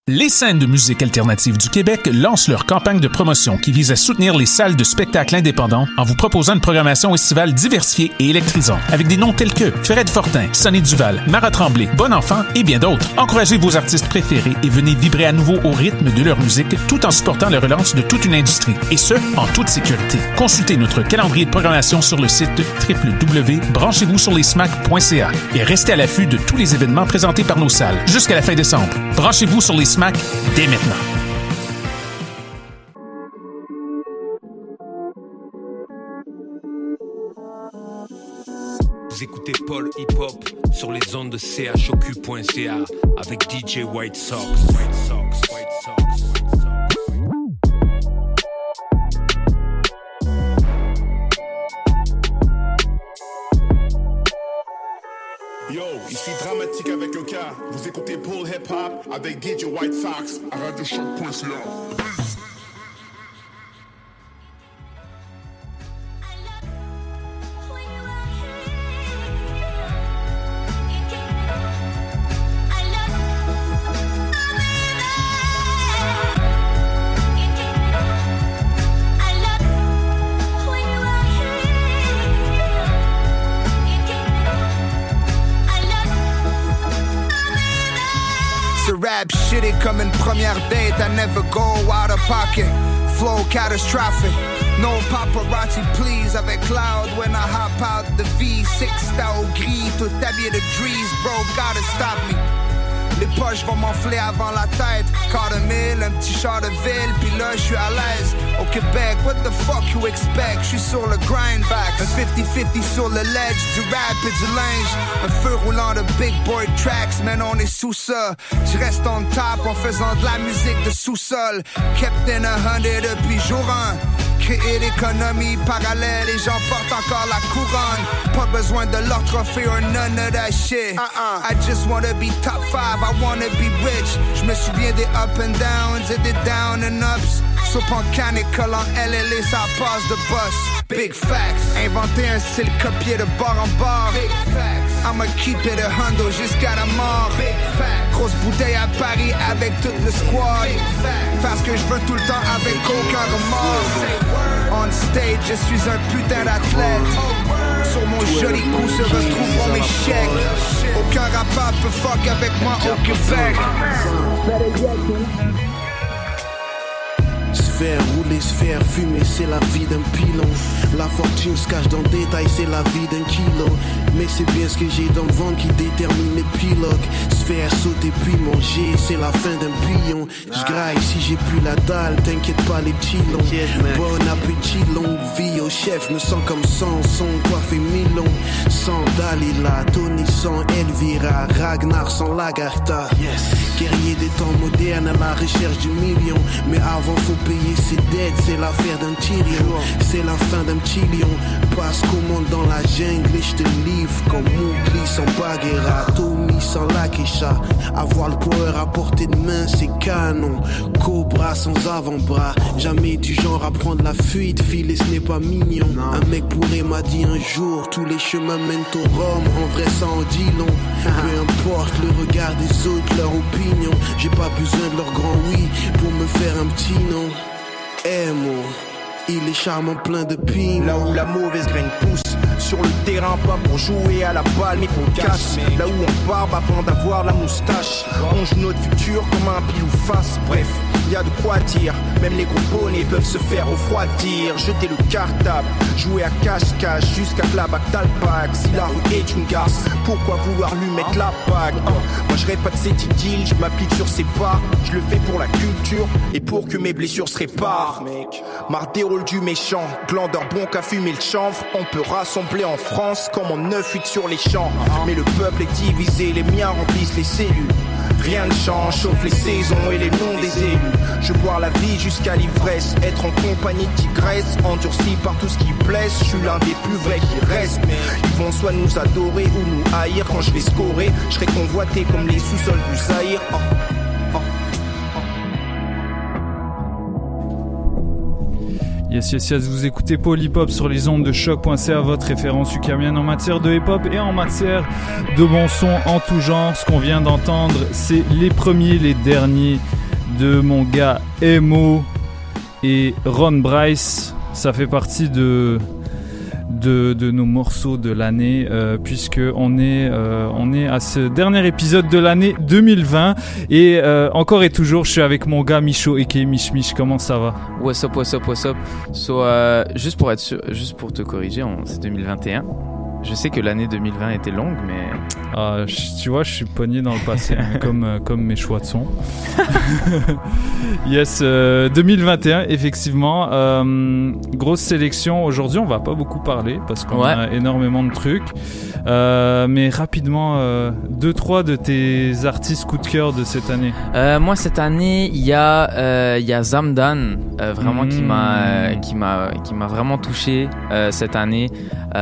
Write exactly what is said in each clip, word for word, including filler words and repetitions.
Les scènes de musique alternative du Québec lancent leur campagne de promotion qui vise à soutenir les salles de spectacle indépendants en vous proposant une programmation estivale diversifiée et électrisante, avec des noms tels que Fred Fortin, Sonny Duval, Mara Tremblay, Bon Enfant et bien d'autres. Encouragez vos artistes préférés et venez vibrer à nouveau au rythme de leur musique tout en supportant la relance de toute une industrie, et ce, en toute sécurité. Consultez notre calendrier de programmation sur le site w w w point branchez vous sur les smack point c a et restez à l'affût de tous les événements présentés par nos salles jusqu'à la fin décembre. Branchez-vous sur les smack dès maintenant. Vous écoutez Paul Hip Hop sur les ondes de c h o q point c a avec D J White Sox. White Sox, White Sox. Yo, ici Dramatique avec un K. Vous écoutez Paul Hip Hop avec D J White Sox à radio choc point c a. Rap shitty comme une première date, I never go out of pocket. Flow catastrophic, no paparazzi please. Avec Cloud when I hop out the V six, t'as au gris, tout habillé de Drees, bro, gotta stop me. Les poches vont m'enfler avant la tête. Quart de mille, un petit char de ville, pis là j'suis à l'aise. Au Québec, what the fuck you expect? J'suis sur le grindback, un fifty fifty sur le ledge, du rap et du linge. Un feu roulant de big boy tracks, man on est sous ça. J'reste on top en faisant de la musique de sous-sol. Captain a hundred depuis jour un. Créer l'économie parallèle et j'en porte encore la couronne. Pas besoin de leur trophée or none of that shit. uh-uh. I just wanna be top five, I wanna be rich. J'me souviens des up and downs et des down and ups. Soup en canicule en L L A, ça passe de boss. Big facts, inventer un style copié de bord en bord. Big facts, I'ma keep it a hundo jusqu'à la mort. Big facts, grosse bouteille à Paris avec tout le squad. Big facts, faire ce que je veux tout le temps avec aucun remords. On stage, je suis un putain d'athlète. Sur mon joli cou se retrouveront mes chèques. Aucun rappeur peut fuck avec moi au Québec. Se faire rouler, se faire fumer, c'est la vie d'un pilon. La fortune se cache dans le détail, c'est la vie d'un kilo. Mais c'est bien ce que j'ai dans le ventre qui détermine l'épilogue. Se faire sauter puis manger, c'est la fin d'un pion. J'graille si j'ai plus la dalle, t'inquiète pas les petits longs. Bon appétit, longue vie au chef, me sens comme Samson, coiffé Milon. Sans Dalila, Tony sans Elvira, Ragnar sans Lagartha. Guerrier des temps modernes à la recherche du million. Mais avant faut payer ses dettes, c'est l'affaire d'un Tyrion. C'est la fin d'un petit lion. Passe commande dans la jungle et j'te livre comme Mowgli sans Bagheera, Tommy sans Lakesha. Avoir le power à portée de main, c'est canon. Cobra sans avant-bras, jamais du genre à prendre la fuite. Filer ce n'est pas mignon. Un mec pourrait m'a dit un jour, tous les chemins mènent au Rome. En vrai ça en dit long. Peu importe le regard des autres, leur opinion. J'ai pas besoin de leur grand oui pour me faire un petit nom. M O, il est charmant plein de pignon. Là où la mauvaise graine pousse sur le terrain, pas pour jouer à la balle mais qu'on casse. Là où on barbe avant d'avoir la moustache. On joue notre futur comme un pile ou face. Bref, y a de quoi dire. Même les gros bonnets peuvent se faire refroidir. Jeter le cartable, jouer à cache-cache jusqu'à que la bague t'alpague. Si la rue est une garce, pourquoi vouloir lui mettre la bague? oh. Moi je rêve pas de cette idylle, je m'applique sur ses pas. Je le fais pour la culture et pour que mes blessures se réparent. Mec, marre des rôles du méchant, glandeur bon qu'à fumer le chanvre. On peut rassembler en France comme en neuf huit sur les champs. Mais le peuple est divisé, les miens remplissent les cellules. Rien ne change, sauf les saisons et les noms des élus. Je bois la vie jusqu'à l'ivresse, être en compagnie de tigresse, endurci par tout ce qui blesse. Je suis l'un des plus vrais qui restent. Ils vont soit nous adorer ou nous haïr. Quand je vais scorer, je serai convoité comme les sous-sols du Zaïre. oh. Yes, yes, yes, vous écoutez Paul Hip Hop sur les ondes de choc point c a, votre référence ukamienne en matière de hip hop et en matière de bon son en tout genre. Ce qu'on vient d'entendre, c'est les premiers, les derniers de mon gars Emo et Ron Bryce. Ça fait partie de, de, de nos morceaux de l'année, euh, puisque on est, euh, on est à ce dernier épisode de l'année deux mille vingt. Et euh, encore et toujours, je suis avec mon gars Micho et qui est Mich Mich. Comment ça va? What's up, what's up, what's up? So, euh, juste pour être sûr, juste pour te corriger, on, c'est deux mille vingt et un. Je sais que l'année deux mille vingt était longue, mais... Ah, je, tu vois, je suis pogné dans le passé, hein, comme, euh, comme mes choix de son. Yes, euh, deux mille vingt et un, effectivement. Euh, grosse sélection. Aujourd'hui, on va pas beaucoup parler, parce qu'on ouais. a énormément de trucs. Euh, mais rapidement, euh, deux, trois de tes artistes coup de cœur de cette année. Euh, moi, cette année, il y a, euh, il y a Zamdan, euh, vraiment, mmh. qui m'a, qui m'a, qui m'a vraiment touché euh, cette année.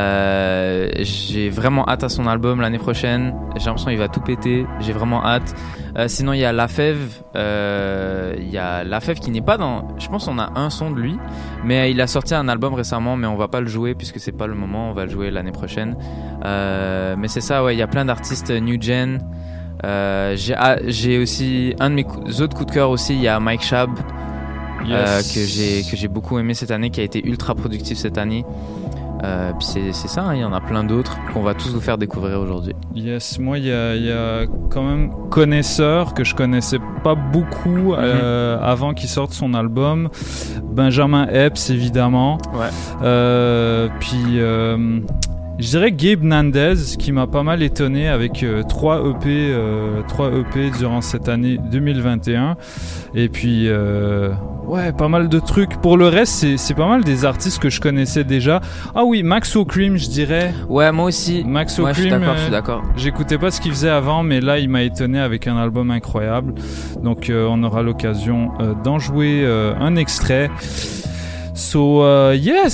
Euh, j'ai vraiment hâte à son album l'année prochaine. J'ai l'impression qu'il va tout péter. J'ai vraiment hâte. Euh, sinon, il y a Lafèvre. Euh, il y a Lafèvre qui n'est pas dans... Je pense qu'on a un son de lui. Mais il a sorti un album récemment, mais on va pas le jouer puisque c'est pas le moment. On va le jouer l'année prochaine. Euh, mais c'est ça, ouais. Il y a plein d'artistes new gen. Euh, j'ai, ah, j'ai aussi... Un de mes coups, autres coups de cœur aussi, il y a Mike Shab. Yes. Euh, que j'ai, que j'ai beaucoup aimé cette année, qui a été ultra productif cette année. Euh, puis c'est, c'est ça, hein, il y en a plein d'autres qu'on va tous vous faire découvrir aujourd'hui. Yes, moi il y a, y a quand même Connaisseur que je connaissais pas beaucoup euh, mm-hmm. avant qu'il sorte son album. Benjamin Epps évidemment. Ouais. Euh, puis euh, je dirais Gabe Nandez qui m'a pas mal étonné avec euh, trois E P, euh, trois E P durant cette année deux mille vingt et un. Et puis euh, ouais, pas mal de trucs. Pour le reste, c'est, c'est pas mal des artistes que je connaissais déjà. Ah oui, Maxo Cream, je dirais. Ouais, moi aussi. Maxo ouais, Cream, je suis d'accord, euh, je suis d'accord. J'écoutais pas ce qu'il faisait avant, mais là, il m'a étonné avec un album incroyable. Donc, euh, on aura l'occasion euh, d'en jouer euh, un extrait. So, uh,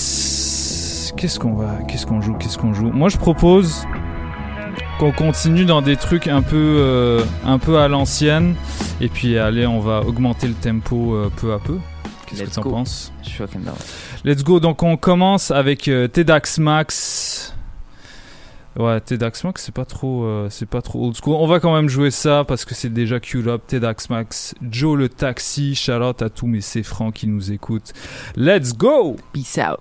yes! Qu'est-ce qu'on va, qu'est-ce qu'on joue, qu'est-ce qu'on joue? Moi, je propose qu'on continue dans des trucs un peu, euh, un peu à l'ancienne. Et puis, allez, on va augmenter le tempo euh, peu à peu. Qu'est-ce Let's que t'en go. penses? Je suis fucking down. Let's go. Donc, on commence avec euh, Tedax Max. Ouais, Tedax Max, c'est pas trop, euh, c'est pas trop old school. On va quand même jouer ça parce que c'est déjà queued up. Tedax Max, Joe le Taxi. Shout out à tous mes C-francs qui nous écoutent. Let's go. Peace out.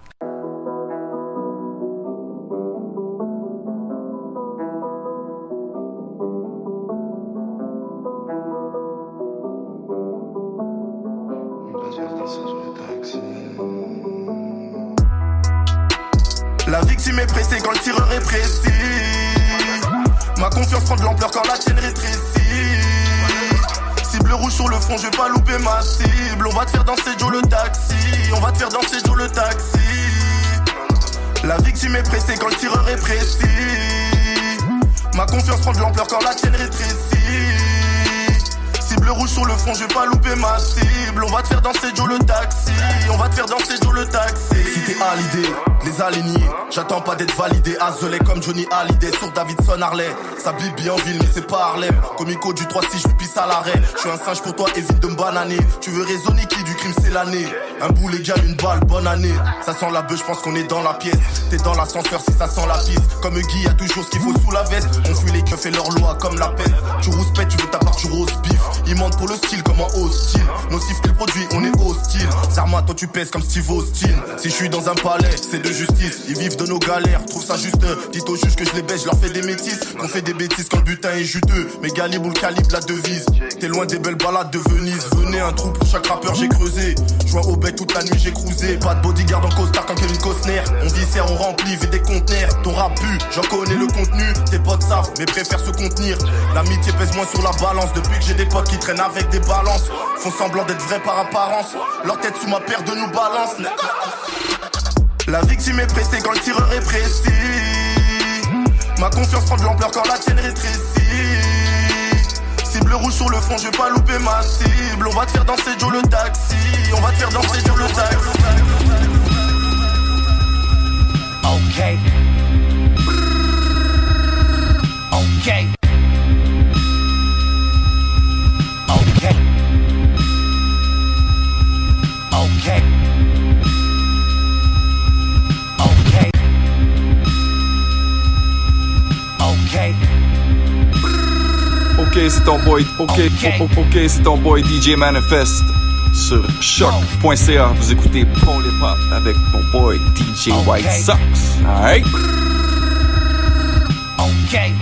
La victime est pressée quand le tireur est précis. Ma confiance prend de l'ampleur quand la tienne rétrécit. Cible rouge sur le front, je vais pas louper ma cible. On va te faire danser Joe le taxi. On va te faire danser Joe le taxi. La victime est pressée quand le tireur est précis. Ma confiance prend de l'ampleur quand la tienne rétrécit. Cible rouge sur le front, je vais pas louper ma cible. On va te faire danser Joe le taxi. On va te faire danser Joe le taxi. Si t'es à l'idée, les alignés, j'attends pas d'être validé. Azelé comme Johnny Hallyday sur Davidson Harley. Ça bip bien en ville mais c'est pas Harlem. Comico du trois six, je pisse à l'arrêt. Je suis un singe pour toi, évite de me bananer. Tu veux raisonner qui du crime c'est l'année. Un bout légal, une balle, bonne année. Ça sent la beuh, je pense qu'on est dans la pièce. T'es dans l'ascenseur si ça sent la piste. Comme Guy, y'a toujours ce qu'il faut sous la veste. On fuit les keufs et leur loi comme la peste. Tu rouspètes, tu veux ta part, tu rose bif. Ils mentent pour le style comme un hostile. Nocif que le produit, on est hostile. Zarma, toi tu pèses comme Steve Austin. Si je suis dans un palais, c'est de justice. Ils vivent de nos galères, trouve ça juste. Dites aux juges que je les baisse, je leur fais des métisses. Qu'on fait des bêtises quand le butin est juteux. Mais calibre ou le calibre, la devise. T'es loin des belles balades de Venise. Venez un trou pour chaque rappeur, j'ai creusé. Joint au bec toute la nuit, j'ai cruisé. Pas de bodyguard en costard comme Kevin Costner. On viscère, on remplit, vide des conteneurs. Ton rap pue, j'en connais le contenu. Tes potes savent, mais préfèrent se contenir. L'amitié pèse moins sur la balance. Depuis que j'ai des potes qui traînent avec des balances. Font semblant d'être vrais par apparence. Leur tête sous ma paire de nous balance. La victime est pressée quand le tireur est précis. Ma confiance prend de l'ampleur quand la tienne rétrécit. Cible rouge sur le front, je vais pas louper ma cible. On va te faire danser Joe le taxi. On va te faire danser Joe le taxi. Ok. Ok. Ok. Ok. Ok. Ok. Ok, c'est c'est ton boy. Ok, ok, ok, c'est ton boy D J Manifest. Sur choc point c a, vous écoutez Paul Hip Hop avec mon boy D J okay. White Sox. Alright? Okay.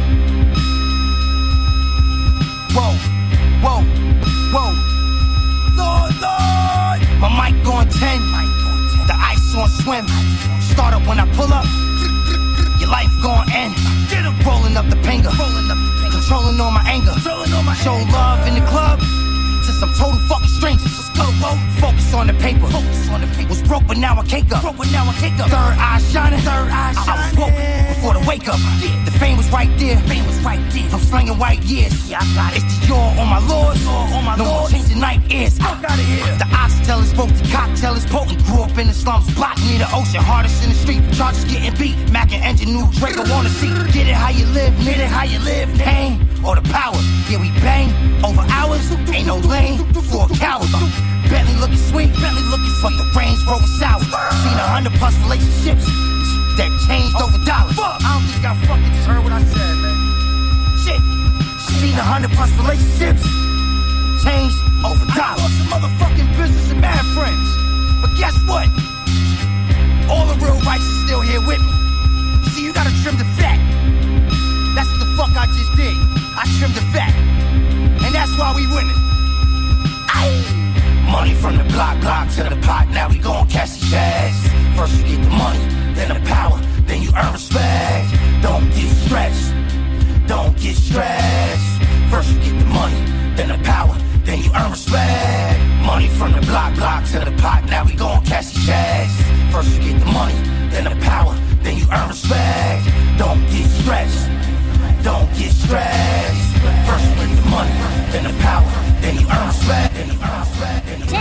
Whoa, whoa, whoa. Lord, Lord. My mic on ten. The ice on swim. Start up when I pull up. Your life gon' end. Rolling up the pinger. Controlling all my anger. Show love in the club. Since I'm total fucking strangers. Let's go, whoa. Focus on the paper. Focus on the paper. Was broke, but now I cake up. Broke, but now I cake up. Third eye shining. Third eye shining. I was woke before the wake up. Yeah. The fame was right there. Fame was right there. From slinging white years. Yeah, I got it. It's the yaw on my lords. On my no lords. Changing night ears. I got it here. The oxtail is broke. The cocktail is potent. Grew up in the slums. Block near the ocean. Hardest in the street. Charges getting beat. Mac and engine new Draco on the seat. Get it how you live. Get it how you live. Pain or the power. Yeah, we bang over hours. Ain't no lane for a coward. Bentley looking sweet, Bentley looking sweet. The Range Rover sour. Seen a hundred plus relationships that changed over dollars. I don't think y'all fucking just heard what I said, man. Shit. Seen a hundred plus relationships changed over dollars. I lost some motherfucking business and mad friends. But guess what? All the real rights are still here with me. See, you gotta trim the fat. That's what the fuck I just did. I trimmed the fat. And that's why we winning. Aye. Money from the block, block to the pot. Now we gon' catch the checks. First you get the money, then the power, then you earn respect. Don't get stressed, don't get stressed. First you get the money, then the power, then you earn respect. Money from the block, block to the pot. Now we gon' catch the checks. First you get the money, then the power, then you earn respect. Don't get stressed, don't get stressed. First you get the money, then the power, then you earn respect. Then you earn respect.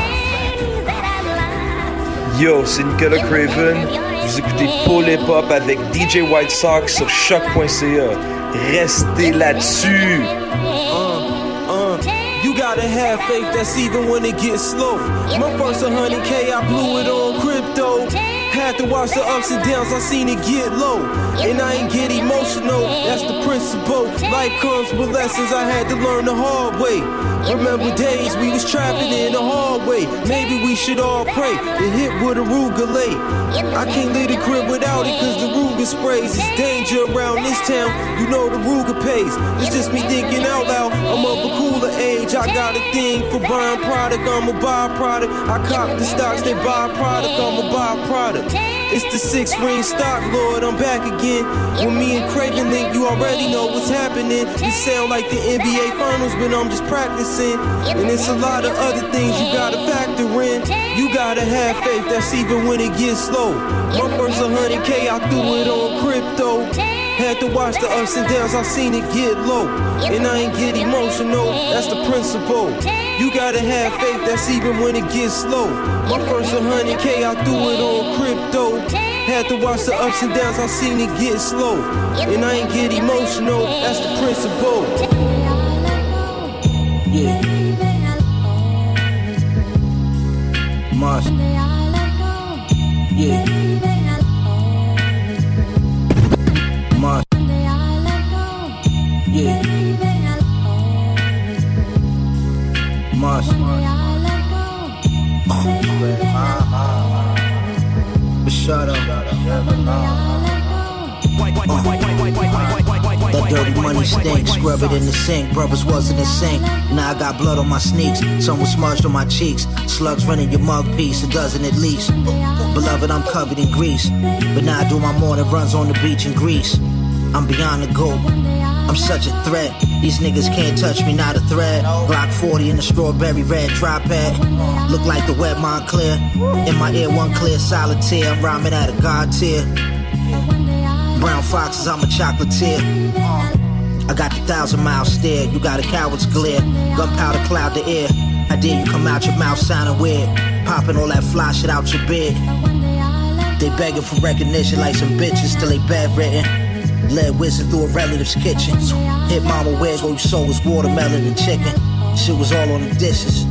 Yo, c'est Nicolas Craven. Vous écoutez Paul Hip Hop avec D J White Sox sur choc point c a. Restez là-dessus. Uh, uh, you gotta have faith that's even when it gets slow. My first one hundred K, I blew it on crypto. Had to watch the ups and downs, I seen it get low. And I ain't get emotional, that's the principle. Life comes with lessons I had to learn the hard way. Remember days we was trapping in the hallway. Maybe we should all pray and hit with a Ruger late. I can't leave the crib without it cause the Ruger sprays. It's danger around this town, you know the Ruger pays. It's just me thinking out loud, I'm of a cooler age. I got a thing for buying product, I'm a byproduct. I cop the stocks, they buy product, I'm a byproduct. It's the six ring stock, Lord, I'm back again. When me and Craven link, you already know what's happening. It sound like the N B A finals, but I'm just practicing. And it's a lot of other things you gotta factor in. You gotta have faith, that's even when it gets slow. My first one hundred K, I threw it on crypto. Had to watch the ups and downs, I seen it get low. And I ain't get emotional, that's the principle. You gotta have faith, that's even when it gets slow. My first one hundred K, I threw it on crypto. Had to watch the ups and downs, I seen it get slow. And I ain't get emotional, that's the principle. Yeah. Must. Yeah. Must. Yeah. Must. But shut up. That dirty money stink, scrub it in the sink. Brothers wasn't in sync. Now I got blood on my sneaks. Some was smudged on my cheeks. Slugs running your mug piece, a dozen at least. Beloved, I'm covered in grease. But now I do my morning runs on the beach in Greece. I'm beyond the goal. I'm such a threat. These niggas can't touch me, not a thread. Glock forty in the strawberry red tripod. Look like the wet Montclair. In my ear, one clear solitaire. I'm rhyming at a god tier. Brown foxes, I'm a chocolatier. I got the thousand mile stare. You got a coward's glare. Gunpowder cloud the air. I dare you come out your mouth sounding weird. Popping all that fly shit out your bed. They begging for recognition like some bitches till they bedridden. Led whizzing through a relative's kitchen. Hit mama where go you sold was watermelon and chicken. Shit was all on the dishes.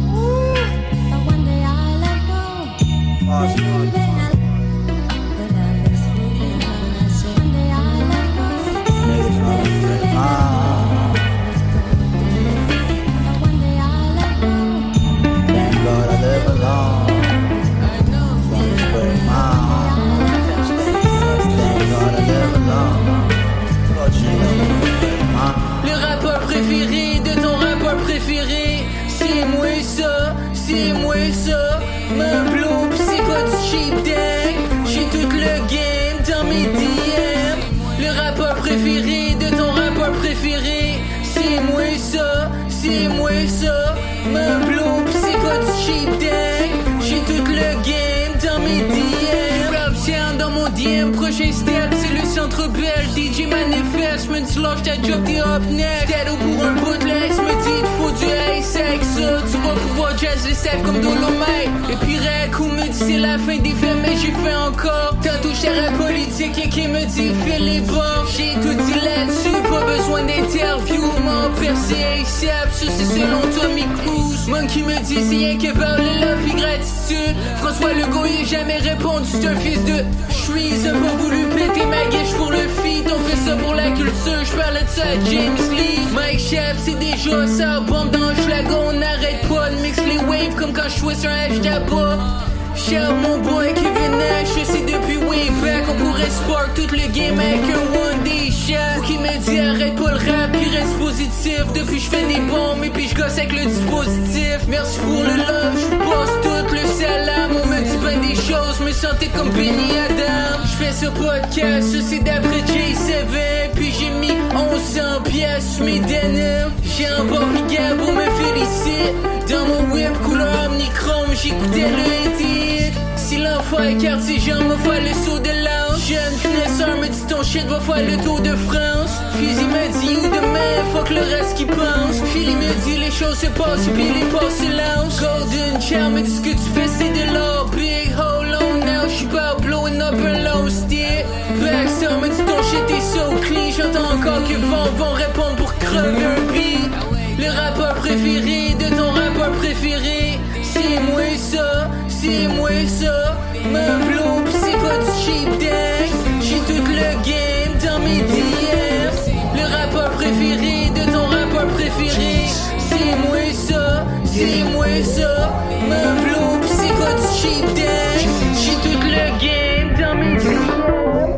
ça, c'est moi ça. Ma blow pis c'est pas du cheap deck. J'ai tout le game dans mes D M. Le rappeur préféré de ton rappeur préféré. C'est moi ça, c'est moi ça. Ma blow pis c'est pas du cheap deck. J'ai tout le game dans mes D M. Rap sound dans mon D M. Prochain step c'est le centre belle. D J Manifest, me dis lâche ta job, t'es up next. T'es au pour un bootleg, me dis il faut du ace avec ça. Tu vas pouvoir jazz les steps comme Dolomite. Et puis rec ou me dit c'est la fin des faits mais j'ai fait encore. Tantôt j'étais rap politique et qui me dit file les bords. J'ai tout dit là-dessus, pas besoin d'interview. M'en percé A$AP, ça c'est selon Tommy Cruise. Monkey me dit c'est rien que parler love et gratitude. François Legault il a jamais répondu, c'est un fils de Shreeze. A pas voulu péter ma guiche pour le feat. On fait ça pour la culture, j'parlais de ça à James Lee. Mike Chef c'est déjà ça, bombe dans le schlagon. On n'arrête pas de mix les waves comme quand j'suis sur un hashtag bas. Shout mon boy Kevin Nash, je sais depuis way back. On pourrait spark tout le game avec un one day shot. Ou qui me dit arrête pas le rap puis reste positif. Depuis j'fais des bombes et puis j'gosse avec le dispositif. Merci pour le love, j'passe tout le salam. On me dit ben des choses, me sentais comme Benny Adam. J'fais ce podcast, ça c'est d'après J sept. Puis j'ai mis onze cents pièces sur mes denims. J'ai un bon gars pour me féliciter. Dans mon whip couleur omnichrome, j'écoutais le hit. Si l'enfant écarte ses jambes, va faire le saut de l'ange. Jeune finesseur me dit ton shit va faire le tour de France. Fusil me dit ou demain, fuck le reste qui pense. Philly me dit les choses se passent puis les passes se lancent. Golden Child me dit ce que tu fais c'est de l'or. Big hold on now, j'suis pas blowing up a low stick. Baxter me dit ton shit est so clean. J'entends encore que vent vont répondre pour crever un beat. Le rappeur préféré de ton rappeur préféré. C'est moi ça, c'est moi ça. Ma blow pis c'est pas du cheap deck. J'ai tout le game dans mes D M. Le rappeur préféré de ton rappeur préféré. C'est moi ça, c'est moi ça. Ma blow pis c'est pas du cheap deck. J'ai tout le game dans mes D M.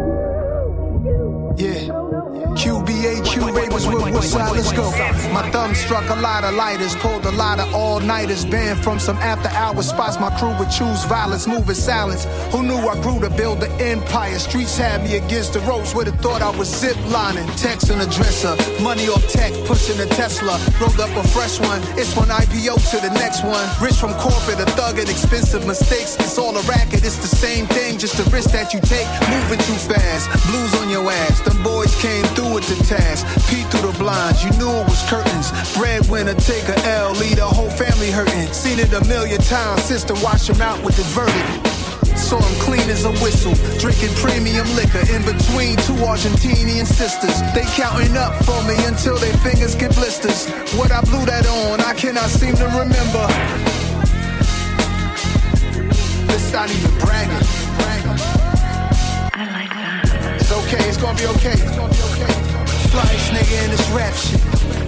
Yeah. Q B A Q Ravens with what side, let's go. My thumb struck a lot of lighters, pulled a lot of all-nighters, banned from some after-hour spots. My crew would choose violence, move in silence. Who knew I grew to build an empire? Streets had me against the ropes, would've thought I was zip-lining. Text and a dresser, money off tech, pushing a Tesla. Rolled up a fresh one, it's one I P O to the next one. Rich from corporate, a thug at expensive mistakes. It's all a racket, it's the same thing, just the risk that you take. Moving too fast, blues on your ass. Them boys came through with the task. Peek through the blinds, you knew it was curtains. Breadwinner, take a L, leave the whole family hurting. Seen it a million times, sister wash him out with the verdict. Saw him clean as a whistle, drinking premium liquor in between two Argentinian sisters. They counting up for me until their fingers get blisters. What I blew that on, I cannot seem to remember. This not even bragging. I like that. It's okay, it's gonna be okay. It's gonna be okay. Flyest nigga in this rap shit.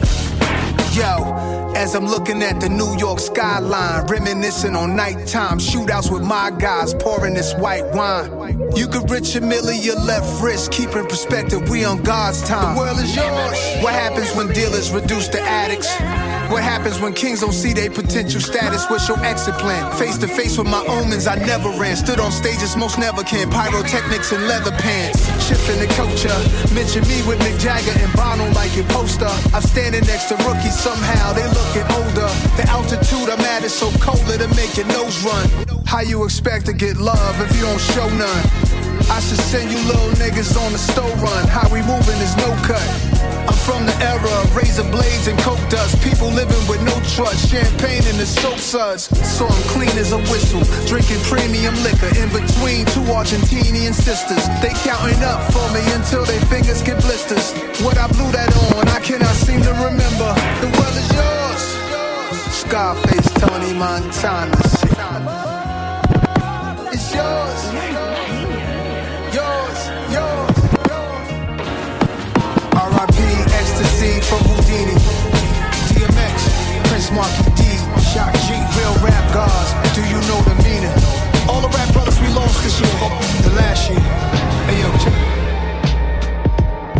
Yo, as I'm looking at the New York skyline, reminiscing on nighttime shootouts with my guys, pouring this white wine. You could rich a milli your left wrist, keep in perspective, we on God's time. The world is yours. What happens when dealers reduce to addicts? What happens when kings don't see their potential status? What's your exit plan? Face to face with my omens, I never ran. Stood on stages most never can. Pyrotechnics and leather pants. Shifting the culture. Mention me with Mick Jagger and Bono like your poster. I'm standing next to rookies somehow, they looking older. The altitude I'm at is so cold it'll make your nose run. How you expect to get love if you don't show none? I should send you little niggas on the stove run. How we moving is no cut. I'm from the era of razor blades and coke dust. People living with no trust, champagne in the soap suds. So I'm clean as a whistle, drinking premium liquor in between two Argentinian sisters. They counting up for me until their fingers get blisters. What I blew that on, I cannot seem to remember. The world is yours. Scarface, Tony Montana shit. It's yours. Yours, yours. R I P Ecstasy from Houdini. D M X, Prince Marky D, Shock G, real rap gods. Do you know the meaning? All the rap brothers we lost this year, the last year. Hey yo, check.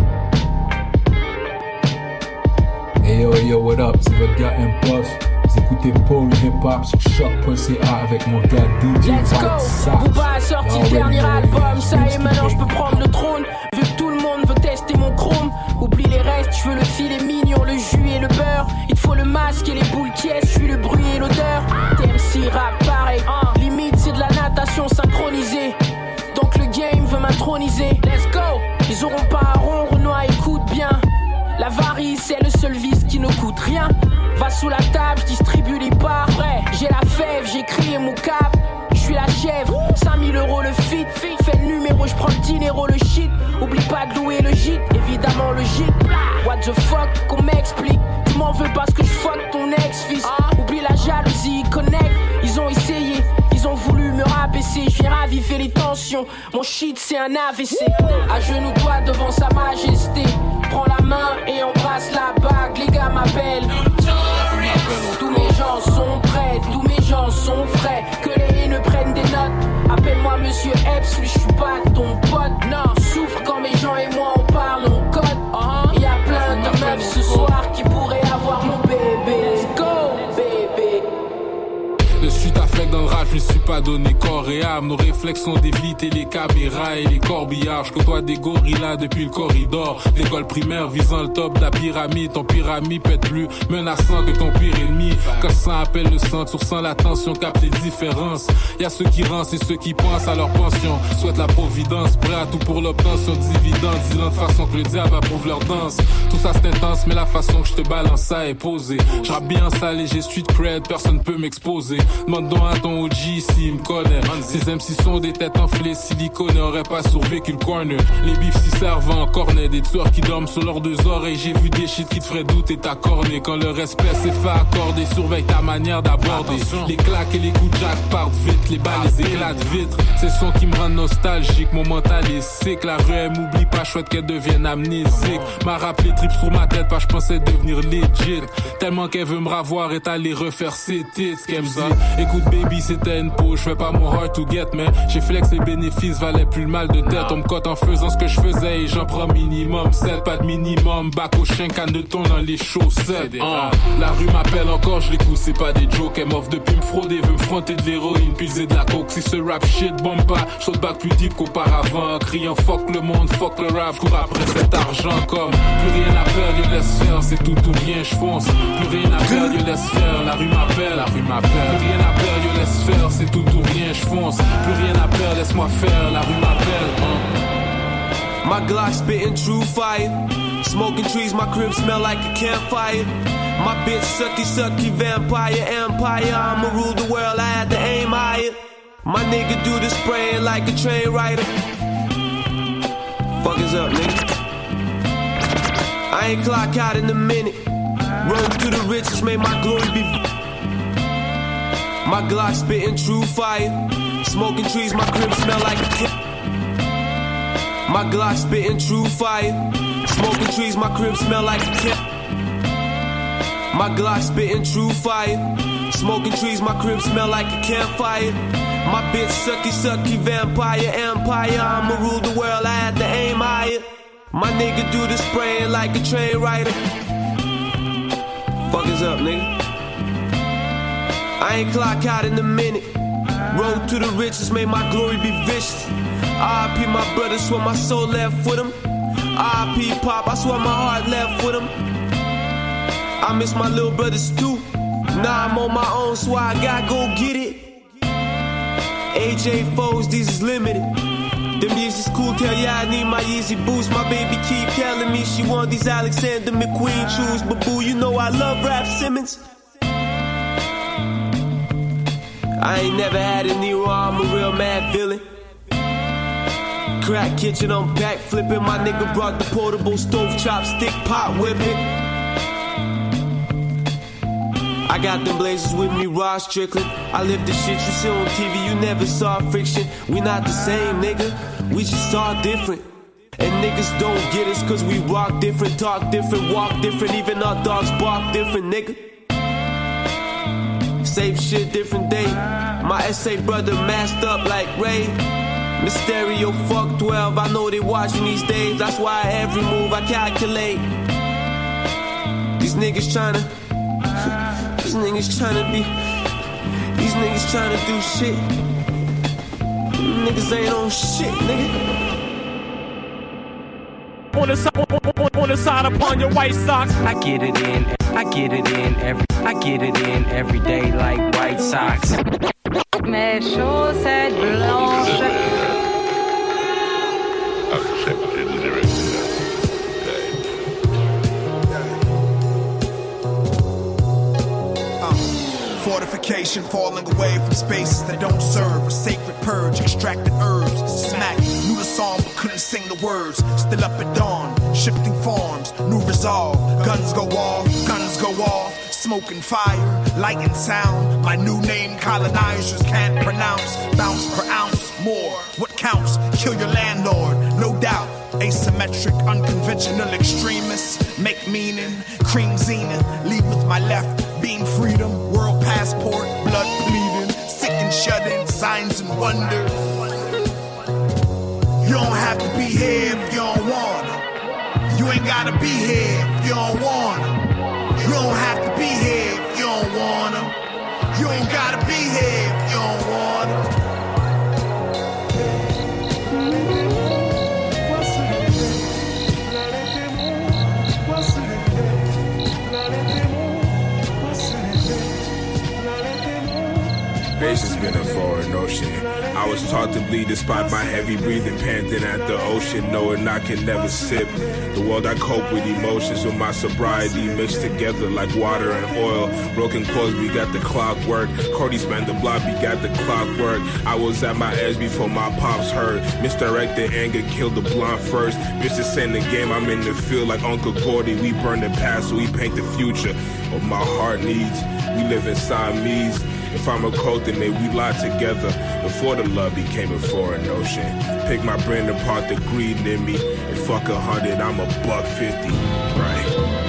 Hey yo, yo, what up? C'est votre gars M-Post. Vous écoutez écoutez Paul Hip Hop sur choc point c a avec mon gars D J Let's White go. Sox. Booba a sorti le dernier album, ça y est maintenant je peux prendre le trône. Vu que tout le monde veut tester mon chrome, oublie les restes, je veux le filet mignon, le jus et le beurre. Il te faut le masque et les boules qui est, je suis le bruit et l'odeur. T M C rap pareil, limite c'est de la natation synchronisée. Donc le game veut m'introniser. Let's go. Ils auront pas un rond, Renoir écoute bien. La varice c'est le seul vice qui ne coûte rien. Va sous la table, je distribue les parts. Vrai, j'ai la fève, j'ai crié mon cap. Je suis la chèvre, cinq mille euros le fit. Fais le numéro, je prends le dinero, le shit. Oublie pas de louer le gîte, évidemment le gîte. What the fuck, qu'on m'explique. Tu m'en veux parce que je fuck ton ex-fils. Oublie la jalousie, connect. Ils ont essayé, ils ont voulu me rabaisser. Je viens raviver les tensions. Mon shit c'est un A V C. À genoux toi devant sa majesté. Prends la main et embrasse la bague. Les gars m'appellent. Tous mes gens sont prêts, tous mes gens sont frais. Que les haineux prennent des notes. Appelle-moi Monsieur Epps, je suis pas ton pote. Non, souffre quand mes gens et moi on parle, on code. Uh-huh. Y'a plein de meufs ce soir qui pourraient avoir mon bébé. Let's go, bébé. Le suite affect dans le rap, je ne suis pas donné corps et âme. Nos réflexes sont d'éviter les caméras et les corbillards. Je côtoie des gorillas depuis le corridor. L'école primaire visant le top de la pyramide. Ton pyramide pète plus menaçant que ton pire ennemi. Quand le sang appelle le sang, tu ressens la tension, capte les différences. Y'a ceux qui rancent et ceux qui pensent à leur pension. Souhaitent la providence, prêt à tout pour l'obtention de dividendes. Dis-le de façon que le diable approuve leur danse. Tout ça c'est intense, mais la façon que je te balance ça est posée. Je rappe bien sale et j'ai street cred, personne peut m'exposer. Demande donc à ton O G s'il me connaît. Ces M C sont des têtes enflées, silicone n'aurait pas survécu le corner. Les bifs s'y servent en cornet, des tueurs qui dorment sur leurs deux oreilles. J'ai vu des shit qui te feraient douter ta cornée. Quand le respect s'est fait accorder, surveille ta manière d'aborder. Les claques et les coups de jack partent vite, les balles les éclatent vite. C'est son qui me rend nostalgique, mon mental est sick. La rue elle m'oublie pas, chouette qu'elle devienne amnésique. M'a rappelé trip sur ma tête, pas je pensais devenir legit. Tellement qu'elle veut me ravoir et allée refaire ses tits. Qu'elle me dit, écoute baby c'était une peau, je fais pas mon hard to get, mais j'ai flex les bénéfices, valait plus le mal de tête. On me cote en faisant ce que je faisais et j'en prends minimum sept, pas de minimum, bac au chien, canne de thon dans les chaussettes. Ah, la rue m'appelle encore, je l'écoute, c'est pas des jokes. Elle m'offre depuis me frauder, veut me fronter de l'héroïne, puiser de la coke. Si ce rap shit bombe pas, j'saute back plus deep qu'auparavant. Criant fuck le monde, fuck le rap, cours après cet argent comme plus rien à faire, je laisse faire, c'est tout ou rien, je fonce. Plus rien à faire, je laisse faire, la rue m'appelle, la rue m'appelle. Plus rien à faire, je laisse faire, c'est tout ou rien, je fonce. Plus rien à perdre, laisse-moi faire, la rue m'appelle. Hein. My Glock spitting true fire. Smoking trees, my crib smell like a campfire. My bitch sucky sucky vampire empire. I'ma rule the world, I had to aim higher. My nigga do the spraying like a train rider. Fuck is up, nigga? I ain't clock out in a minute. Road to the riches, may my glory be. My Glock spitting true fire. Smoking trees, my crib smell like a kid. My Glock spitting true fire. Smoking trees, my crib smell like a kid. My Glock spitting true fire. Smoking trees, my crib smell like a campfire. My bitch sucky sucky vampire empire. I'ma rule the world, I had to aim higher. My nigga do the spraying like a train rider. Fuck is up, nigga? I ain't clock out in a minute. Road to the riches, may my glory be vicious. R I P my brother, swear my soul left with him. R I P Pop, I swear my heart left with him. I miss my little brothers too. Now I'm on my own, so I gotta go get it. A J foes, these is limited. Them years is cool, tell ya I need my easy boost. My baby keep telling me she want these Alexander McQueen shoes. But boo, you know I love Rap Simmons. I ain't never had a Nero, I'm a real mad villain. Crack kitchen, I'm back flipping. My nigga brought the portable stove chopstick pot whipping. I got them blazers with me, Ross Strickland. I live the shit you see on T V, you never saw friction. We not the same, nigga, we just all different. And niggas don't get us cause we rock different, talk different, walk different. Even our dogs bark different, nigga. Same shit, different day. My S A brother masked up like Ray. Mysterio, fuck twelve, I know they watching these days. That's why every move I calculate. These niggas tryna These niggas tryna be, these niggas tryna do shit. Niggas ain't on shit, nigga. On the side, on, on the side upon your white socks. I get it in, I get it in every, I get it in every day like white socks. Mes chaussettes blanches. Fortification falling away from spaces that don't serve. A sacred purge, extracted herbs. Smack, knew the song but couldn't sing the words. Still up at dawn, shifting forms, new resolve. Guns go off, guns go off. Smoke and fire, light and sound. My new name colonizers can't pronounce. Bounce per ounce, more. What counts? Kill your landlord, no doubt. Asymmetric, unconventional extremists make meaning. Cream zenith, lead with my left. Beam freedom, world passport, blood bleeding. Sick and shut in, signs and wonders. You don't have to be here if you don't wanna. You ain't gotta be here if you don't wanna. You don't have to be here if you don't wanna. You ain't gotta be here if you don't wanna. Patience been a foreign ocean. I was taught to bleed despite my heavy breathing, panting at the ocean, knowing I can never sip. The world I cope with emotions with my sobriety mixed together like water and oil. Broken Cosby got the clockwork. Cody spanned the block, we got the clockwork. I was at my edge before my pops heard. Misdirected anger killed the blonde first. Bitches in the game, I'm in the field like Uncle Gordy. We burn the past so we paint the future. What my heart needs, we live inside me's. If I'm a cult, then may we lie together before the love became a foreign ocean. Pick my brain apart, the greed in me. And fuck a hundred, I'm a buck fifty, right?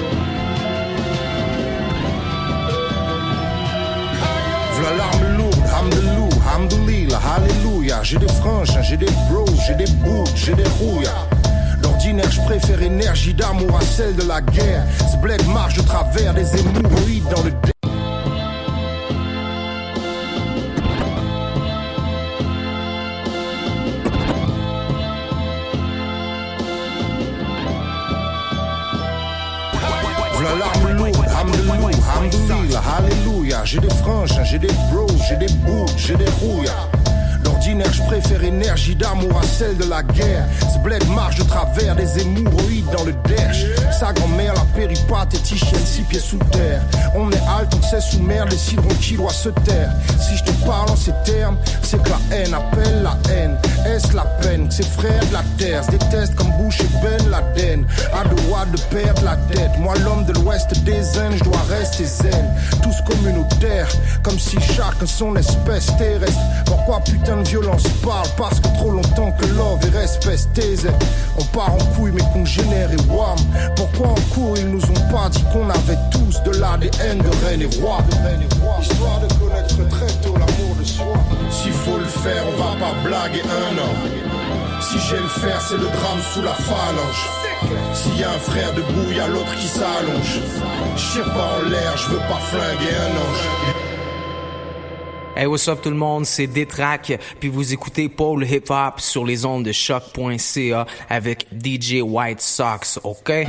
V'là l'arme lourde, hamdalou, hamdoulillah, alléluia. J'ai des frangins, j'ai des bros, j'ai des bouts, j'ai des rouillas. D'ordinaire, je préfère énergie d'amour à celle de la guerre. Ce bled marche de travers des hémorroïdes dans le dé. Alléluia, j'ai des frangins, j'ai des bros, j'ai des bouts, j'ai des rouillas. D'ordinaire, je préfère énergie d'amour à celle de la guerre. Ce bled marche de travers des hémorroïdes dans le derche. Sa grand-mère, la péripatéticienne, six pieds sous terre. On est halte, on sait sous mer, décideront qui doit se taire. Si je te parle en ces termes, c'est que la haine appelle la haine. Est-ce la peine que ses frères de la terre se détestent comme Bush et Ben Laden? À deux doigts de perdre la tête. Moi, l'homme de l'ouest des Indes, je dois rester zen. Tous communautaires, comme si chacun son espèce terrestre. Pourquoi putain de violence parle? Parce que trop longtemps que love et respect se taisaient. On part en couille mais qu'on génère et wham. Pourquoi en cours ils nous ont pas dit qu'on avait tous de l'A D N de reine et roi? Histoire de connaître très tôt l'amour de soi. S'il faut le faire, on va pas blaguer un an. Si j'ai le faire, c'est le drame sous la phalange. S'il y a un frère debout, y a l'autre qui s'allonge. Je tire pas en l'air, je veux pas flinguer un ange. Hey, what's up tout le monde, c'est D-Track, puis vous écoutez Paul Hip Hop sur les ondes de choc point c a avec D J White Sox, ok?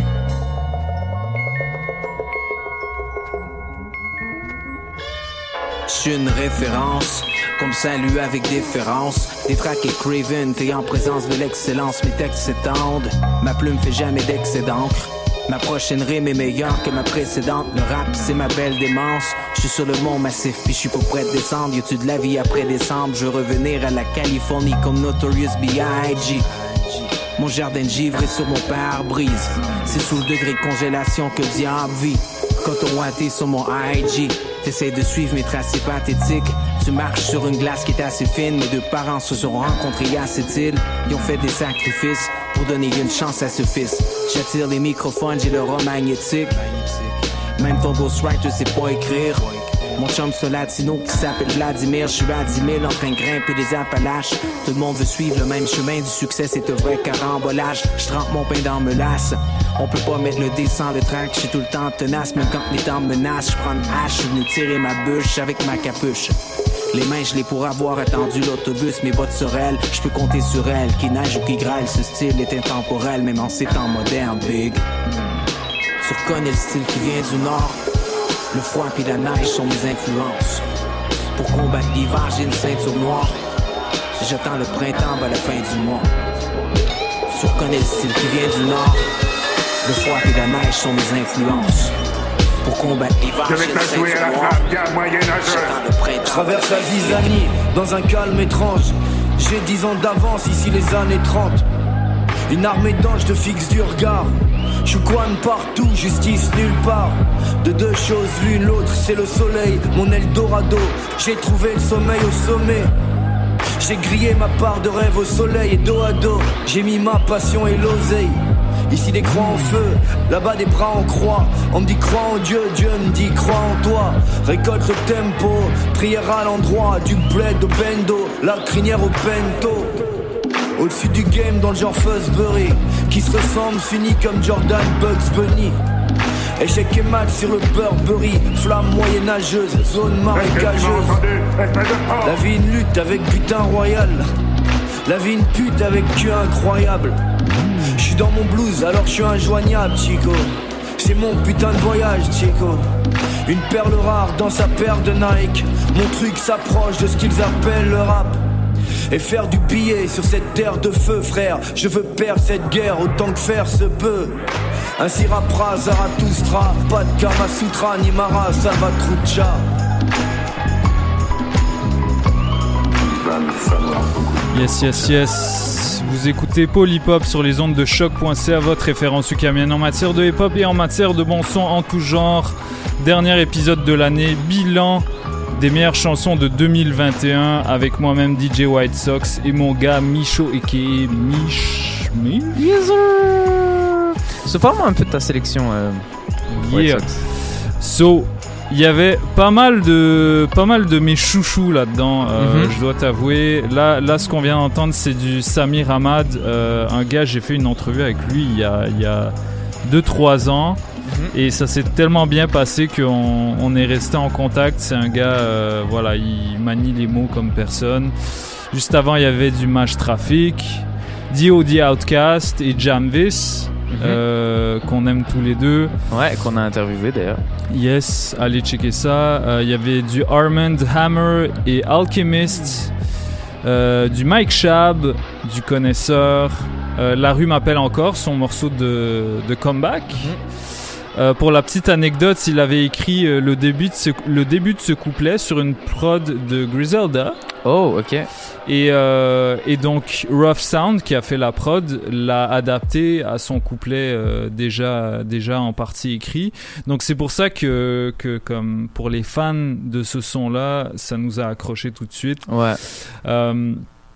J'suis une référence, comme salut avec déférence. D-Track et Craven, t'es en présence de l'excellence, mes textes s'étendent. Ma plume fait jamais d'excès d'encre. Ma prochaine rime est meilleure que ma précédente. Le rap c'est ma belle démence. J'suis sur le mont massif puis j'suis pas prêt de descendre. Y'a-tu de la vie après décembre? Je veux revenir à la Californie comme Notorious B I G. Mon jardin de givre est sur mon pare-brise. C'est sous le degré de congélation que le diable vit. Quand on watté sur mon I G, t'essayes de suivre mes tracés pathétiques. Tu marches sur une glace qui est assez fine. Mes deux parents se sont rencontrés à cette île. Ils ont fait des sacrifices pour donner une chance à ce fils. J'attire les microphones, j'ai l'aura magnétique. Même ton ghostwriter sait pas écrire. Mon chum c'est un latino qui s'appelle Vladimir. Je suis à dix mille en train de grimper des Appalaches. Tout le monde veut suivre le même chemin du succès, c'est un vrai carambolage. Je trempe mon pain dans melasse. On peut pas mettre le dé sans le track, je suis tout le temps tenace. Même quand les temps menacent, je prends une hache, je suis venu tirer ma bûche avec ma capuche. Les mains je l'ai pour avoir attendu l'autobus, mes bottes sur elle, je peux compter sur elle. Qui nage ou qui graille, ce style est intemporel, même en ces temps modernes, big. Tu reconnais le style qui vient du nord. Le froid pis la neige sont mes influences. Pour combattre l'hiver, j'ai une ceinture noire. J'attends le printemps à la fin du mois. Tu reconnais le style qui vient du nord. Le froid et la neige sont mes influences. Pour combattre l'hiver, j'ai une ceinture noire. J'attends le printemps. Je traverse la zizanie dans un calme étrange. J'ai dix ans d'avance, ici les années trente. Une armée d'anges te fixe du regard. Chouquan partout, justice nulle part. De deux choses l'une, l'autre c'est le soleil, mon Eldorado. J'ai trouvé le sommeil au sommet. J'ai grillé ma part de rêve au soleil et dos à dos. J'ai mis ma passion et l'oseille. Ici des croix en feu, là-bas des bras en croix. On me dit crois en Dieu, Dieu me dit crois en toi. Récolte le tempo, prière à l'endroit. Du bled au bendo, la crinière au bento. Au-dessus du game dans le genre Fuzzbury. Qui se ressemble, s'unit comme Jordan Bugs Bunny. Échec et mat sur le Burberry. Flamme moyenâgeuse, zone marécageuse. La vie une lutte avec butin royal. La vie une pute avec cul incroyable. J'suis dans mon blues alors j'suis injoignable, Chico. C'est mon putain de voyage, Chico. Une perle rare dans sa paire de Nike. Mon truc s'approche de ce qu'ils appellent le rap. Et faire du billet sur cette terre de feu, frère. Je veux perdre cette guerre autant que faire se peut. Ainsi rappera Zarathustra. Pas de Kama Sutra ni Mara Salvatrucha. Yes, yes, yes. Vous écoutez Paul Hip Hop sur les ondes de choc point c a, votre référence ukamienne en matière de hip hop et en matière de bon son en tout genre. Dernier épisode de l'année, bilan des meilleures chansons de deux mille vingt et un avec moi-même D J White Sox et mon gars Micho aka Mich. Mich? Yes sir. So, parle-moi un peu de ta sélection. Euh, yeah. White Sox. So, il y avait pas mal de pas mal de mes chouchous là-dedans, euh, mm-hmm. je dois t'avouer. Là, là, ce qu'on vient d'entendre, c'est du Samir Ahmad, euh, un gars. J'ai fait une entrevue avec lui il y a il y a deux trois ans. Et ça s'est tellement bien passé qu'on on est resté en contact. C'est un gars, euh, voilà, il manie les mots comme personne. Juste avant, il y avait du Mash Traffic, D O D Outcast et Jamvis, mm-hmm. euh, qu'on aime tous les deux. Ouais, qu'on a interviewé d'ailleurs. Yes, allez checker ça. Euh, il y avait du Armand Hammer et Alchemist, euh, du Mike Shab, du Connaisseur. Euh, La rue m'appelle encore, son morceau de, de comeback. Mm-hmm. Euh, pour la petite anecdote, il avait écrit euh, le, début de ce, le début de ce couplet sur une prod de Griselda. Oh, ok. Et, euh, et donc Rough Sound, qui a fait la prod, l'a adapté à son couplet euh, déjà, déjà en partie écrit. Donc c'est pour ça que, que comme pour les fans de ce son-là, ça nous a accroché tout de suite. Ouais. Euh,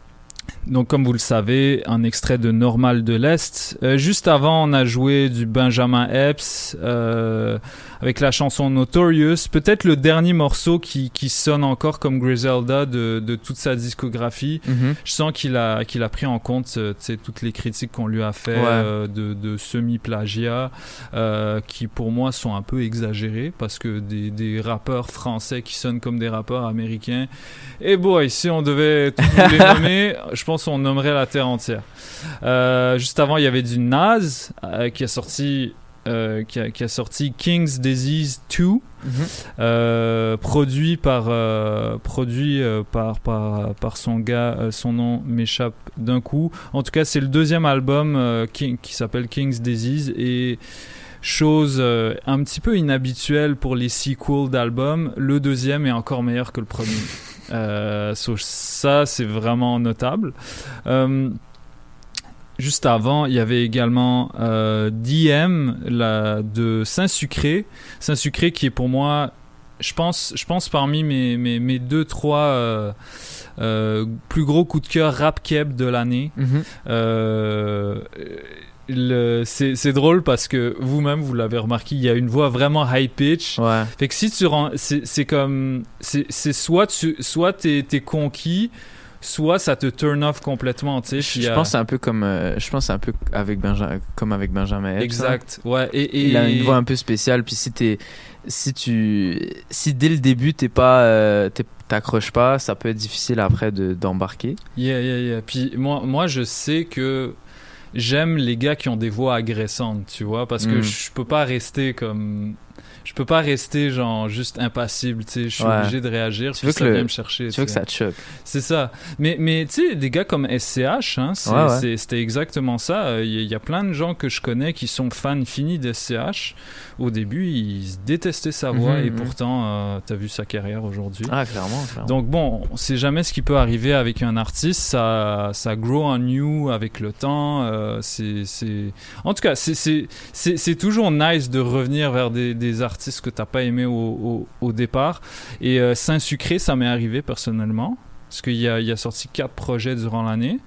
Donc, comme vous le savez, un extrait de Normal de l'Est. Euh, juste avant, on a joué du Benjamin Epps euh, avec la chanson Notorious. Peut-être le dernier morceau qui, qui sonne encore comme Griselda de, de toute sa discographie. Mm-hmm. Je sens qu'il a, qu'il a pris en compte euh, toutes les critiques qu'on lui a fait, ouais. euh, de, de semi-plagiat, euh, qui pour moi sont un peu exagérés, parce que des, des rappeurs français qui sonnent comme des rappeurs américains, et boy, si on devait tous les nommer, je pense on nommerait la terre entière. Euh, juste avant, il y avait du Nas euh, qui a sorti euh, qui, a, qui a sorti King's Disease deux, mm-hmm. euh, produit par euh, produit euh, par par par son gars. Euh, son nom m'échappe d'un coup. En tout cas, c'est le deuxième album euh, King, qui s'appelle King's Disease, et chose euh, un petit peu inhabituelle pour les sequels d'albums, le deuxième est encore meilleur que le premier. Euh, so, ça c'est vraiment notable. Euh, juste avant, il y avait également euh, D M la, de Saint-Sucré. Saint-Sucré qui est pour moi, je pense, je pense parmi mes, mes, mes deux, trois euh, euh, plus gros coups de cœur rap keb de l'année. Mm-hmm. Euh, le, c'est, c'est drôle parce que vous-même, vous l'avez remarqué, il y a une voix vraiment high pitch. Ouais. Fait que si tu rends, c'est, c'est comme, c'est, c'est soit tu, soit t'es, t'es conquis, soit ça te turn off complètement, tu sais. Je a... pense c'est un peu comme, euh, je pense c'est un peu avec Benjamin, comme avec Benjamin Epps. Exact. Hein. Ouais. Et, et il a une voix un peu spéciale. Puis si t'es, si tu, si dès le début t'es pas, euh, t'es, t'accroches pas, ça peut être difficile après de, d'embarquer. Yeah, yeah, yeah. Puis moi, moi, je sais que j'aime les gars qui ont des voix agressantes, tu vois, parce que mm. je peux pas rester comme... Je peux pas rester genre juste impassible, tu sais, je suis ouais. obligé de réagir, tu puis veux ça que vient le... me chercher. Tu veux que ça te choque. C'est ça. Mais, mais tu sais, des gars comme S C H, hein, c'est, ouais, ouais. c'est, c'était exactement ça. Il y, y a plein de gens que je connais qui sont fans finis d'S C H. Au début, ils détestaient sa voix mm-hmm, et mm-hmm. pourtant, euh, t'as vu sa carrière aujourd'hui. Ah, clairement, clairement. Donc bon, on sait jamais ce qui peut arriver avec un artiste. Ça, ça grow on you avec le temps. Euh, c'est, c'est... En tout cas, c'est, c'est, c'est, c'est toujours nice de revenir vers des, des artistes que t'as pas aimé Au, au, au départ. Et euh, Saint-Sucré, ça m'est arrivé personnellement parce qu'il y a, il y a sorti quatre projets durant l'année.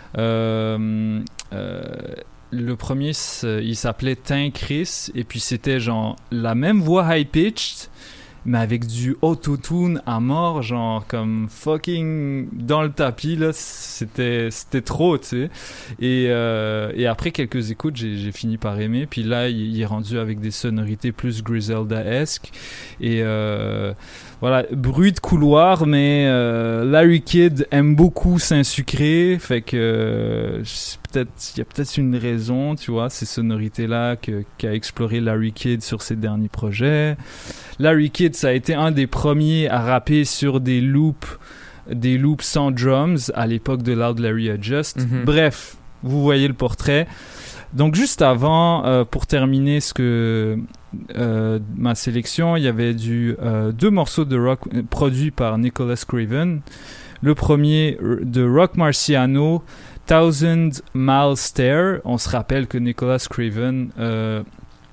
Euh, euh, le premier, il s'appelait Tin Chris et puis c'était genre la même voix high-pitched mais avec du autotune à mort, genre comme fucking dans le tapis là, c'était c'était trop, tu sais. Et euh, et après quelques écoutes, j'ai j'ai fini par aimer. Puis là, il, il est rendu avec des sonorités plus Griselda-esque et euh, voilà, bruit de couloir, mais euh, Larry Kidd aime beaucoup Saint-Sucré, fait que euh, peut-être il y a peut-être une raison, tu vois, ces sonorités là que qu'a exploré Larry Kidd sur ses derniers projets. Larry Kidd, ça a été un des premiers à rapper sur des loops, des loops sans drums à l'époque de Loud Larry Adjust. Mm-hmm. Bref, vous voyez le portrait. Donc juste avant, euh, pour terminer ce que euh, ma sélection, il y avait du euh, deux morceaux de rock euh, produits par Nicholas Craven. Le premier de Rock Marciano, Thousand Mile Stare. On se rappelle que Nicholas Craven euh,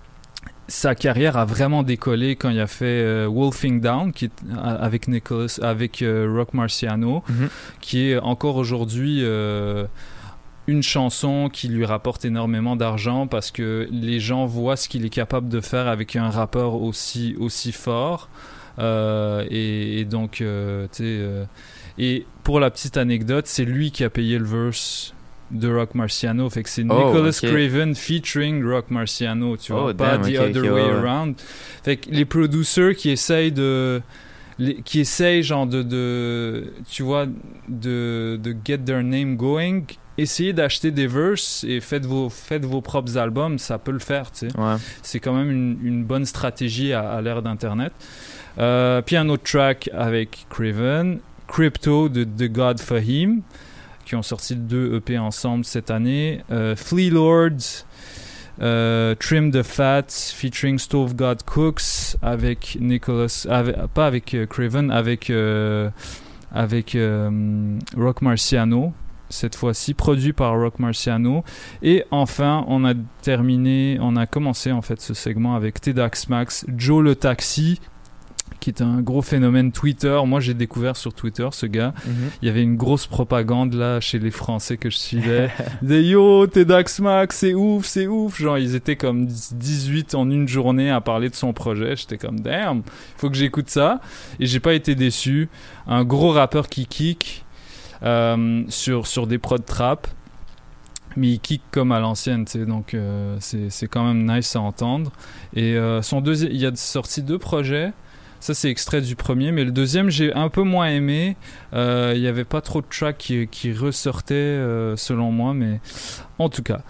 sa carrière a vraiment décollé quand il a fait euh, Wolfing Down qui est, avec Nicholas, avec euh, Rock Marciano, mm-hmm. qui est encore aujourd'hui euh, une chanson qui lui rapporte énormément d'argent parce que les gens voient ce qu'il est capable de faire avec un rappeur aussi aussi fort euh, et, et donc euh, tu sais euh, et pour la petite anecdote, c'est lui qui a payé le verse de Rock Marciano, fait que c'est oh, Nicholas okay. Craven featuring Rock Marciano, tu vois, oh, pas damn, the okay, other okay, way ouais. around. Fait que les producers qui essayent de les, qui essayent genre de, de tu vois de, de get their name going, essayez d'acheter des verses et faites vos, faites vos propres albums, ça peut le faire, tu sais. Ouais. C'est quand même une, une bonne stratégie à, à l'ère d'Internet. Euh, puis un autre track avec Craven, Crypto de The God Fahim, qui ont sorti deux E P ensemble cette année. Euh, Flea Lords, euh, Trim the Fat, featuring Stove God Cooks, avec Nicholas, avec, pas avec euh, Craven, avec, euh, avec euh, Rock Marciano, cette fois-ci, produit par Rock Marciano. Et enfin, on a terminé, on a commencé en fait ce segment avec T-Dax Max, Joe le Taxi, qui est un gros phénomène Twitter. Moi, j'ai découvert sur Twitter ce gars. Mm-hmm. Il y avait une grosse propagande là chez les Français que je suivais. Des yo, T-Dax Max, c'est ouf, c'est ouf. Genre, ils étaient comme dix-huit en une journée à parler de son projet. J'étais comme, damn, il faut que j'écoute ça. Et j'ai pas été déçu. Un gros rappeur qui kick euh, sur, sur des prods trap. Mais il kick comme à l'ancienne, tu sais, donc euh, c'est, c'est quand même nice à entendre. Et euh, son deuxième, il a sorti deux projets. Ça, c'est extrait du premier, mais le deuxième, j'ai un peu moins aimé. Il euh, n'y avait pas trop de tracks qui, qui ressortaient, euh, selon moi, mais en tout cas.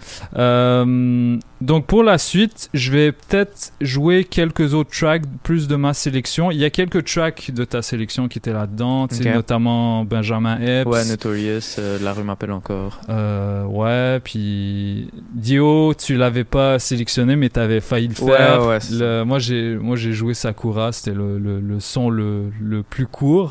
Euh, donc, pour la suite, je vais peut-être jouer quelques autres tracks, plus de ma sélection. Il y a quelques tracks de ta sélection qui étaient là-dedans, okay. Notamment Benjamin Epps. Ouais, Notorious, euh, La rue m'appelle encore. Euh, ouais, puis Dio, tu l'avais pas sélectionné, mais tu avais failli le faire. Ouais, ouais, le, moi, j'ai, moi, j'ai joué Sakura, c'était le, le, le son le, le plus court.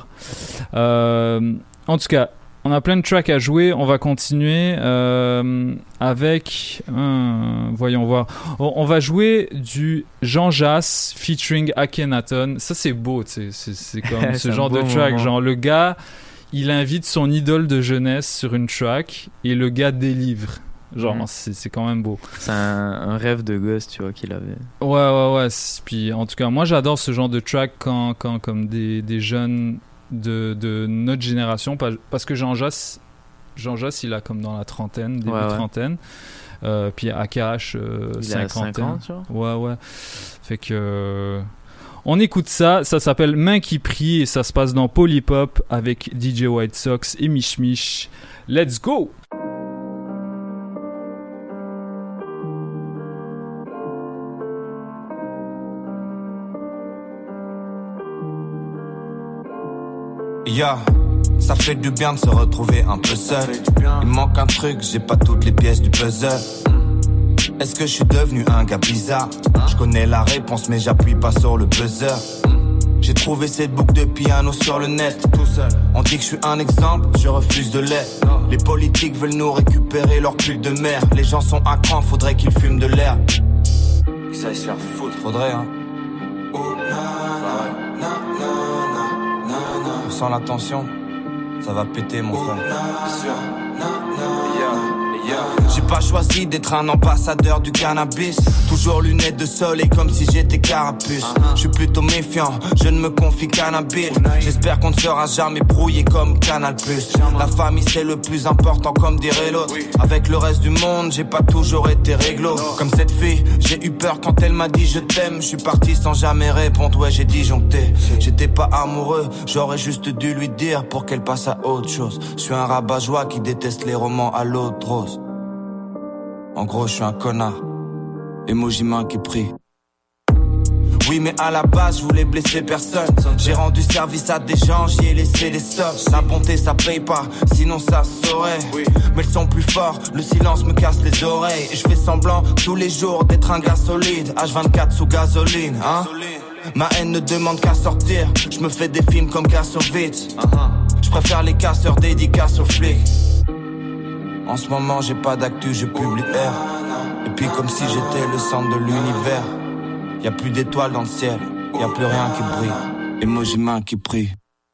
Euh, en tout cas, on a plein de tracks à jouer. On va continuer euh, avec, euh, voyons voir. On, on va jouer du Jean Jass featuring Akhenaton. Ça, c'est beau, tu sais. C'est, c'est comme ce genre de track. Moment. Genre, le gars, il invite son idole de jeunesse sur une track et le gars délivre. Genre, Mhm. c'est, c'est quand même beau. C'est un, un rêve de gosse, tu vois, qu'il avait. Ouais, ouais, ouais. C'est- Puis, en tout cas, moi, j'adore ce genre de track quand, quand comme des, des jeunes de, de notre génération, pas- parce que Jean Jass, Jean Jass, il a comme dans la trentaine, début Ouais, ouais. trentaine. Euh, puis A K H, euh, Il a cinquantaine. cinquante, tu vois. Ouais, ouais. Fait que... euh, on écoute ça, ça s'appelle Main qui prie et ça se passe dans Polypop avec D J White Sox et Mich Mich. Let's go! Yeah, ça fait du bien de se retrouver un peu seul. Il manque un truc, j'ai pas toutes les pièces du puzzle. Est-ce que je suis devenu un gars bizarre? Je connais la réponse mais j'appuie pas sur le buzzer. J'ai trouvé cette boucle de piano sur le net. Tout seul. On dit que je suis un exemple, je refuse de l'être. Les politiques veulent nous récupérer leur pull de mer. Les gens sont à cran, faudrait qu'ils fument de l'air. Qu'ils ça se faire foutre, faudrait hein. Oh, na, na, na, na, na, na. On sent la tension, ça va péter mon frère. Bien sûr. J'ai pas choisi d'être un ambassadeur du cannabis. Toujours lunettes de soleil comme si j'étais carapuce. Je suis plutôt méfiant, je ne me confie qu'à Nabil. J'espère qu'on ne sera jamais brouillé comme Canal plus. La famille c'est le plus important comme dirait l'autre. Avec le reste du monde j'ai pas toujours été réglo. Comme cette fille, j'ai eu peur quand elle m'a dit je t'aime. Je suis parti sans jamais répondre, ouais j'ai disjoncté. J'étais pas amoureux, j'aurais juste dû lui dire pour qu'elle passe à autre chose. Je suis un rabat-joie qui déteste les romans à l'eau de rose. En gros, je suis un connard. Emoji main qui prie. Oui, mais à la base, je voulais blesser personne. J'ai rendu service à des gens, j'y ai laissé des sommes. La bonté, ça paye pas, sinon ça se saurait. Mais le son plus fort, le silence me casse les oreilles. Et je fais semblant tous les jours d'être un gars solide. H vingt-quatre sous gasoline, hein. Ma haine ne demande qu'à sortir. Je me fais des films comme Kassovitz. Je préfère les casseurs dédicaces aux flics. En ce moment j'ai pas d'actu, je publie R. Et puis comme si j'étais le centre de l'univers. Y'a plus d'étoiles dans le ciel, y'a plus rien qui brille. Emoji main qui prie.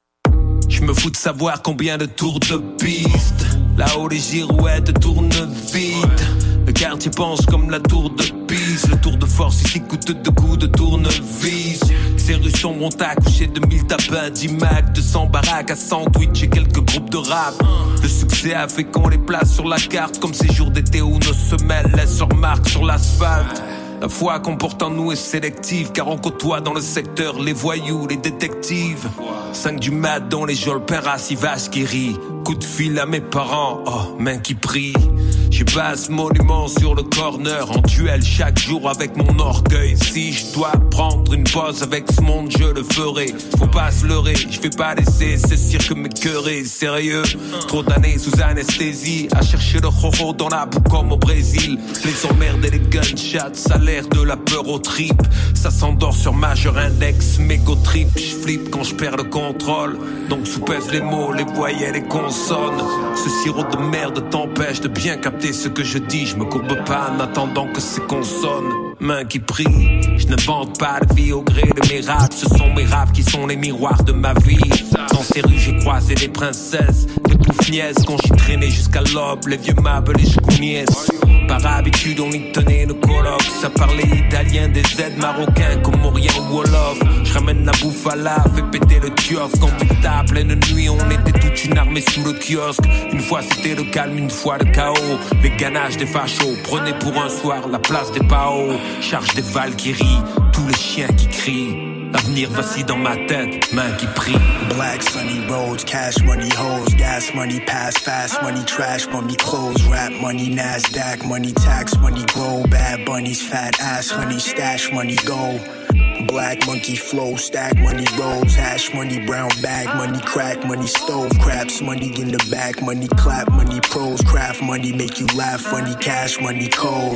Je me fous de savoir combien de tours de piste. Là-haut les girouettes tournent vite. Le quartier penche comme la tour de Pise. Le tour de force ici coûte deux coups de tournevis. Ces rues sombres ont accouché de mille tabacs, dix macs, deux cents baraques à sandwich et quelques groupes de rap. Le succès a fait qu'on les place sur la carte, comme ces jours d'été où nos semelles laissent leur marque sur l'asphalte. La foi qu'on porte en nous est sélective, car on côtoie dans le secteur les voyous, les détectives. cinq du mat dans les geôles, père assis, vache qui rit. Coup de fil à mes parents, oh, main qui prie. J'ai pas ce monument sur le corner, en duel chaque jour avec mon orgueil. Si je dois prendre une pause avec ce monde, je le ferai. Faut pas se leurrer, je vais pas laisser ce cirque m'écœurer. Sérieux, trop d'années sous anesthésie, à chercher le roro dans la boue comme au Brésil. Les emmerdes et les gunshots, ça a l'air de la peur aux tripes. Ça s'endort sur majeur index, mégo trip. Je flippe quand je perds le contrôle, donc sous-pèse les mots, les voyelles, les consonnes. Ce sirop de merde t'empêche de bien capter ce que je dis, je me courbe pas en attendant que c'est consonne. Main qui prie, je ne vante pas la vie au gré de mes raps. Ce sont mes raps qui sont les miroirs de ma vie. Dans ces rues j'ai croisé des princesses, des poufniaises quand j'y traînais jusqu'à l'aube. Les vieux meubles et je cougniais. Par habitude on y tenait nos colloques. Ça parlait italien, des aides marocains, comorien ou wolof. Je ramène la bouffe à la, fais péter le kiosque. Quand on à pleine nuit, on était toute une armée sous le kiosque. Une fois c'était le calme, une fois le chaos. Les ganaches des fachos, prenez pour un soir la place des paos. Charge des Valkyries, tous les chiens qui crient. L'avenir vacille dans ma tête, main qui prie. Black sunny roads, cash money hoes, gas money pass, fast money trash, money clothes, rap money, Nasdaq money, tax money grow, bad bunnies, fat ass honey, stash money go. Black monkey flow, stack money rolls, hash money, brown bag money, crack money, stove craps, money in the back, money clap, money pros, craft money, make you laugh, funny cash money cold.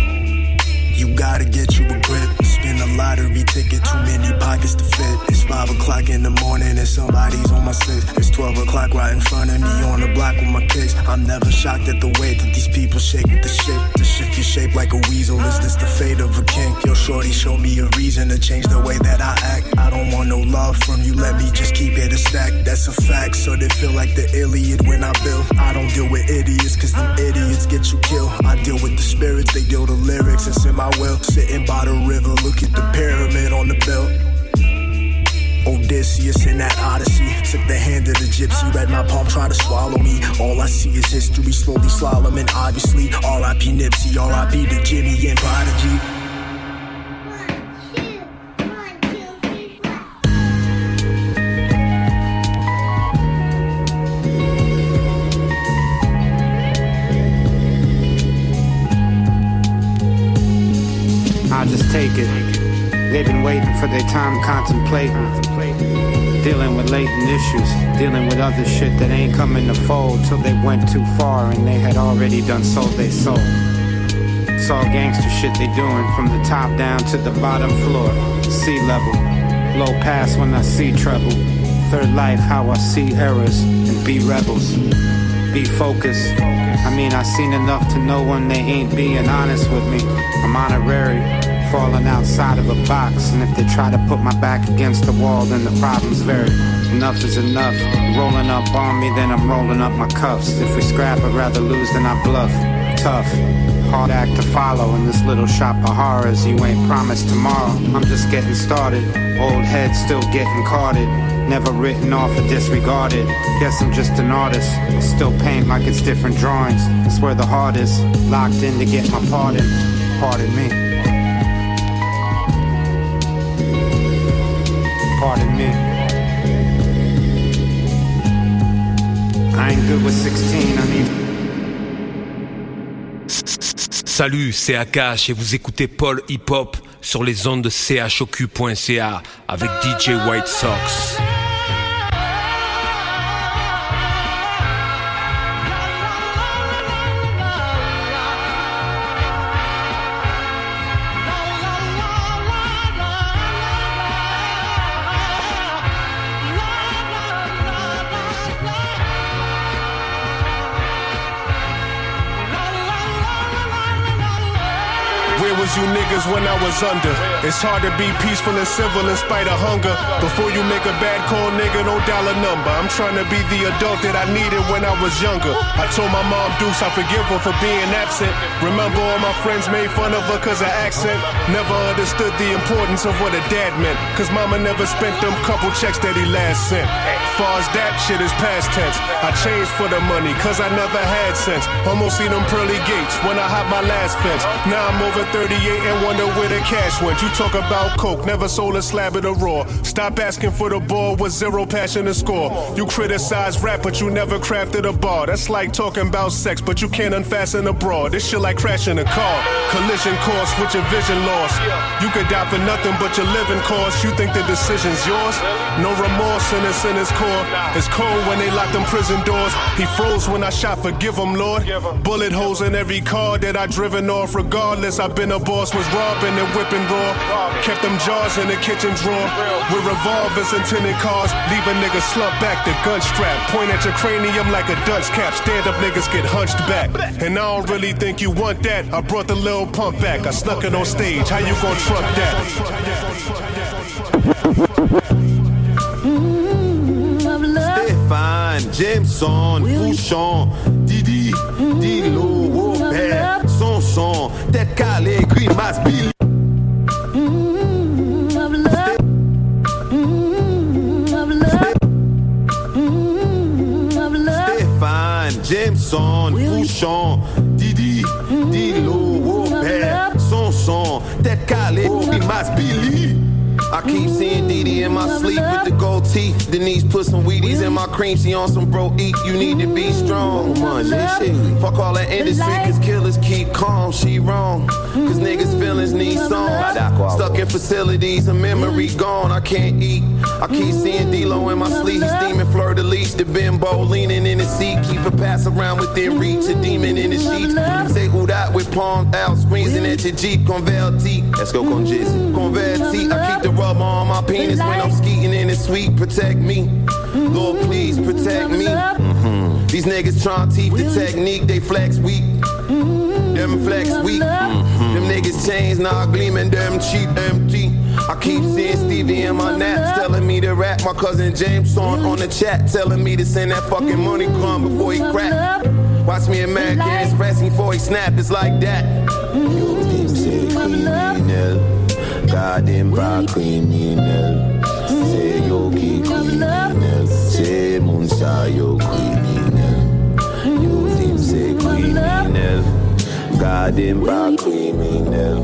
You gotta get you a grip, spin a lottery ticket, too many pockets to fit. It's five o'clock in the morning and somebody's on my slip. It's twelve twelve o'clock right in front of me on the block with my kicks. I'm never shocked at the way that these people shake with the shit. The shift you shape like a weasel, is this the fate of a king? Yo, shorty, show me a reason to change the way that I act. I don't want no love from you, let me just keep it a stack. That's a fact, so they feel like the idiot when I build. I don't deal with idiots, cause them idiots get you killed. I deal with the spirits, they deal the lyrics, it's in my will. Sitting by the river, look at the pyramid on the belt. Odysseus in that Odyssey took the hand of the gypsy, read my palm, try to swallow me. All I see is history, slowly slaloming, obviously. R I P Nipsey, R I P to Jimmy and Prodigy. I just take it. They've been waiting for their time contemplating. Dealing with latent issues, dealing with other shit that ain't coming to fold till they went too far and they had already done sold they soul. It's all gangster shit they doing from the top down to the bottom floor. Sea level, low pass when I see trouble. Third life, how I see errors and be rebels. Be focused. I mean, I seen enough to know when they ain't being honest with me. I'm honorary, falling outside of a box. And if they try to put my back against the wall, then the problem's very. Enough is enough. Rolling up on me, then I'm rolling up my cuffs. If we scrap, I'd rather lose than I bluff. Tough, hard act to follow in this little shop of horrors. You ain't promised tomorrow. I'm just getting started. Old head still getting carded. Never written off or disregarded. Guess I'm just an artist. Still paint like it's different drawings. It's where the heart is. Locked in to get my pardon. Pardon me. Pardon me. I ain't good with sixteen, I need. Salut, c'est Akash et vous écoutez Paul Hip Hop sur les ondes de C H O Q point C A avec D J White Sox. You niggas when I was under. It's hard to be peaceful and civil in spite of hunger. Before you make a bad call, nigga, don't dial a number. I'm trying to be the adult that I needed when I was younger. I told my mom Deuce I forgive her for being absent. Remember all my friends made fun of her cause of accent. Never understood the importance of what a dad meant. Cause mama never spent them couple checks that he last sent. Far as that shit is past tense. I changed for the money cause I never had sense. Almost see them pearly gates when I hop my last fence. Now I'm over thirty and wonder where the cash went. You talk about coke, never sold a slab of the raw. Stop asking for the ball with zero passion to score. You criticize rap, but you never crafted a bar. That's like talking about sex, but you can't unfasten a bra. This shit like crashing a car. Collision course with your vision lost. You could die for nothing but your living cost. You think the decision's yours? No remorse in this in his core. It's cold when they lock them prison doors. He froze when I shot, forgive him, Lord. Bullet holes in every car that I driven off. Regardless, I've been a boss, was robbing and whipping raw. Kept them jars in the kitchen drawer. With revolvers and tinted cars. Leave a nigga slump back the gun strap. Point at your cranium like a dunce cap. Stand up niggas get hunched back. And I don't really think you want that. I brought the little pump back. I snuck it on stage. How you gon' trunk that? Stéphane, Jameson, Bouchon, Didi, Dilo, Robert, Sanson, tête calée, Green Mass, Billy. Stéphane, Jameson, Bouchon, Didi, Dilo, Robert, Sanson, tête calée, Green Mass, Billy. I keep seeing Didi in my sleep with the gold teeth. Denise put some Wheaties in my cream. She on some bro eat. You need to be strong. Man, shit. Fuck all that industry, cause killers keep calm. She wrong. Cause niggas' feelings need songs. Stuck in facilities, a memory gone. I can't eat. I keep seeing D-Lo in my sleep. He's steaming fleur de lis. The bimbo leaning in his seat. Keep a pass around within reach. A demon in the sheets. Say who that with palm out. Squeezing at your Jeep. Converti. Let's go con Jizzy. Converti. I keep the rubber on my penis when I'm skeeting in the suite. Protect me. Lord, please protect me. Mm-hmm. These niggas trying to teach the technique, they flex weak. Them flex weak. Mm-hmm. Them niggas chains now gleaming, them cheap, empty. I keep seeing Stevie in my naps telling me to rap. My cousin James on on the chat telling me to send that fucking money crumb before he crack. Watch me American Express before he snap, it's like that. Yo, them say criminal, goddamn bad criminal. Say yo key criminal, say Munsa yo criminal. Yo, them say criminal, goddamn bad criminal.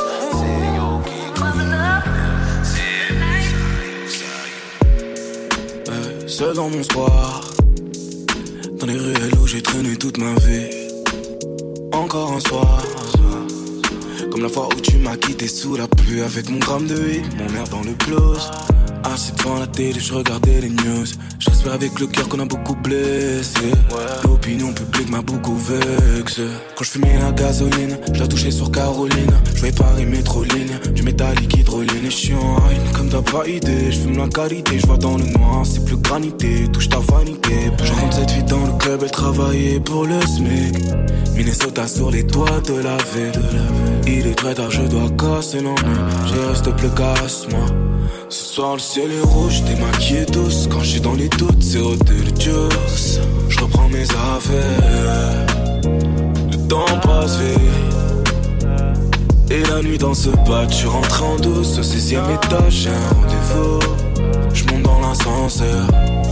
Seul dans mon square, dans les ruelles où j'ai traîné toute ma vie. Encore un soir, comme la fois où tu m'as quitté sous la pluie avec mon gramme de weed, mon air dans le blues. Assis devant la télé, je regardais les news. Je respire avec le cœur qu'on a beaucoup blessé. L'opinion publique m'a beaucoup vexé. Quand je fumais la gasoline, je la touchais sur Caroline. Je vais Paris métroline, du métallique hydroline. Et je suis en high, comme t'as pas idée. Je fume la qualité, je vois dans le noir, c'est plus granité. Touche ta vanité. Je rentre cette fille dans le club, elle travaillait pour le SMIC. Minnesota sur les toits de la ville. Il est très tard, je dois casser l'ennui. Je reste plus casse-moi. Ce soir le ciel est rouge, t'es maquillée douce. Quand je suis dans les doutes, c'est au juice. Je reprends mes affaires. Le temps passe vite. Et la nuit dans ce pad, je suis rentré en douce. Au sixième étage, j'ai un rendez-vous. Je monte dans l'ascenseur.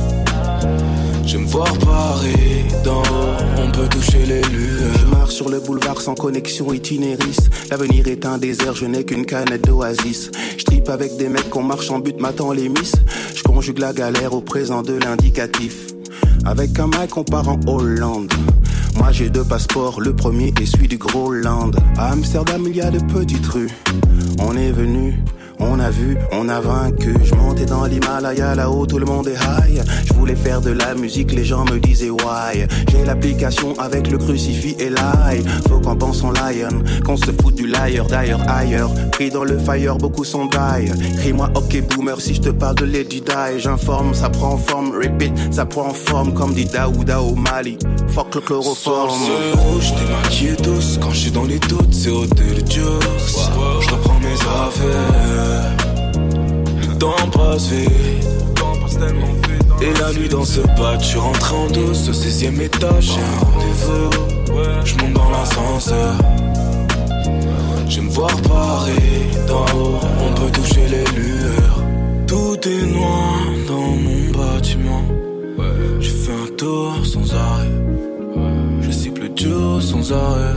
Je me voir Paris d'en haut, on peut toucher les lueurs. Je marche sur le boulevard sans connexion itinériste. L'avenir est un désert, je n'ai qu'une canette d'oasis. Je tripe avec des mecs qu'on marche en but, m'attend les miss. Je conjugue la galère au présent de l'indicatif. Avec un mec on part en Hollande. Moi j'ai deux passeports, le premier est celui du Groenland. À Amsterdam il y a de petites rues. On est venu, on a vu, on a vaincu. Je montais dans l'Himalaya, là-haut tout le monde est high. Je voulais faire de la musique, les gens me disaient why. J'ai l'application avec le crucifix et l'ail. Faut qu'on pense en lion, qu'on se fout du liar, d'ailleurs ailleurs. Pris dans le fire, beaucoup sont die. Crie-moi ok boomer si je te parle de Lady Di. J'informe, ça prend forme, repeat, ça prend forme. Comme dit Daouda au Mali, fuck le chloroforme. C'est rouge, t'es maquillée douce. Quand je suis dans les doutes, c'est au juice. Je reprends mes affaires. Le temps passe vite. Et la nuit dans ce pad, je suis rentré en douce. Au sixième étage, j'ai un rendez-vous. Je monte dans l'ascenseur. Je me voir Paris d'en haut, on peut toucher les lueurs. Tout est noir dans mon bâtiment. Je fais un tour sans arrêt. Je cible le Dieu sans arrêt.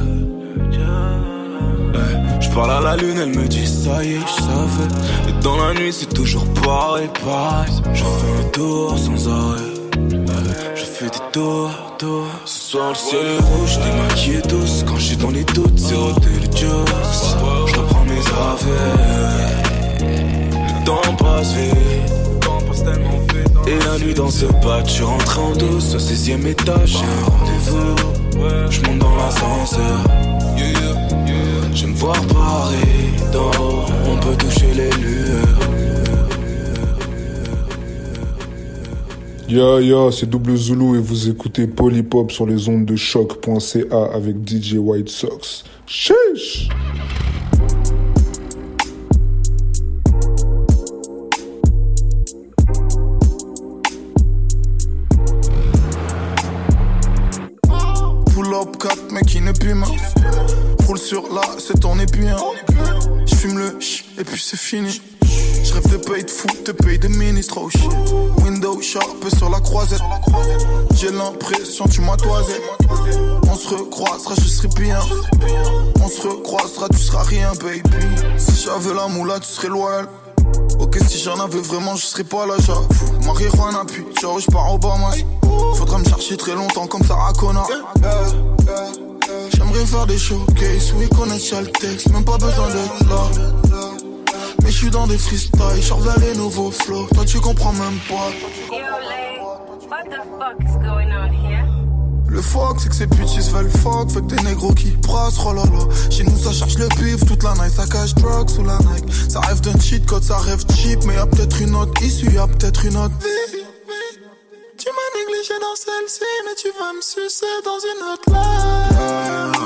Je parle à la lune, elle me dit ça y est, je savais. Et dans la nuit c'est toujours pareil, pareil. Je fais un tour sans arrêt. Je fais des tours, tours. Ce soir le ciel est rouge, t'es maquillée douce. Quand je suis dans les doutes, c'est au juice. Je reprends mes affaires. Le temps passe vite. Et la nuit dans ce pad, je suis rentré en douce. Au sixième étage, j'ai un rendez-vous. Je monte dans l'ascenseur. Je me vois Paris d'en haut, on peut toucher les lueurs. Ya ya, c'est Double Zulu et vous écoutez Polypop sur les ondes de choc point c a avec D J White Sox. Chiche! Pull up quatre mecs qui ne puent main. Roule sur là, c'est ton épuis. J'fume le ch et puis c'est fini. J'rêve de paye de fou, de paye de ministre, oh shit. Window sharp sur la croisette. J'ai l'impression tu m'as toisé. On se recroisera, je serai bien. On se recroisera, tu seras rien, baby. Si j'avais la moula, tu serais loyal. Ok, si j'en avais vraiment, je serais pas là, j'avoue. Marijuana, puis ciao, j'pars au Bahamas. Faudra me chercher très longtemps comme Sarah Connor. J'aimerais faire des showcases, oui, connaître déjà le texte, même pas besoin d'être là. Mais j'suis dans des freestyles, j'sors vers les nouveaux flows. Toi tu comprends même pas. What the fuck is going on here? Le fuck, c'est que ces putes se veulent fuck. Fait que des négros qui brassent, oh là là. Chez nous ça cherche le pif, toute la night ça cache drugs sous la Nike. Ça rêve d'un cheat code, ça rêve cheap. Mais y'a peut-être une autre issue, y'a peut-être une autre vie. obligé dans celle-ci, mais tu vas me sucer dans une autre life.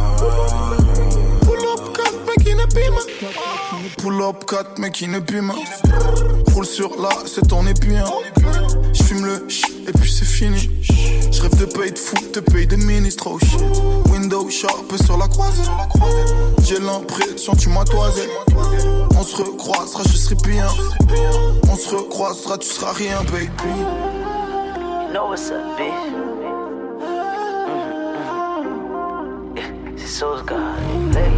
Pull up quatre, mais qui ne pime. Pull up quatre, mais qui ne pime. Roule sur là, c'est ton épuis. J'fume le ch, et puis c'est fini. J'rêve de paye de fou, de paye de ministre, oh shit. Window sharp sur la croisée. J'ai l'impression tu m'as toisé. On se recroisera, je serai bien. On se recroisera, tu seras rien, baby. You know what's up, bitch. Mm-hmm. Yeah, c'est Sauce God, hey.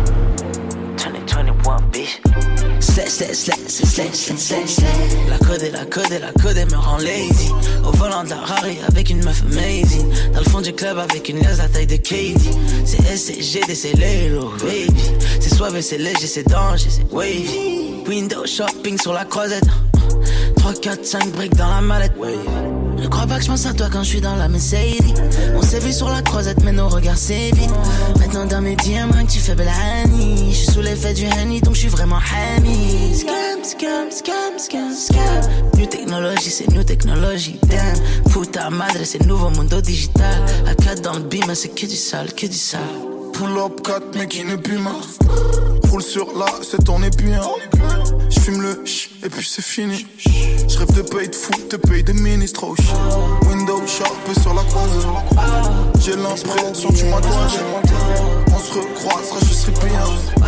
twenty twenty-one, bitch. Slash, slash, slash, slash, slash, slash, slash. La code et la code et la code elle me rend lazy. Au volant de la Rari avec une meuf amazing. Dans le fond du club avec une laisse la taille de Katie. C'est S C G D, c'est Lelo, baby. C'est suave, c'est léger, c'est danger, c'est wavy. Window shopping sur la croisette. trois, quatre, cinq briques dans la mallette, wavy. Ne crois pas que je pense à toi quand je suis dans la Mercedes. On s'est vu sur la croisette mais nos regards s'évitent. Maintenant dans mes D M rien que tu fais belle honey. Je suis sous l'effet du honey donc je suis vraiment hammy. Scam, scam, scam, scam, scam. New technologie c'est new technologie. Damn, puta madre c'est nouveau mundo digital. À quatre dans le beam c'est que du sale, que du sale. Pull up quatre mais qui ne pue ma. Roule sur là, c'est ton épuis. J'fume le ch, et puis c'est fini. J'rêve de paye de fou, de paye de ministre, oh shit. Window sharp sur la croisée. J'ai l'impression tu m'as toisé. On se recroisera, je serai bien.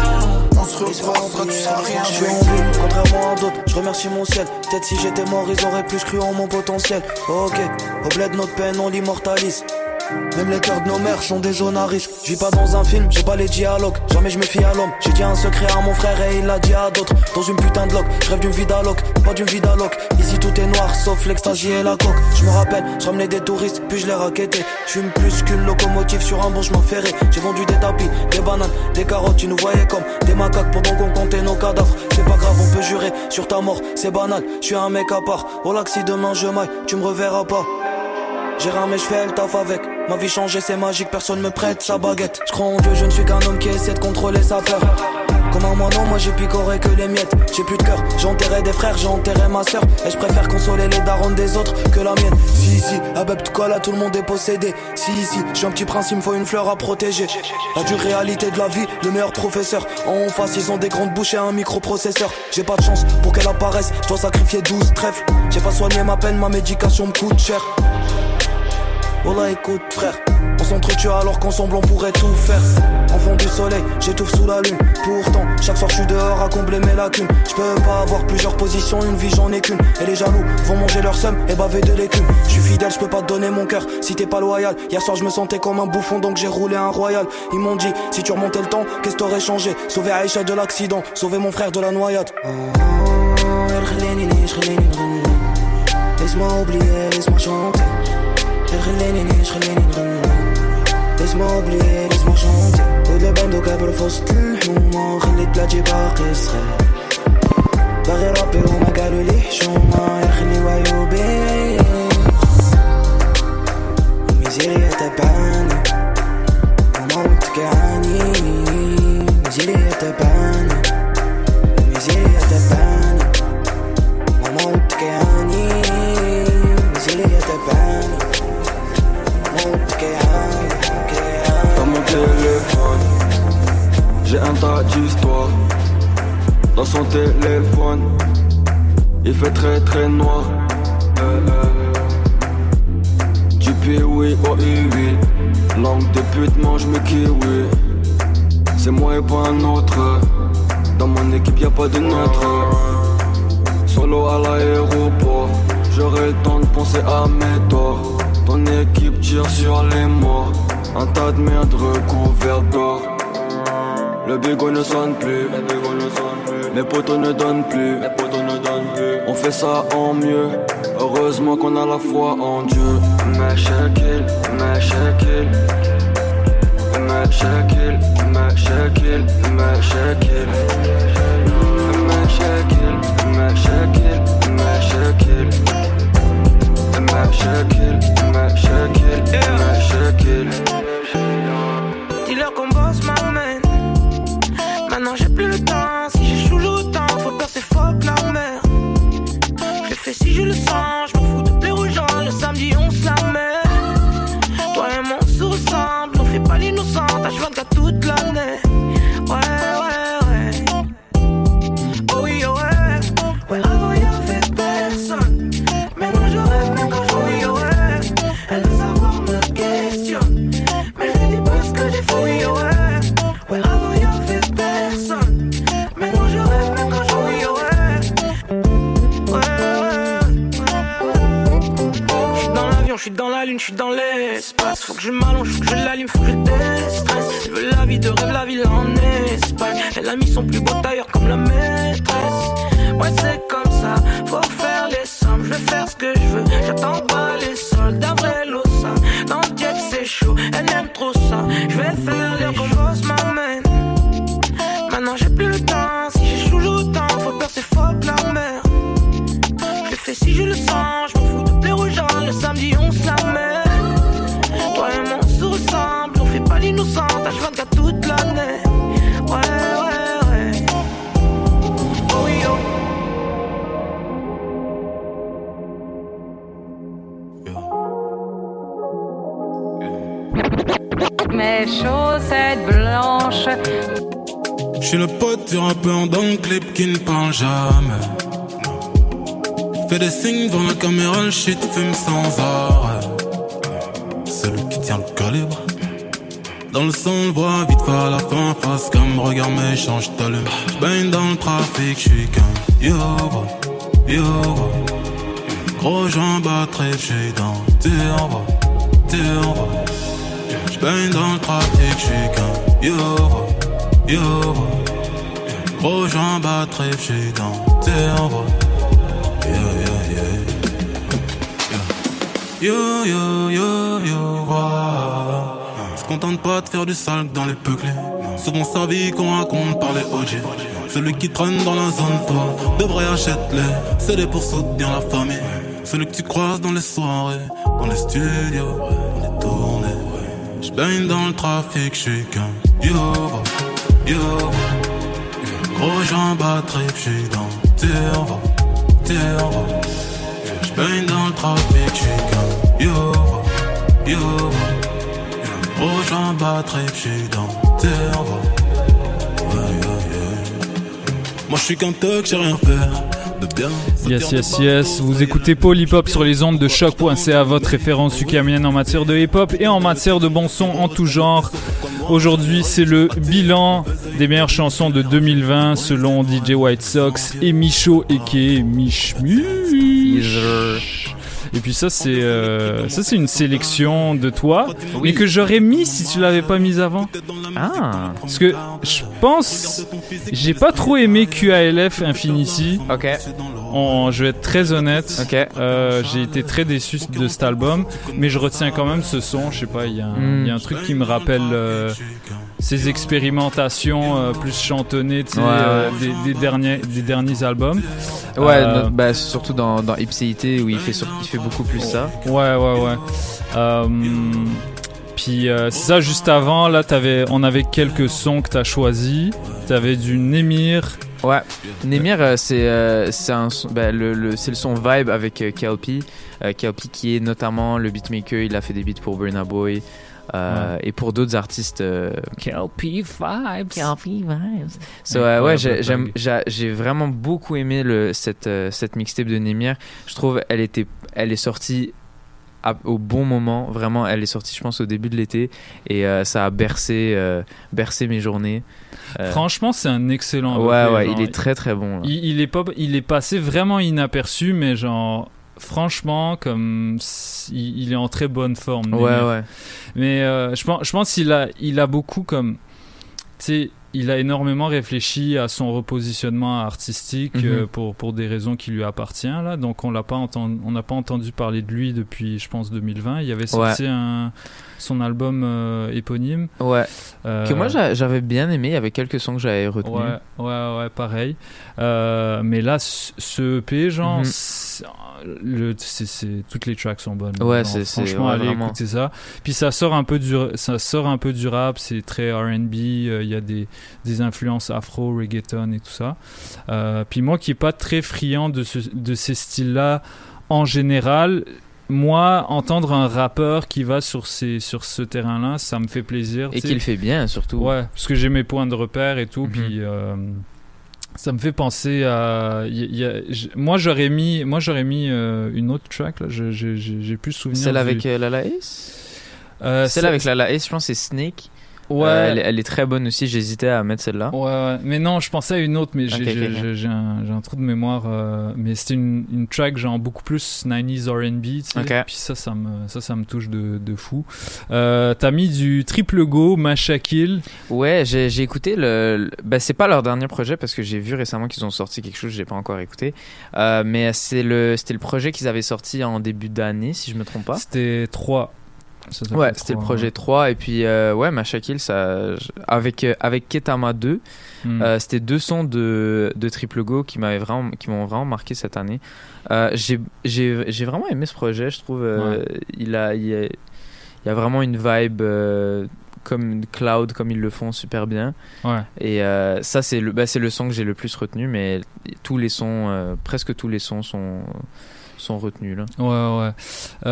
On se recroisera, tu seras rien. Je suis en ville, contrairement à d'autres, je remercie mon ciel. Peut-être si j'étais mort, ils auraient plus cru en mon potentiel. Ok, au bled notre peine, on l'immortalise. Même les cœurs de nos mères sont des zones à risque. Je vis pas dans un film, j'ai pas les dialogues. Jamais je me fie à l'homme. J'ai dit un secret à mon frère et il l'a dit à d'autres. Dans une putain de loc, je rêve d'une vie d'alloc, pas d'une vie d'alloc. Ici tout est noir sauf l'extasie et la coque. Je me rappelle, je ramenais des touristes puis je les raquettais. Je fume plus qu'une locomotive sur un bon chemin ferré. J'ai vendu des tapis, des bananes, des carottes. Tu nous voyais comme des macaques pendant qu'on comptait nos cadavres. C'est pas grave, on peut jurer sur ta mort, c'est banal. Je suis un mec à part. Oh là que si demain je maille, tu me reverras pas. J'ai ramé, je fais le taf avec. Ma vie changée, c'est magique, personne me prête sa baguette. Je crois en Dieu, je ne suis qu'un homme qui essaie de contrôler sa peur. Comme un moineau, moi j'ai picoré que les miettes. J'ai plus de cœur, j'ai enterré des frères, j'ai enterré ma sœur. Et je préfère consoler les darons des autres que la mienne. Si, si, Abeb Tkola, tout le monde est possédé. Si, si, j'ai un petit prince, il me faut une fleur à protéger. La dure réalité de la vie, le meilleur professeur. En face, ils ont des grandes bouches et un microprocesseur. J'ai pas de chance pour qu'elle apparaisse, je dois sacrifier douze trèfles. J'ai pas soigné ma peine, ma médication me coûte cher. Oh là écoute frère, on s'entretue alors qu'ensemble on pourrait tout faire. Enfant du soleil, j'étouffe sous la lune. Pourtant, chaque soir je suis dehors à combler mes lacunes. Je peux pas avoir plusieurs positions, une vie j'en ai qu'une. Et les jaloux vont manger leur seum et baver de l'écume. Je suis fidèle, je peux pas te donner mon cœur si t'es pas loyal. Hier soir je me sentais comme un bouffon donc j'ai roulé un royal. Ils m'ont dit, si tu remontais le temps, qu'est-ce que t'aurais changé? Sauver Aïcha de l'accident, sauver mon frère de la noyade. Oh, laisse-moi oublier, laisse-moi chanter. Laisse-moi oublier, laisse-moi chanter. ودل بندق قبل في وسط الحومة خليت بلادي باقي صغير. باغي ربي وما قالوا لي حشومة يخلي وعيوبي. ميزيريا تبعاني وموت كعاني. ميزيريا تبعاني ميزيريا تبعاني وموت كعاني. ميزيريا تبعاني. Dans mon téléphone, j'ai un tas d'histoires. Dans son téléphone, il fait très très noir. euh, euh. Du pioui au huit, langue de pute mange mes kiwis. C'est moi et pas un autre. Dans mon équipe y'a pas de neutre. Solo à l'aéroport, j'aurai le temps de penser à mes torts. Ton équipe tire sur les morts. Un tas de merde recouvert d'or. Le bigot ne sonne plus. Mes potos ne donnent plus. On fait ça en mieux. Heureusement qu'on a la foi en Dieu. Mashakil, mashakil. Mashakil, mashakil, mashakil. Mashakil, mashakil, mashakil. Mashakil, mashakil, mashakil. Dis-leur qu'on bosse ma man. Maintenant j'ai plus le temps. Si j'échoue l'autant, faut peur c'est fuck la merde. Je le fais si je le sens. Je m'en fous de plaire aux gens. Le samedi on se la met. l'espace. Faut que je m'allonge, faut que je l'allume, faut que je déstresse. Je veux la vie de rêve, la ville en Espagne. Elle a mis son plus beau tailleur comme la maîtresse. Ouais, c'est comme ça, faut faire les sommes. Je vais faire ce que je veux, j'attends pas les soldes. D'un vrai losa, dans le jet c'est chaud. Elle aime trop ça, je vais faire les qu'on bosse m'amène. Maintenant j'ai plus le temps, si j'ai toujours autant, faut peur c'est faux la mer. Je le fais si je le sens, je m'en fous de plaire aux gens. Le samedi on se la met. Toi et moi on se ressemble, on fait pas l'innocent, H vingt-quatre toute l'année. Ouais, ouais, ouais. Oh oui, oh. Mes chaussettes blanches. J'suis le pote du rappeur dans le clip qui ne parle jamais. Fais des signes devant la caméra, le shit fume sans arrêt. Celui qui tient le calibre. Dans le son, le voit vite fait à la fin. Face cam, regarde mais change t'allume. J'baigne dans le trafic, j'suis qu'un yo, yo. Gros joint batterie, j'suis dans turbo, turbo. J'baigne dans le trafic, j'suis qu'un yo, yo. Gros joint batterie, j'suis dans turbo. Yo yo yo yo, voilà. Se contente pas de faire du sale dans les peuclés. Souvent sa vie qu'on raconte par les O G. Celui qui traîne dans la zone, toi, devrait acheter-les. C'est des pour soutenir la famille. Celui que tu croises dans les soirées, dans les studios, dans les tournées. J'baigne dans le trafic, j'suis qu'un yo yo. Gros j'en batterie, j'suis dans turbo, turbo. J'baigne dans le trafic, j'suis qu'un yo, yo. Gros j'en batterie, j'suis dans turbo. Ouais, yeah, yeah. Moi j'suis qu'un toc, j'ai rien faire de bien. Yes, yes, yes. Vous écoutez Paul Hip Hop sur les ondes de choc point c a, votre référence ukamienne en matière de hip hop et en matière de bon son en tout genre. Aujourd'hui, c'est le bilan des meilleures chansons de deux mille vingt selon D J White Sox et Micho aka Mich Mich. Et puis ça c'est euh, ça c'est une sélection de toi, oui. Mais que j'aurais mis si tu l'avais pas mise avant. Ah. Parce que je pense j'ai pas trop aimé Q A L F Infinity. Ok. On, je vais être très honnête. Ok. Euh, j'ai été très déçu de cet album, mais je retiens quand même ce son. Je sais pas, il y a un, mm. y a un truc qui me rappelle. Euh, ces expérimentations euh, plus chantonnées, tu sais, ouais, euh, ouais. Des, des derniers des derniers albums. Ouais, euh, no, bah surtout dans dans Ipséité où il fait sur, il fait beaucoup plus ça. Ouais, ouais, ouais. Euh, puis euh, ça juste avant, là, t'avais, on avait quelques sons que t'as choisis. T'avais du Némir. Ouais, Némir, euh, c'est euh, c'est un bah, le, le c'est le son Vibe avec euh, Kelpie, euh, Kelpie qui est notamment le beatmaker. Il a fait des beats pour Burna Boy. Euh, ouais. Et pour d'autres artistes euh... Kelpie Vibes Kelpie Vibes so, euh, ouais, j'ai, j'aime, j'ai, j'ai vraiment beaucoup aimé le, cette, euh, cette mixtape de Némir. Je trouve elle était elle est sortie à, au bon moment, vraiment elle est sortie je pense au début de l'été et euh, ça a bercé euh, bercé mes journées. Euh... Franchement c'est un excellent ouais EP, ouais genre, il est très très bon il, il est pas il est passé vraiment inaperçu mais genre franchement, comme il, il est en très bonne forme. Ouais, Némir. Ouais. Mais euh, je pense, je pense qu'il a, il a beaucoup comme, tu sais, il a énormément réfléchi à son repositionnement artistique mm-hmm. euh, pour pour des raisons qui lui appartiennent là. Donc on l'a pas entendu, on n'a pas entendu parler de lui depuis, je pense, deux mille vingt. Il y avait sorti ouais. un son album euh, éponyme. Ouais. Euh, que moi j'a, j'avais bien aimé. Il y avait quelques sons que j'avais retenus. Ouais, ouais, ouais, pareil. Euh, mais là, ce E P, genre, mm-hmm. c'est, le, c'est, c'est, toutes les tracks sont bonnes. Ouais, genre, c'est, franchement, c'est, ouais, allez vraiment. écouter ça. Puis ça sort un peu du, ça sort un peu du rap. C'est très R and B. Il euh, y a des des influences afro, reggaeton et tout ça. Euh, puis moi, qui est pas très friand de ce, de ces styles-là en général. Moi, entendre un rappeur qui va sur, ces, sur ce terrain-là, ça me fait plaisir. Et qu'il fait bien, surtout. Ouais, parce que j'ai mes points de repère et tout. Mm-hmm. Puis euh, ça me fait penser à. Y, y a, j', moi, j'aurais mis, moi, j'aurais mis euh, une autre track. Là. Je, je, j'ai, j'ai plus souvenir. Celle du... avec euh, Lala Ace euh, Celle avec Lala Ace, je pense, c'est Snake. Ouais. Euh, elle, elle est très bonne aussi. J'hésitais à mettre celle-là. Ouais, ouais. Mais non, je pensais à une autre, mais j'ai, Okay, j'ai, okay, j'ai, j'ai, un, j'ai un trou de mémoire. Euh, mais c'était une, une track genre beaucoup plus nineties R and B, tu sais. Okay. Puis ça, ça me, ça, ça me touche de, de fou. Euh, t'as mis du Triple Go, Mashakil. Ouais, j'ai, j'ai écouté le. le bah, c'est pas leur dernier projet parce que j'ai vu récemment qu'ils ont sorti quelque chose, j'ai pas encore écouté. Euh, mais c'est le, c'était le projet qu'ils avaient sorti en début d'année, si je me trompe pas. C'était trois. Ouais, c'était le projet trois. Et puis, euh, ouais, Mashakil, ça, avec, euh, avec Ketama deux, mm. euh, c'était deux sons de, de Triple Go qui, m'avaient vraiment, qui m'ont vraiment marqué cette année. Euh, j'ai, j'ai, j'ai vraiment aimé ce projet, je trouve. Euh, ouais. il, a, il, a, il y a vraiment une vibe euh, comme Cloud, comme ils le font super bien. Ouais. Et euh, ça, c'est le, bah, c'est le son que j'ai le plus retenu, mais tous les sons, euh, presque tous les sons sont. sont retenus là. Ouais ouais.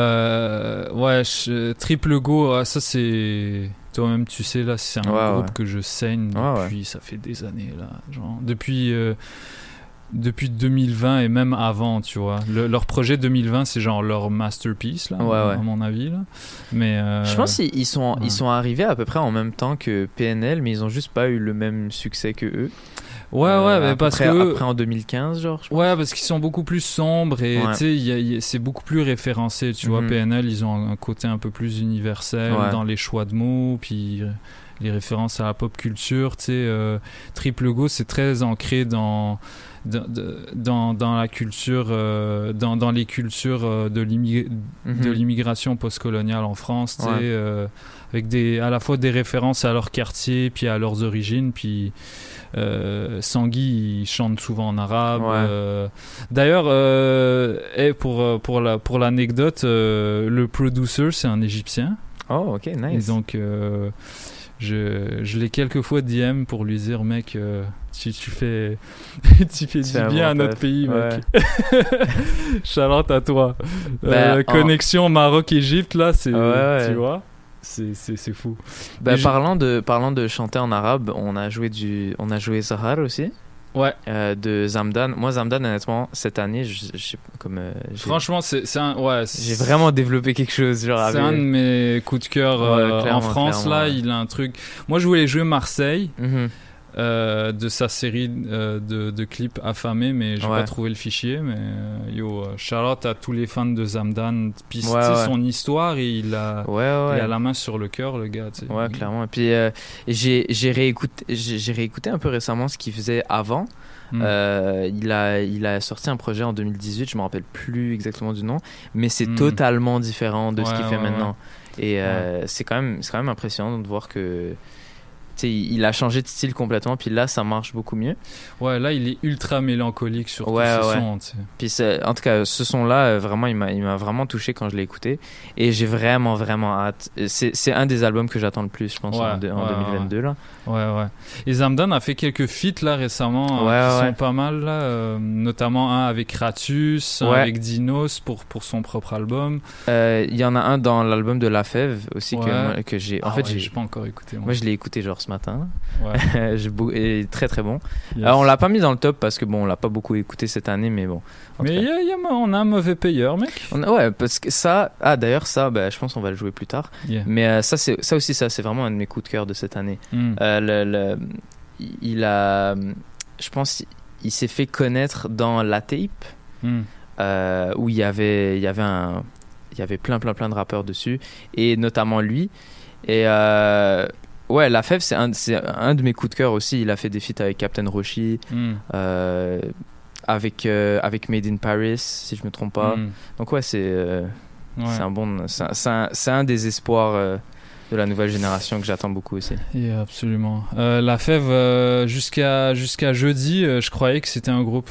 Euh, ouais, je, Triple Go, ça c'est toi-même tu sais là, c'est un ouais, groupe ouais. que je saigne ouais, depuis ouais. ça fait des années là, genre depuis euh, depuis deux mille vingt et même avant, tu vois. Le, leur projet deux mille vingt, c'est genre leur masterpiece là, ouais, à, ouais. à mon avis là. Mais euh, je pense qu'ils sont ouais. ils sont arrivés à peu près en même temps que P N L, mais ils ont juste pas eu le même succès que eux. Ouais, euh, ouais, mais parce près, que. Après en deux mille quinze, genre. Je pense. Ouais, parce qu'ils sont beaucoup plus sombres et ouais. tu sais, y a, y a, c'est beaucoup plus référencé. Tu mm-hmm. vois, P N L, ils ont un, un côté un peu plus universel ouais. dans les choix de mots, puis les références à la pop culture. Tu sais, euh, Triple Go, c'est très ancré dans. Dans, dans, dans la culture, euh, dans, dans les cultures euh, de, l'immig- mm-hmm. de l'immigration postcoloniale en France, tu sais, ouais. euh, avec des, à la fois des références à leur quartier, puis à leurs origines, puis euh, Sangui, il chante souvent en arabe. Ouais. Euh, d'ailleurs, euh, et pour, pour, la, pour l'anecdote, euh, le producer, c'est un Égyptien. Oh, ok, nice. Et donc, euh, je, je l'ai quelques fois D M pour lui dire, mec, euh, tu, tu fais, tu fais du bien bon à notre pays, ouais. mec. Shout-out à toi. Bah, euh, connexion en... Maroc-Égypte, là, c'est, ouais, ouais. tu vois, c'est, c'est, c'est fou. Bah, parlant, je... de, parlant de chanter en arabe, on a joué, du, on a joué Zahar aussi. Ouais. Euh, de Zamdan. Moi, Zamdan, honnêtement, cette année, je, je, comme, euh, j'ai, franchement, c'est, c'est un. Ouais, c'est, j'ai vraiment développé quelque chose. Genre, c'est avec... un de mes coups de cœur euh, ouais, en France. Là, ouais. Il a un truc. Moi, je voulais jouer Marseille. Mm-hmm. Euh, de sa série euh, de, de clips affamés, mais j'ai ouais. pas trouvé le fichier. Mais euh, yo, euh, shout-out à tous les fans de Zamdan. Puis ouais, ouais. son histoire, et il a, ouais, ouais. il a la main sur le cœur, le gars. T'sais. Ouais, clairement. Et puis euh, j'ai, j'ai, réécouté, j'ai, j'ai réécouté un peu récemment ce qu'il faisait avant. Mm. Euh, il, a, il a sorti un projet en deux mille dix-huit, je me rappelle plus exactement du nom, mais c'est mm. totalement différent de ouais, ce qu'il ouais, fait ouais. maintenant. Et euh, ouais. c'est, quand même, c'est quand même impressionnant de voir que. Il a changé de style complètement, puis là ça marche beaucoup mieux. Ouais, là il est ultra mélancolique sur ouais, tous ses ouais. sons. T'sais. Puis c'est, en tout cas, ce son-là, vraiment, il m'a, il m'a vraiment touché quand je l'ai écouté, et j'ai vraiment, vraiment hâte. C'est, c'est un des albums que j'attends le plus, je pense, ouais, en, de, en ouais, deux mille vingt-deux ouais. là. Ouais, ouais. Et Zamdan a fait quelques feats là récemment ouais, euh, qui ouais. sont pas mal là, euh, notamment un avec Ratus, un ouais. avec Dinos pour pour son propre album. Il euh, y en a un dans l'album de La Fève aussi ouais. que, moi, que j'ai. En ah fait, ouais, j'ai, j'ai pas encore écouté. Moi, moi je l'ai écouté genre ce matin. Ouais. j'ai beau... et très très bon. Yes. Alors, on l'a pas mis dans le top parce que bon, on l'a pas beaucoup écouté cette année, mais bon. Mais y a, y a, on a un mauvais payeur, mec. On a, ouais, parce que ça. Ah, d'ailleurs, ça, bah, je pense qu'on va le jouer plus tard. Yeah. Mais euh, ça, c'est ça aussi, ça, c'est vraiment un de mes coups de cœur de cette année. Mm. Euh, le, le, il a, je pense, il s'est fait connaître dans La Tape, mm. euh, où il y avait, il y avait un, il y avait plein, plein, plein de rappeurs dessus, et notamment lui. Et euh, ouais, La Fève, c'est un, c'est un de mes coups de cœur aussi. Il a fait des feats avec Captain Roshi, mm. euh, avec, euh, avec Made in Paris, si je me trompe pas. Mm. Donc ouais, c'est, euh, ouais. c'est un bon, c'est un, c'est un, c'est un des espoirs euh, de la nouvelle génération que j'attends beaucoup aussi. Yeah, absolument. Euh, La Fève, euh, jusqu'à, jusqu'à jeudi, euh, je croyais que c'était un groupe.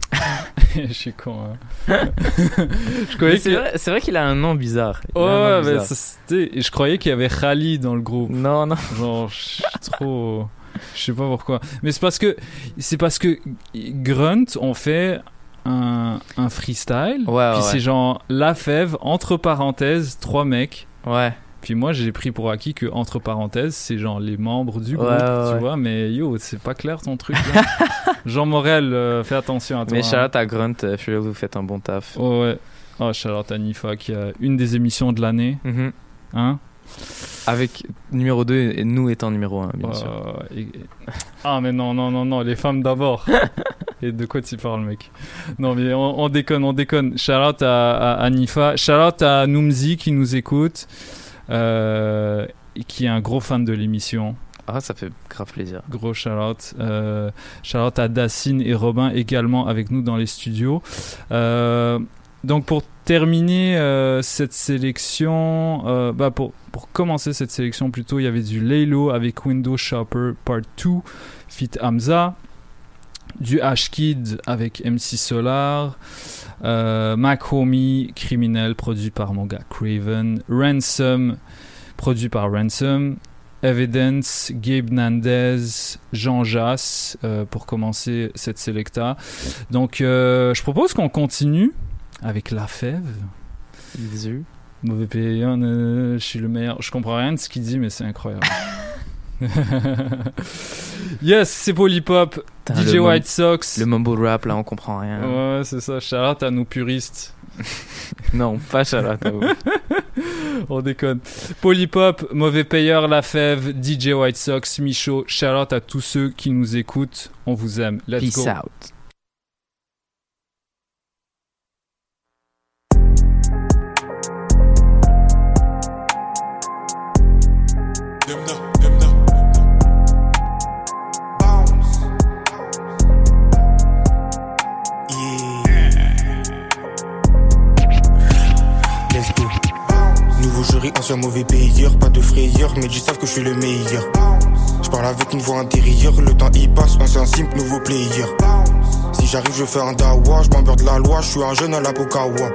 Je suis con. Hein. je croyais c'est, vrai, c'est vrai qu'il a un nom bizarre. Il ouais, mais c'était... je croyais qu'il y avait Khali dans le groupe. Non, non. Genre, je suis trop. Je sais pas pourquoi. Mais c'est parce que c'est parce que Grunt ont fait un, un freestyle. Ouais, puis ouais. c'est genre La Fève entre parenthèses trois mecs. Ouais. Puis moi, j'ai pris pour acquis que, entre parenthèses, c'est genre les membres du groupe, ouais, tu ouais. vois. Mais yo, c'est pas clair ton truc, là. Jean Morel, euh, fais attention à toi. Mais shout-out hein. à Grunt, je suis sûr que vous faites un bon taf. Oh, ouais. Oh, shout-out à Nifa, qui a une des émissions de l'année. Mm-hmm. Hein? avec numéro deux et nous étant numéro un, bien euh, sûr. Et... Ah, mais non, non, non, non, les femmes d'abord. Et de quoi tu parles, mec? Non, mais on, on déconne, on déconne. Shout out à, à, à Nifa. Shout out à Noumzi qui nous écoute, euh, et qui est un gros fan de l'émission. Ah, ça fait grave plaisir. Gros shout-out. Euh, shout-out à Dacine et Robin également avec nous dans les studios. Euh, donc pour terminer euh, cette sélection, euh, bah pour, pour commencer cette sélection plutôt, il y avait du Laylo avec Window Shopper Part deux, feat Hamza. Du H-Kid avec M C Solar. Euh, Mac Homie, Criminel, produit par mon gars Craven. Ransom, produit par Ransom. Evidence, Gabe Nandez, Jean Jass, euh, pour commencer cette sélecta. Donc, euh, je propose qu'on continue avec La Fève. Bisous. Mauvais payeur, euh, je suis le meilleur. Je comprends rien de ce qu'il dit, mais c'est incroyable. Yes, c'est Polypop, D J White Sox. Le mumble rap, là, on comprend rien. Ouais, c'est ça. Shout-out à nos puristes. Non, pas shout-out à vous. On déconne. Polypop, Mauvais Payeur, La Fève, D J White Sox, Michaud. Shout-out à tous ceux qui nous écoutent. On vous aime. Let's Peace go. Peace out. Ancien mauvais payeur, pas de frayeur, mais ils savent que je suis le meilleur. Je parle avec une voix intérieure, le temps y passe, ancien simple, nouveau player. Si j'arrive, je fais un dawa, je m'emmerde la loi, je suis un jeune à la Pokawa.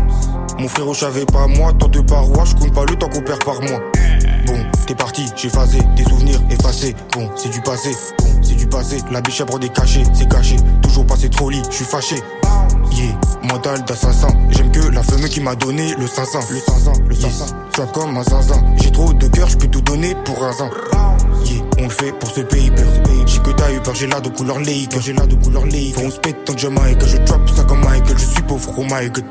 Mon frérot, je savais pas moi, tant de parois, je compte pas le temps qu'on perd par mois. Bon, t'es parti, j'ai phasé, des souvenirs effacés. Bon, c'est du passé, bon, c'est du passé. La biche à des cachets, c'est caché. Toujours passé trop lit, je suis fâché. Yeah, mental d'assassin. J'aime que la femme qui m'a donné le cinq cents. Le cinq cents, le cinq cents. Yes. Comme un zinzin. J'ai trop de cœur, je peux tout donner pour un zin. Yeah, on le fait pour ce paper. J'ai que t'as eu peur, j'ai là de couleur Laker. J'ai là de couleur Laker. Faut on se pète en Jamaïque. Je trap ça comme Michael. Je suis pauvre, oh my god.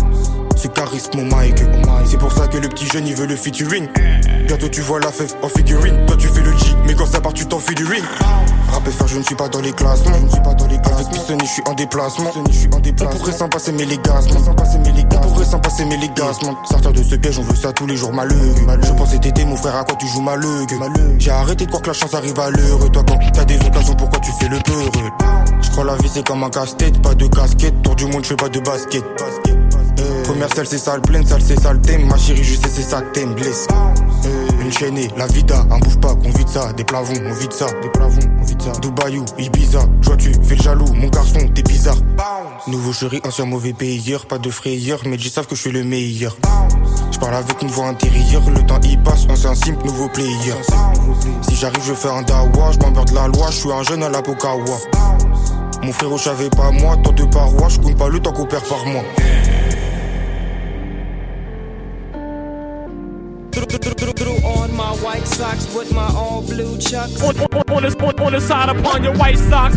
Ce charisme, mon Mike. C'est pour ça que le petit jeune il veut le featuring. Bientôt tu vois la fève en figurine. Toi tu fais le G, mais quand ça part tu t'en fais du ring. Rap F R, je ne suis pas dans les classements. Je ne suis pas dans les classements. Avec Missoni, je suis en déplacement. Je suis en déplacement. On pourrait s'en passer mais les gassements. On pourrait s'en passer mais les gassements. Sortir de ce piège, on veut ça tous les jours malheureux. Je pensais t'aider mon frère, à quoi tu joues malheureux. J'ai arrêté de croire que la chance arrive à l'heure. Toi quand t'as des occasions, pourquoi tu fais le peureux? Je crois la vie c'est comme un casse-tête, pas de casquette. Tour du monde, je fais pas de basket. Première salle c'est sale pleine, salle c'est sale thème. Ma chérie je sais c'est ça que t'aimes, blesse. Une chaîne, la vida, un bouffe pas qu'on vide ça. Des plavons, on vide ça, des plavons, on vide ça. Dubaïou, Ibiza, toi tu fais le jaloux. Mon garçon, t'es bizarre. Nouveau chéri, ancien mauvais payeur. Pas de frayeur, mais ils savent que je suis le meilleur. Je parle avec une voix intérieure. Le temps y passe, ancien simple, nouveau player. Si j'arrive je fais un dawa. Je m'emmerde la loi, je suis un jeune à la Pokawa. Mon frérot, je savais pas moi. Tant de parois, je compte pas le temps qu'on perd par mois. Through on my white socks with my all blue chucks. On, on, on, the, on, on the side upon your white socks.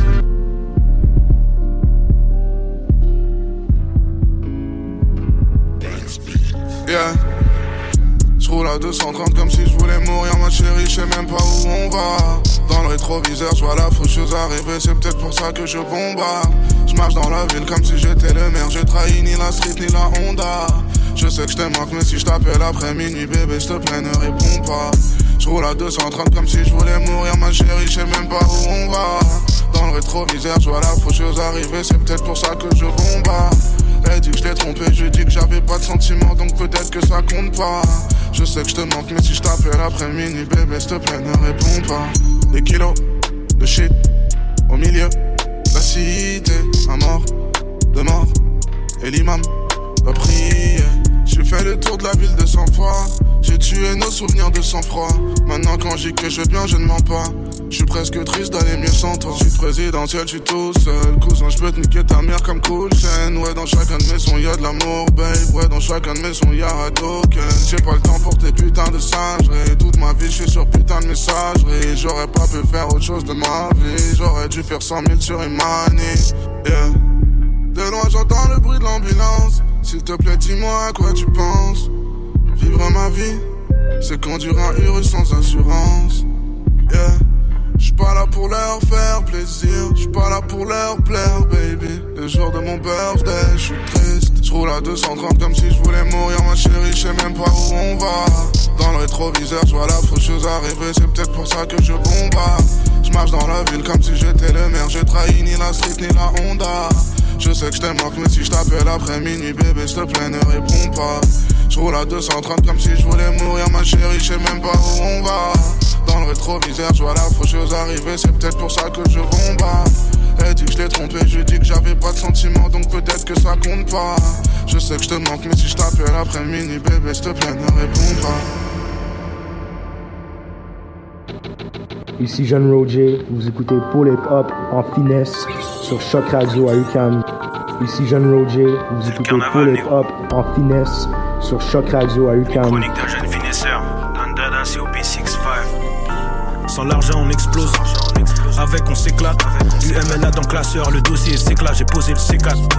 Yeah. J'roule à deux cent trente comme si je voulais mourir, ma chérie, je sais même pas où on va. Dans le rétroviseur, je vois la faucheuse arriver, c'est peut-être pour ça que je bombarde. Je marche dans la ville comme si j'étais le maire, j'ai trahi ni la street ni la Honda. Je sais que je te manque, mais si je t'appelle après minuit, bébé, s'il te plaît, ne réponds pas. J'roule à deux cent trente comme si je voulais mourir, ma chérie, je sais même pas où on va. Dans le rétroviseur, je vois la faucheuse arriver, c'est peut-être pour ça que je bombarde. Elle dit que je l'ai trompé, je dis que j'avais pas de sentiments, donc peut-être que ça compte pas. Je sais que je te manque, mais si je t'appelle après minuit, bébé, s'il te plaît, ne réponds pas. Des kilos de shit au milieu de la cité, un mort de mort, et l'imam va prier. J'ai fait le tour de la ville de cent fois. J'ai tué nos souvenirs de sang-froid. Maintenant quand j'y que je vais bien, je ne mens pas. Je suis presque triste d'aller mieux sans toi. Je suis présidentiel, je suis tout seul. Cousin, je peux te niquer ta mère comme cool chaîne. Ouais, dans chacun de mes sons y'a de l'amour, babe. Ouais, dans chacun de mes sons y'a un token. J'ai pas le temps pour tes putains de singeries. Toute ma vie, je suis sur putain de messagerie. J'aurais pas pu faire autre chose de ma vie. J'aurais dû faire cent mille sur Imani. Yeah. De loin, j'entends le bruit de l'ambulance. S'il te plaît, dis-moi à quoi tu penses. Vivre ma vie c'est conduire un heureux sans assurance. Yeah. J'suis pas là pour leur faire plaisir, j'suis pas là pour leur plaire, baby. Le jour de mon birthday, j'suis triste. J'roule à deux cent trente comme si j'voulais mourir, ma chérie, j'sais même pas où on va. Dans le rétroviseur, j'vois la faucheuse arriver, c'est peut-être pour ça que je bombarde. J'marche dans la ville comme si j'étais le maire, j'ai trahi ni la street ni la Honda. Je sais que j't'aime mais si j't'appelle après minuit, bébé, s'te plaît, ne réponds pas. J'roule à deux cent trente comme si j'voulais mourir, ma chérie, j'sais même pas où on va. Dans le rétroviseur, j'vois la faucheuse arriver, c'est peut-être pour ça que je bombarde. Elle dit que je l'ai trompé, je lui dis que j'avais pas de sentiments, donc peut-être que ça compte pas. Je sais que je te manque, mais si je t'appelle après minuit, bébé, s'il te plaît, ne réponds pas. Ici Jeune Roger, vous écoutez Pull It Up en finesse sur Choc Radio à U Q A M. Ici Jeune Roger, vous écoutez Pull It Up en finesse sur Choc Radio à U Q A M. Chronique d'un jeune finesseur, Dandada C O P soixante-cinq. Sans l'argent on explose, avec on s'éclate. U M L A dans le classeur, le dossier s'éclate. J'ai posé le C quatre.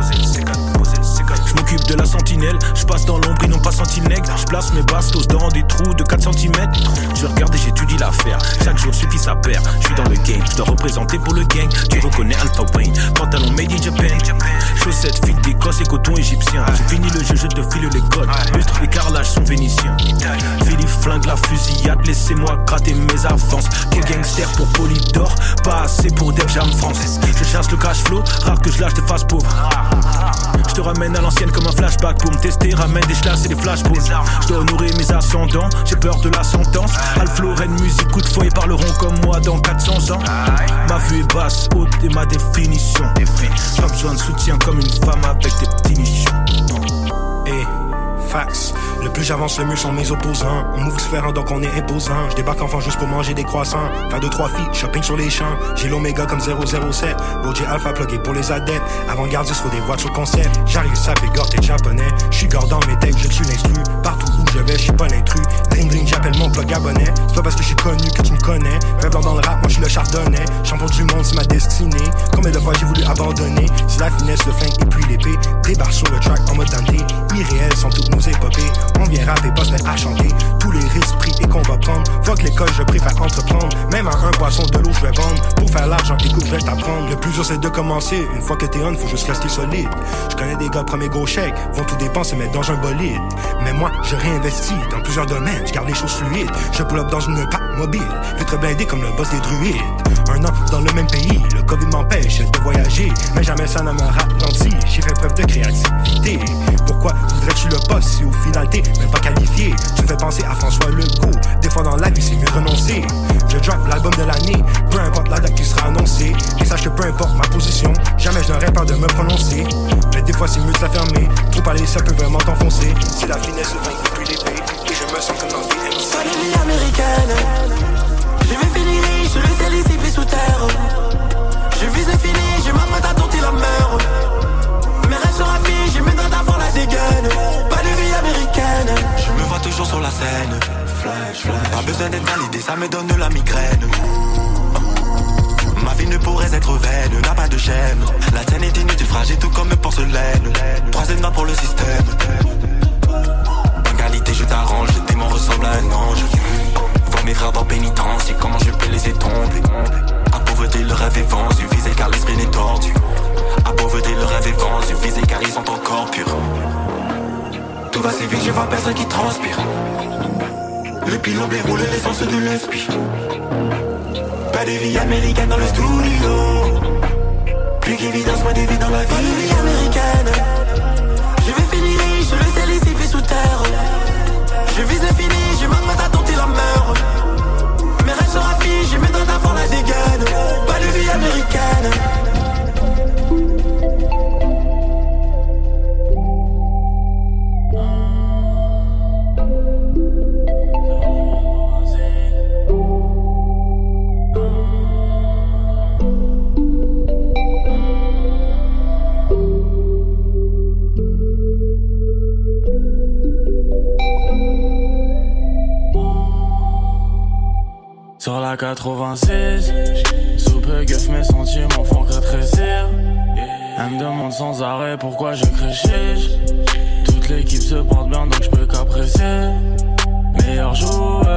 Je m'occupe de la sentinelle, je passe dans l'ombre, ils n'ont pas senti le nègre. Je place mes bastos dans des trous de quatre centimètres. Je regarde et j'étudie l'affaire, chaque jour suffit sa paire. Je suis dans le game, je dois représenter pour le gang. Tu reconnais Alpha Wayne, pantalon made in Japan. Chaussettes, fil d'Écosse et coton égyptien. J'ai fini le jeu, je te file les codes. Lustre et carrelage sont vénitiens. Philippe flingue la fusillade, laissez-moi gratter mes avances. Quel gangster pour Polydor, pas assez pour Def Jam France. Je chasse le cash flow, rare que je lâche des faces pauvres. Je te ramène à l'ancienne comme un flashback pour me tester, ramène des chlasses et des flashballs. Je dois honorer mes ascendants, j'ai peur de la sentence. Alfloren, musique, coup de fouet, parleront comme moi dans quatre cents ans. Ma vue est basse, haute et ma définition. Pas besoin de soutien comme une femme avec des petits nichons. Hey, fax. Le plus j'avance, le mieux sont mes opposants. On move différent donc on est imposant. Je débarque enfin juste pour manger des croissants. Faire deux trois filles, shopping sur les champs. J'ai l'oméga comme zéro zéro sept. Roger Alpha plugué pour les adeptes. Avant-gardiste sur des voitures concept. J'arrive sapé gore t'es japonais. J'suis gore dans mes textes, je suis l'instru. Partout où je vais, j'suis pas l'intrus. Bling bling, j'appelle mon plug abonné. C'est pas parce que j'suis connu que tu me connais. Vrai blanc dans le rap, moi j'suis le chardonnay. Champion du monde, c'est ma destinée. Combien de fois j'ai voulu abandonner. C'est la finesse, le flingue et puis l'épée. Débarque sur le track en mode Dante. Irréel sont toutes nos épopées. On vient rapper, pas se mettre à chanter. Tous les risques pris et qu'on va prendre. Fuck l'école, je préfère entreprendre. Même à un poisson de l'eau, je vais vendre. Pour faire l'argent, écoute, je vais t'apprendre. Le plus dur, c'est de commencer. Une fois que t'es on, faut juste rester solide. Je connais des gars, premier gros chèque. Vont tout dépenser, mettre dans un bolide. Mais moi, je réinvestis dans plusieurs domaines. Je garde les choses fluides. Je pull up dans une pack mobile. Vitre blindé comme le boss des druides. Un an dans le même pays. Le Covid m'empêche de voyager. Mais jamais ça ne me ralentit. J'ai fait preuve de créativité. Pourquoi voudrais-tu le poste si au final t'es même pas qualifié? Tu fais penser à François Legault. Des fois dans la vie c'est mieux renoncer. Je drop l'album de l'année, peu importe la date qui sera annoncée. Et sache que peu importe ma position, jamais je n'aurais peur de me prononcer. Mais des fois c'est mieux de la fermer. Trop parler ça peut vraiment t'enfoncer. C'est la finesse le vin et puis l'épée. Et je me sens comme dans des M C. Pas de vie américaine. Je vais finir riche, je le ciel ici fait sous terre. Je vise fini, je m'apprête à tenter la mer. Mes rêves sont affichés, j'ai mes dents d'avant la dégaine. Pas de vie américaine. Je me vois toujours sur la scène. Flash, flash. Pas besoin d'être validé, ça me donne de la migraine. Ma vie ne pourrait être vaine, n'a pas de chaîne. La tienne est inutile, fragile tout comme porcelaine. Troisième main pour le système. Égalité, je t'arrange, le démon ressemble à un ange. Vois mes frères dans pénitence, et comment je peux les étombler. À pauvreté, le rêve est vent, suffisait car l'esprit n'est tordu. À pauvreté, le rêve est vent, suffisait car ils sont encore purs. Tout va si vite, je vois personne qui transpire. Le pilon déroule l'essence de l'inspi. Pas de vie américaine dans le studio. Plus qu'évidence, moins de vie dans la vie. Pas de vie américaine. Je vais finir riche, le ciel ici fait sous terre. Je vise l'infini, je m'apprête à tenter la mer. Mes rêves sont affichés, j'ai mes dents d'avant la dégaine. Pas de vie américaine. Sur la quatre-vingt-six, sous peu gueuf mes sentiments font rétrécir. Elle me demande sans arrêt pourquoi je crie chiche. Toute l'équipe se porte bien donc je peux qu'apprécier. Meilleur joueur,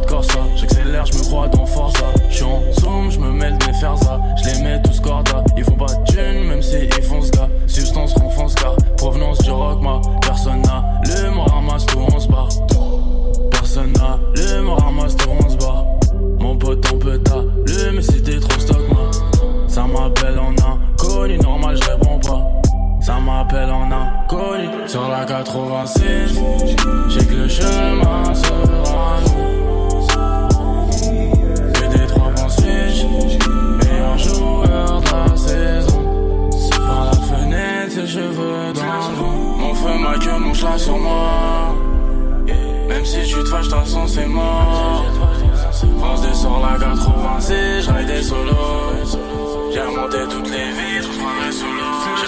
de Corsa. J'accélère, je me crois dans Forza. J'suis en zoom, je me mêle des Ferza. Je les mets tous corda. Ils font pas de thunes, même si ils font ce gars. Substance renfonce car provenance du rock, ma personne n'a le mot ramasse tout on se barre. Personne n'a le mot ramasse tout on se barre. Mon pote on peut ta le mais si t'es trop stock ma. Ça m'appelle en inconnu, normal je réponds pas. Ça m'appelle en inconnu. Sur la quatre-vingt-six, j'ai que le chemin sera nous. J'ai des trois bons switch, meilleur joueur de la saison. Par la fenêtre, ses cheveux dans le vent. Mon feu, ma queue, mon chat sur moi. Même si tu te fâches, ta son c'est mort. Pense des sur la quatre-vingt-six, j'raille des solos. J'ai remonté toutes les vitres, j'prendrai sous l'eau.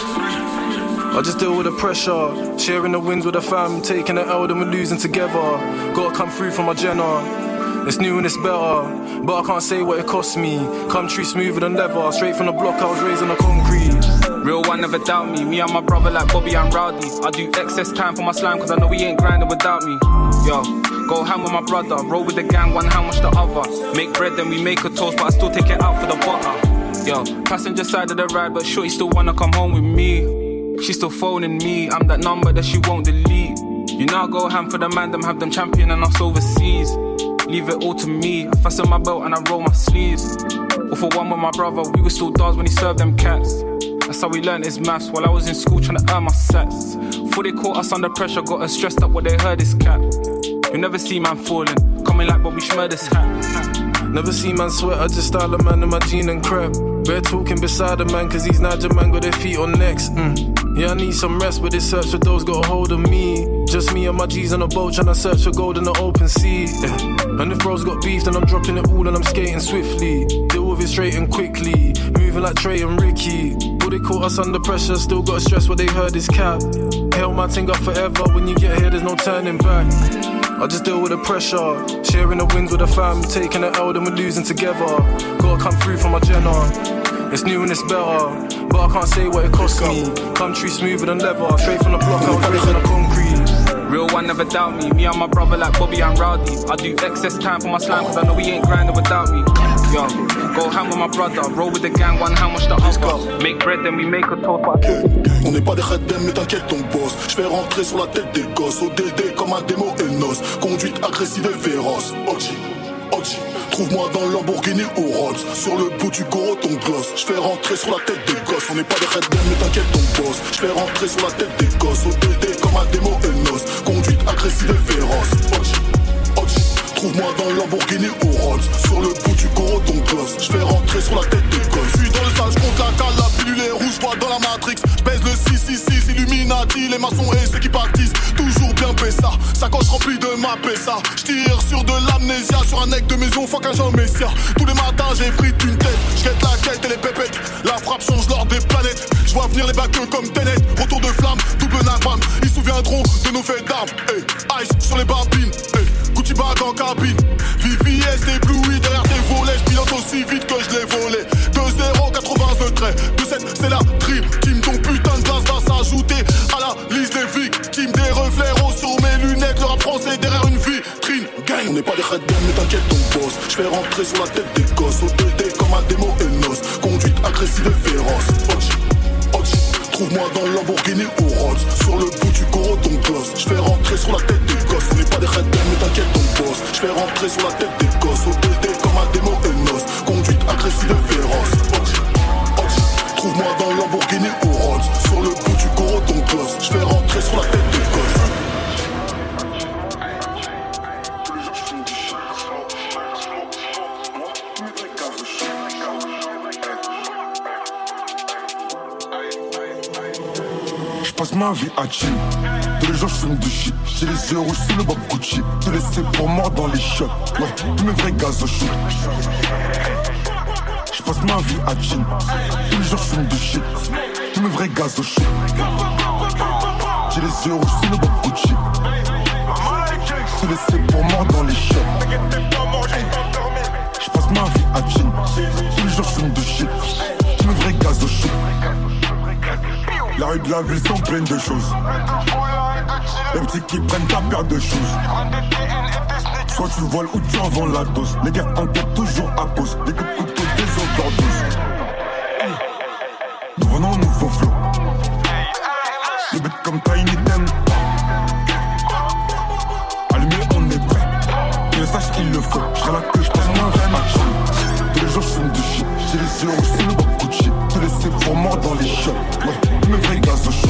I just deal with the pressure, sharing the wins with the fam, taking the L then we're losing together. Gotta come through for my Jenna, it's new and it's better, but I can't say what it cost me. Country smoother than leather, straight from the block I was raised on the concrete. Real one never doubt me, me and my brother like Bobby and Rowdy. I do excess time for my slime cause I know he ain't grinding without me. Yo, go ham with my brother, roll with the gang, one hand wash the other. Make bread then we make a toast but I still take it out for the butter. Yo, passenger side of the ride but shorty still wanna come home with me. She still phoning me, I'm that number that she won't delete. You know I go ham for the man, them have them champion and us overseas. Leave it all to me, I fasten my belt and I roll my sleeves. All for one with my brother, we were still dogs when he served them cats. That's how we learned his maths while I was in school trying to earn my sets. Before they caught us under pressure, got us stressed up what they heard is cap. You never see man falling, coming like Bobby Schmurder's hat. Never see man sweat, I just style a man in my jean and crap. Bear talking beside the man, cause these Niger man got their feet on necks. Mm. Yeah, I need some rest, but this search for those got a hold of me. Just me and my G's on a boat, tryna search for gold in the open sea. Yeah. And if bros got beef, then I'm dropping it all and I'm skating swiftly. Deal with it straight and quickly, moving like Trey and Ricky. But they caught us under pressure, still got stress what they heard is cap. Held my thing up forever, when you get here there's no turning back. I just deal with the pressure, sharing the wins with the fam, taking the L then we're losing together. Gotta come through for my Jenna. It's new and it's better, but I can't say what it cost me. Country smoother than leather, straight from the block, I was raised on the concrete. Real one never doubt me, me and my brother like Bobby and Rowdy. I do excess time for my slime cause I know he ain't grinding without me. Yo, go ham with my brother, roll with the gang, one hand wash the other. Make bread then we make a toast but I On n'est pas des redem mais t'inquiète ton boss. J'fais rentrer sur la tête des gosses, O D D comme un démo Enos. Conduite agressive et féroce, O G, O G. Trouve-moi dans le Lamborghini ou Rolls. Sur le bout du goro ton gloss. J'fais rentrer sur la tête des gosses. On n'est pas des redem mais t'inquiète ton boss. J'fais rentrer sur la tête des gosses, O D D comme un démo Enos. Conduite agressive et féroce, O G, O G. Trouve-moi dans le Lamborghini ou Rolls. Sur le bout du goro ton gloss. J'fais rentrer sur la tête des gosses. J'suis dans le sale, j'compte la cale, la pilule est rouge, toi dans la Matrix. J'pèse le six six six, Illuminati, les maçons et ceux qui pâtissent. Toujours bien pessa, sacoche remplie de ma pessa. J'tire sur de l'amnésia, sur un nec de maison, fuck un Jean Messia. Tous les matins j'ai frite une tête, j'guette la quête et les pépettes. La frappe change l'ordre des planètes, j'vois venir les bacs comme Tenet. Retour de flamme, double napalm, ils se souviendront de nos faits d'armes. Hey, ice sur les babines, hey, Gucci bag en cabine. V V S débloui derrière tes volets, j'pilote aussi vite que je l'ai volé. Deux zéro quatre-vingts traits, deux sept c'est la trip. Team ton putain de glace va s'ajouter à la liste des victimes. Des reflets roses sur mes lunettes, le rap français derrière une vitrine. Gang, on n'est pas des redem mais t'inquiète ton boss. J'fais rentrer sur la tête des gosses, O D D comme un démo Enos. Conduite agressive et féroce, O G, O G. Trouve-moi dans le Lamborghini ou Rolls. Sur le bout du goro ton gloss. J'fais rentrer sur la tête des gosses. On n'est pas des redem mais t'inquiète ton boss. J'fais rentrer sur la tête des gosses, O D D comme un démo Enos. Conduite agressive et féroce, O G, O G. Trouve-moi dans le Lamborghini ou Rolls. Sur le bout du goro ton gloss. J'fais rentrer sur la tête des gosses. J'passe ma vie à chill. Tous les jours j'fume du shit. J'ai les yeux rouges sous le bob Gucci. Te laisser pour mort dans les shots. Ouais, tous mes vrais gaz au shoot. J'passe ma vie à chill. Tous les jours j'fume du shit. Tous mes vrais gaz au shoot. J'ai les yeux rouges sous le bob Gucci. Te laisser pour mort dans les shots. J'passe ma vie à chill. Tous les jours j'fume du shit. Tous mes vrais gaz au shoot. La rue de la ville sont pleines de choses. Les petits qui prennent ta paire de choses. soit tu voles ou tu en vends la dose. Les gars enquêtent toujours à cause des coups de couteau, des overdoses. Devenons un nouveau flow. Les bêtes comme Tiny Dem. Allumé, on est prêt. Que le sache qu'il le faut. J'serai là que j'passe mon vrai match. Tous les jours j'fume du shit. J'ai les yeux rouges, c'est le bon coup de shit. Te laisser pour mort dans les shots. Ouais, me vrai gaz au chaud.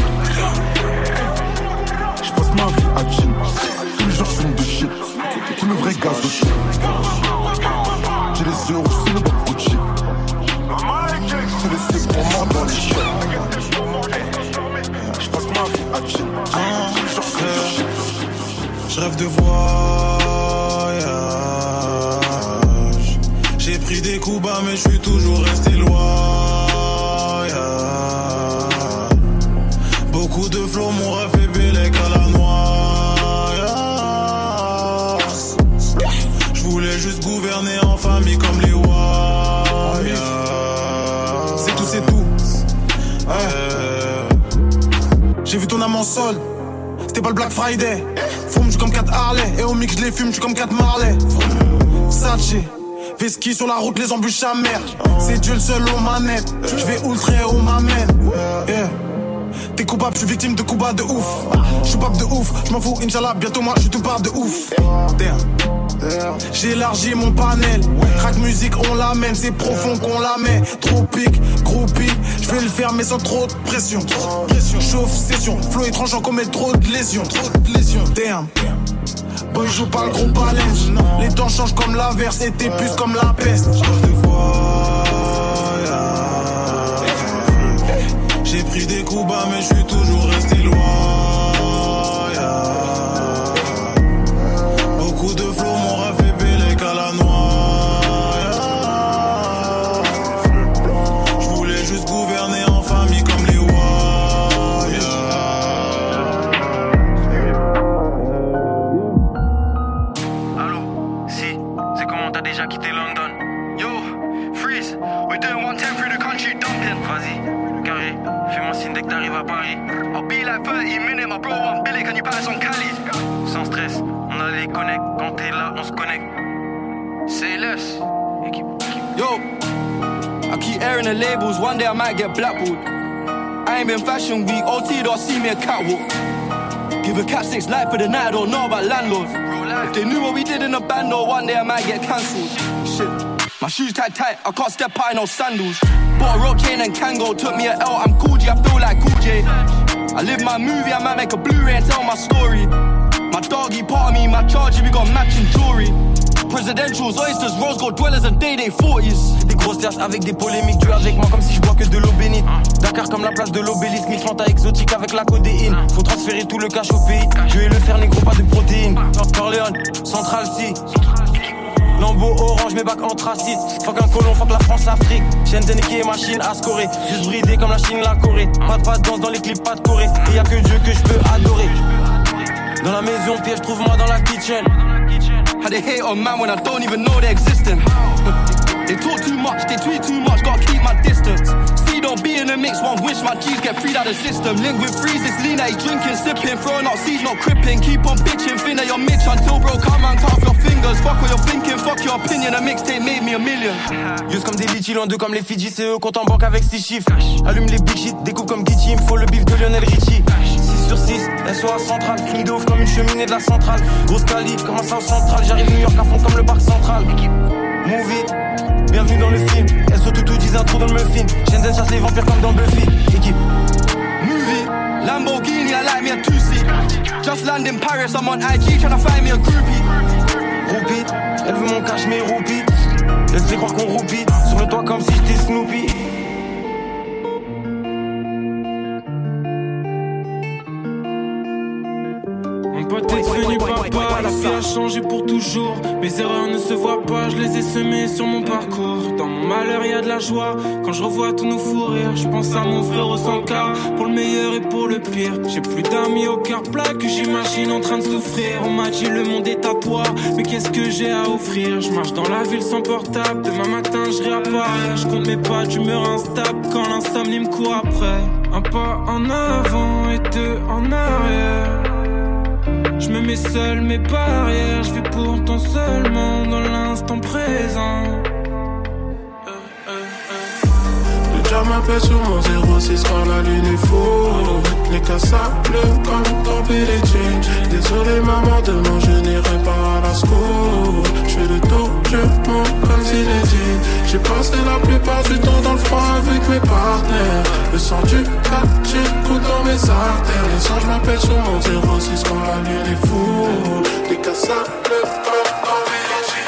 J'passe ma vie à jean. Tous les jours j'fume du shit. Tout le vrai gaz au chaud. J'ai les yeux rouges, c'est le bon coup de shit. Te laisser pour mort dans les shots. J'passe ma vie à jean. Tous les jours j'fume du shit. J'rêve de voyage. J'ai pris des coups bas mais j'suis toujours resté loyal. Beaucoup de flots m'ont refait bélec à la noyasse. J'voulais juste gouverner en famille comme les Warriors. C'est tout, c'est tout. Ouais. J'ai vu ton âme en solde. C'était pas le Black Friday. Fume, j'suis comme quatre Harley. Et au mix, j'les fume, j'suis comme quatre Marley. Saché, Veski sur la route, les embûches à mer. C'est Dieu le seul aux manettes. J'vais ultra où m'amène. Yeah. T'es coupable, j'suis victime de coups bas de ouf. J'suis pas de ouf, j'm'en fous, Inch'Allah, bientôt moi j'suis tout part de ouf. Damn. J'ai élargi mon panel. Crack musique, on l'amène, c'est profond qu'on la met. Tropique, groupie, je vais le faire mais sans trop de pression. Chauffe, session, flow étrange, j'en commets trop de lésions. Trop de lésions, damn. Boy, joue pas le gros balance. Les temps changent comme l'averse et t'es plus comme la peste. J'ai pris des coups bas mais je suis toujours resté loyal. Beaucoup de flots m'ont refait bélec à la noyasse. J'voulais juste gouverner en famille comme les Warriors. Allô, si, c'est comment t'as déjà quitté London? Yo, freeze, we're doing one ten through the country dumping. Vas-y, carré. Fais-moi signe dès que t'arrives à Paris. I'll be like thirty minutes, my bro, I'm Billy, can you pass on Cali? Sans stress, on a les connects. Quand t'es là, on se connecte. Say less. Équipe, équipe. Yo, I keep airing the labels, one day I might get blackballed. I ain't been fashion week, O T don't see me a catwalk. Give a cat six life for the night, I don't know about landlords. If they knew what we did in the band, though, one day I might get cancelled. Shit, my shoes tight tight, I can't step out in no sandals. Bought a rope chain and Kango, took me a L, I'm Cool G, I feel like Cool J. I live my movie, I might make a Blu-ray and tell my story. My doggy part of me, my charger, we got matching jewelry. Presidentials, oysters, rose gold dwellers and day day forties. Des grosses terres avec des polémiques, tu es avec moi comme si je bois que de l'eau bénite. Dakar comme la place de l'obélisque, mix Fanta exotique avec la codéine. Faut transférer tout le cash au pays, je vais le faire négro, pas de protéines. Corleone, Central C. Lambeau orange, mes bacs anthracite. Fuck un colon, fuck la France-Afrique. Shenzhen qui est machine à scorer. Juste bridé comme la Chine, la Corée. Pas de pas de danse dans les clips, pas de Corée. Et y'a que Dieu que je peux adorer. Dans la maison, piège, trouve-moi dans la kitchen. How they hate on man when I don't even know they're existing. They talk too much, they tweet too much, gotta keep my distance. See, don't be in the mix, one wish my G's get freed out of the system. Link with freeze, it's lean, he's drinking, sipping, throwing out seeds, not cripping. Keep on bitching, think that you're Mitch until bro, come and cut off your fingers. Fuck what you're thinking, fuck your opinion, a mixtape made me a million. Use comme des litchis, loin d'eux comme les Fidji, c'est eux compte en banque avec six chiffres. Allume les big shit, découpe comme Gucci, il me faut le bif de Lionel Richie. six sur six, S O A centrale, fini de ouf comme une cheminée de la centrale. Grosse calibre, comme un South central, j'arrive New York à fond comme le parc central. Movie, bienvenue dans le film. S O Toutou disent un trou dans le muffin. Shenzhen chasse les vampires comme dans Buffy. Équipe. Movie, Lamborghini, I like me a two-seat. Just land in Paris, I'm on I G tryna find me a groupie. Roupie, elle veut mon cash mais roupie. Laisse-les croire qu'on roupie. Sur le toit comme si j'étais Snoopy. Pote est devenu papa, la vie a changé pour toujours. Mes erreurs ne se voient pas, je les ai semées sur mon parcours. Dans mon malheur y'a de la joie, quand je revois tous nos fous rires. Je pense à mon frère au cent K, pour le meilleur et pour le pire. J'ai plus d'amis au cœur plat que j'imagine en train de souffrir. On m'a dit le monde est à toi, mais qu'est-ce que j'ai à offrir? Je marche dans la ville sans portable, demain matin je réapparais. Je compte mes pas d'humeur instable quand l'insomnie me court après. Un pas en avant et deux en arrière. Je me mets seul mes barrières, je vis pourtant seulement dans l'instant présent. Déjà m'appelle sur mon zéro six quand la lune est fou. Les cassables comme dans Billie Jean. Désolé maman, demain je n'irai pas à la school. Je fais le tour du monde comme Zinedine. J'ai passé la plupart du temps dans le froid avec mes partenaires. Le sang du quartier coule dans mes artères. Les anges m'appellent sur mon zéro six quand la lune est fou. Les cassables comme dans Billie Jean.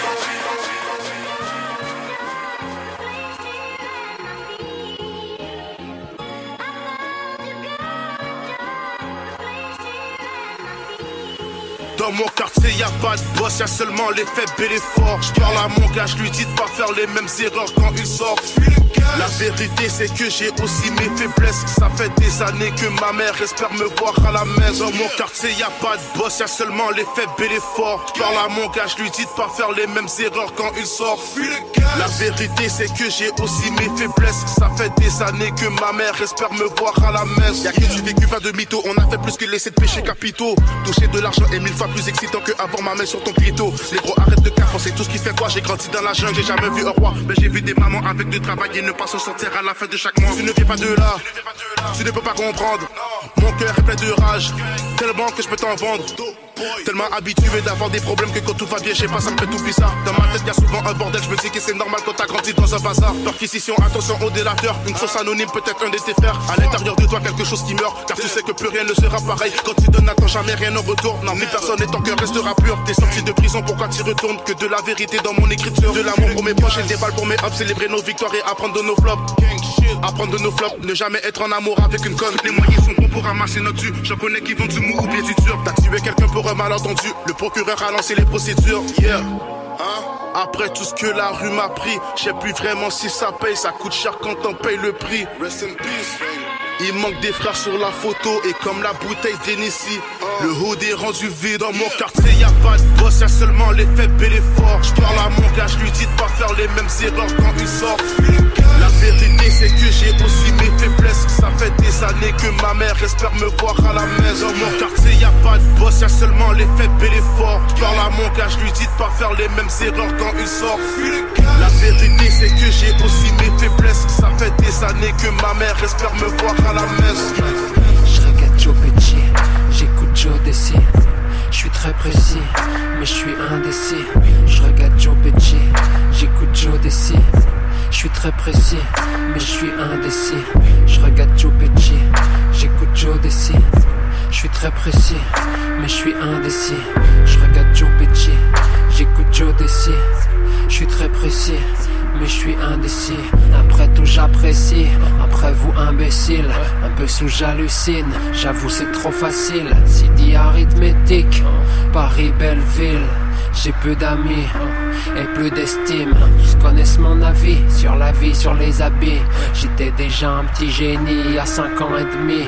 Dans mon quartier y'a pas de boss, y'a seulement les faibles et les forts. J'parle à mon gars, j'lui dis de pas faire les mêmes erreurs quand il sort. La vérité c'est que j'ai aussi mes faiblesses. Ça fait des années que ma mère espère me voir à la messe. Dans mon quartier y'a pas de boss, y'a seulement les faibles et les forts. J'parle à mon gars, j'lui dis de pas faire les mêmes erreurs quand il sort. La vérité c'est que j'ai aussi mes faiblesses. Ça fait des années que ma mère espère me voir à la messe. Y'a que du vécu, pas de mytho. On a fait plus que laisser de péchés capitaux. Toucher de l'argent est mille fois plus excitant que avoir ma main sur ton clito. Les gros arrête de cafre, c'est tout ce qui fait quoi. J'ai grandi dans la jungle, j'ai jamais vu un roi. Mais j'ai vu des mamans avec du travail et ne pas s'en sortir à la fin de chaque mois. Tu ne viens pas de là, tu ne peux pas comprendre. Mon cœur est plein de rage, tellement que je peux t'en vendre. Tellement habitué d'avoir des problèmes que quand tout va bien, je sais pas, ça me fait tout bizarre. Dans ma tête y'a souvent un bordel, je me dis que c'est normal quand t'as grandi dans un bazar. Perquisition, attention au délateur, une source anonyme, peut-être un de tes frères. À l'intérieur de toi quelque chose qui meurt, car tu sais que plus rien ne sera pareil. Quand tu donnes, n'attends jamais rien en retour. Non, mais personne et ton cœur restera pur. T'es sorti de prison, pourquoi t'y retournes? Que de la vérité dans mon écriture. De l'amour pour mes proches et des balles pour mes hops. Célébrer nos victoires et apprendre de nos flops. Apprendre de nos flops, ne jamais être en amour avec une conne. Les moyens sont bons pour ramasser notre dû. J'en connais qui vont du mou ou bien du dur. T'as tué quelqu'un pour un malentendu. Le procureur a lancé les procédures. Yeah. Hein? Après tout ce que la rue m'a pris, je sais plus vraiment si ça paye. Ça coûte cher quand on paye le prix. Rest in peace, il manque des frères sur la photo et comme la bouteille d'Hennessy, le hood est rendu vide. Dans mon quartier y'a pas de boss, y'a seulement les faibles et les forts. J'parle à mon gars, j'lui dis de pas faire les mêmes erreurs quand il sort. La vérité c'est que j'ai aussi mes faiblesses. Ça fait des années que ma mère espère me voir à la messe. Dans mon quartier y'a pas de boss, y'a seulement les faibles et les forts. J'parle à mon gars, j'lui dis de pas faire les mêmes erreurs quand il sort. La vérité c'est que j'ai aussi mes faiblesses. Ça fait des années que ma mère espère me voir à la messe. Je regarde Joe Pesci, j'écoute Joe Desi. Je suis très précis, mais je suis indécis. Je regarde Joe Pesci, j'écoute Joe Desi. Je suis très précis, mais je suis indécis. Je regarde Joe Pesci, j'écoute Joe Desi. Je suis très précis, mais je suis indécis. Je regarde Joe Pesci, j'écoute Joe Desi. Je suis très précis, mais je suis indécis. Après tout j'apprécie, après vous imbéciles. Un peu sous j'hallucine, j'avoue c'est trop facile. C'est dit arithmétique, Paris Belleville. J'ai peu d'amis et peu d'estime. Tous connaissent mon avis sur la vie, sur les habits. J'étais déjà un petit génie à cinq ans et demi.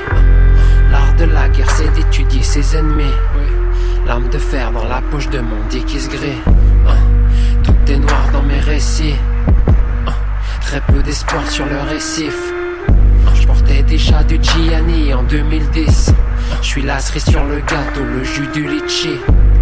L'art de la guerre c'est d'étudier ses ennemis. L'arme de fer dans la poche de mon dick is gris. Tout est noir dans mes récits. Très peu d'espoir sur le récif. Je portais déjà du Gianni en deux mille dix. Je suis la cerise sur le gâteau, le jus du litchi.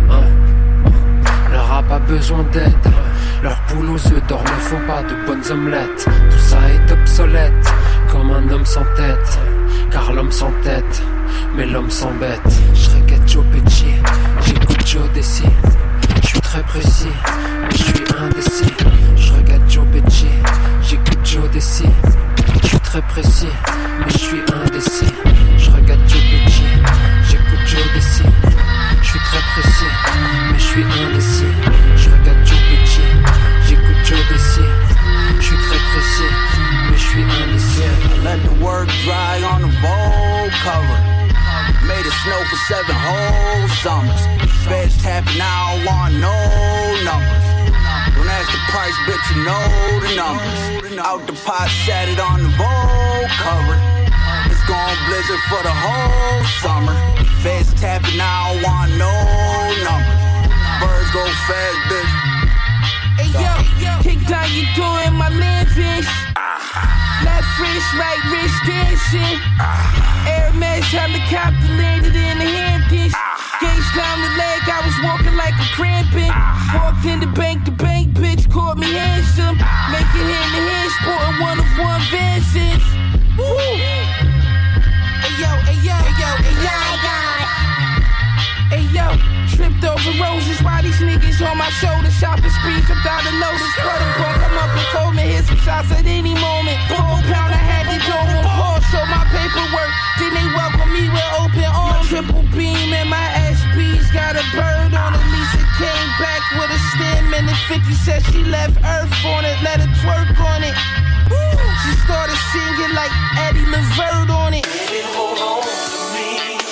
Le rap a besoin d'aide. Leurs poules aux œufs d'or ne font pas de bonnes omelettes. Tout ça est obsolète, comme un homme sans tête. Car l'homme sans tête, mais l'homme s'embête. Je regarde Joe Pesci, j'écoute Joe Desi. Je suis très précis, mais je suis indécis. Je regarde Joe Pesci, j'écoute Joe Desi. Je suis très précis, mais je suis indécis. Je regarde Joe Pesci, j'écoute Joe Desi. Je suis très précis, mais je suis indécis. Je regarde Joe Pesci, j'écoute Joe Desi. Je suis très précis, mais je suis indécis. Let the word dry on the bowl cover. Made it snow for seven whole summers. Feds tapping, I don't want no numbers. Don't ask the price, bitch, you know the numbers. Out the pot, sat it on the bowl cover. It's gone blizzard for the whole summer. Feds tapping, I don't want no numbers. Birds go fast, bitch. Hey yo, kick down your door in my Memphis. Left wrist, right wrist dancing. Air Max helicopter landed in the Hamptons. Gauge down the leg, I was walking like a cramping. Walked in the bank, the bank bitch caught me handsome. Making hand to hand, sporting one of one Vances. Woo! Hey yo, hey yo, hey yo, hey yo. Hey yo, tripped over roses while these niggas on my shoulder. Shopping spree, tripped out the notice. Protocol, come up and call me, hit some shots at any moment. Four pound, I had to go on pause, show my paperwork. Then they welcome me with open arms. Triple beam and my S P's got a bird on it. Lisa came back with a stem and the fifty said she left Earth on it. Let her twerk on it. Woo! She started singing like Eddie Levert on it. Baby, hold on to me.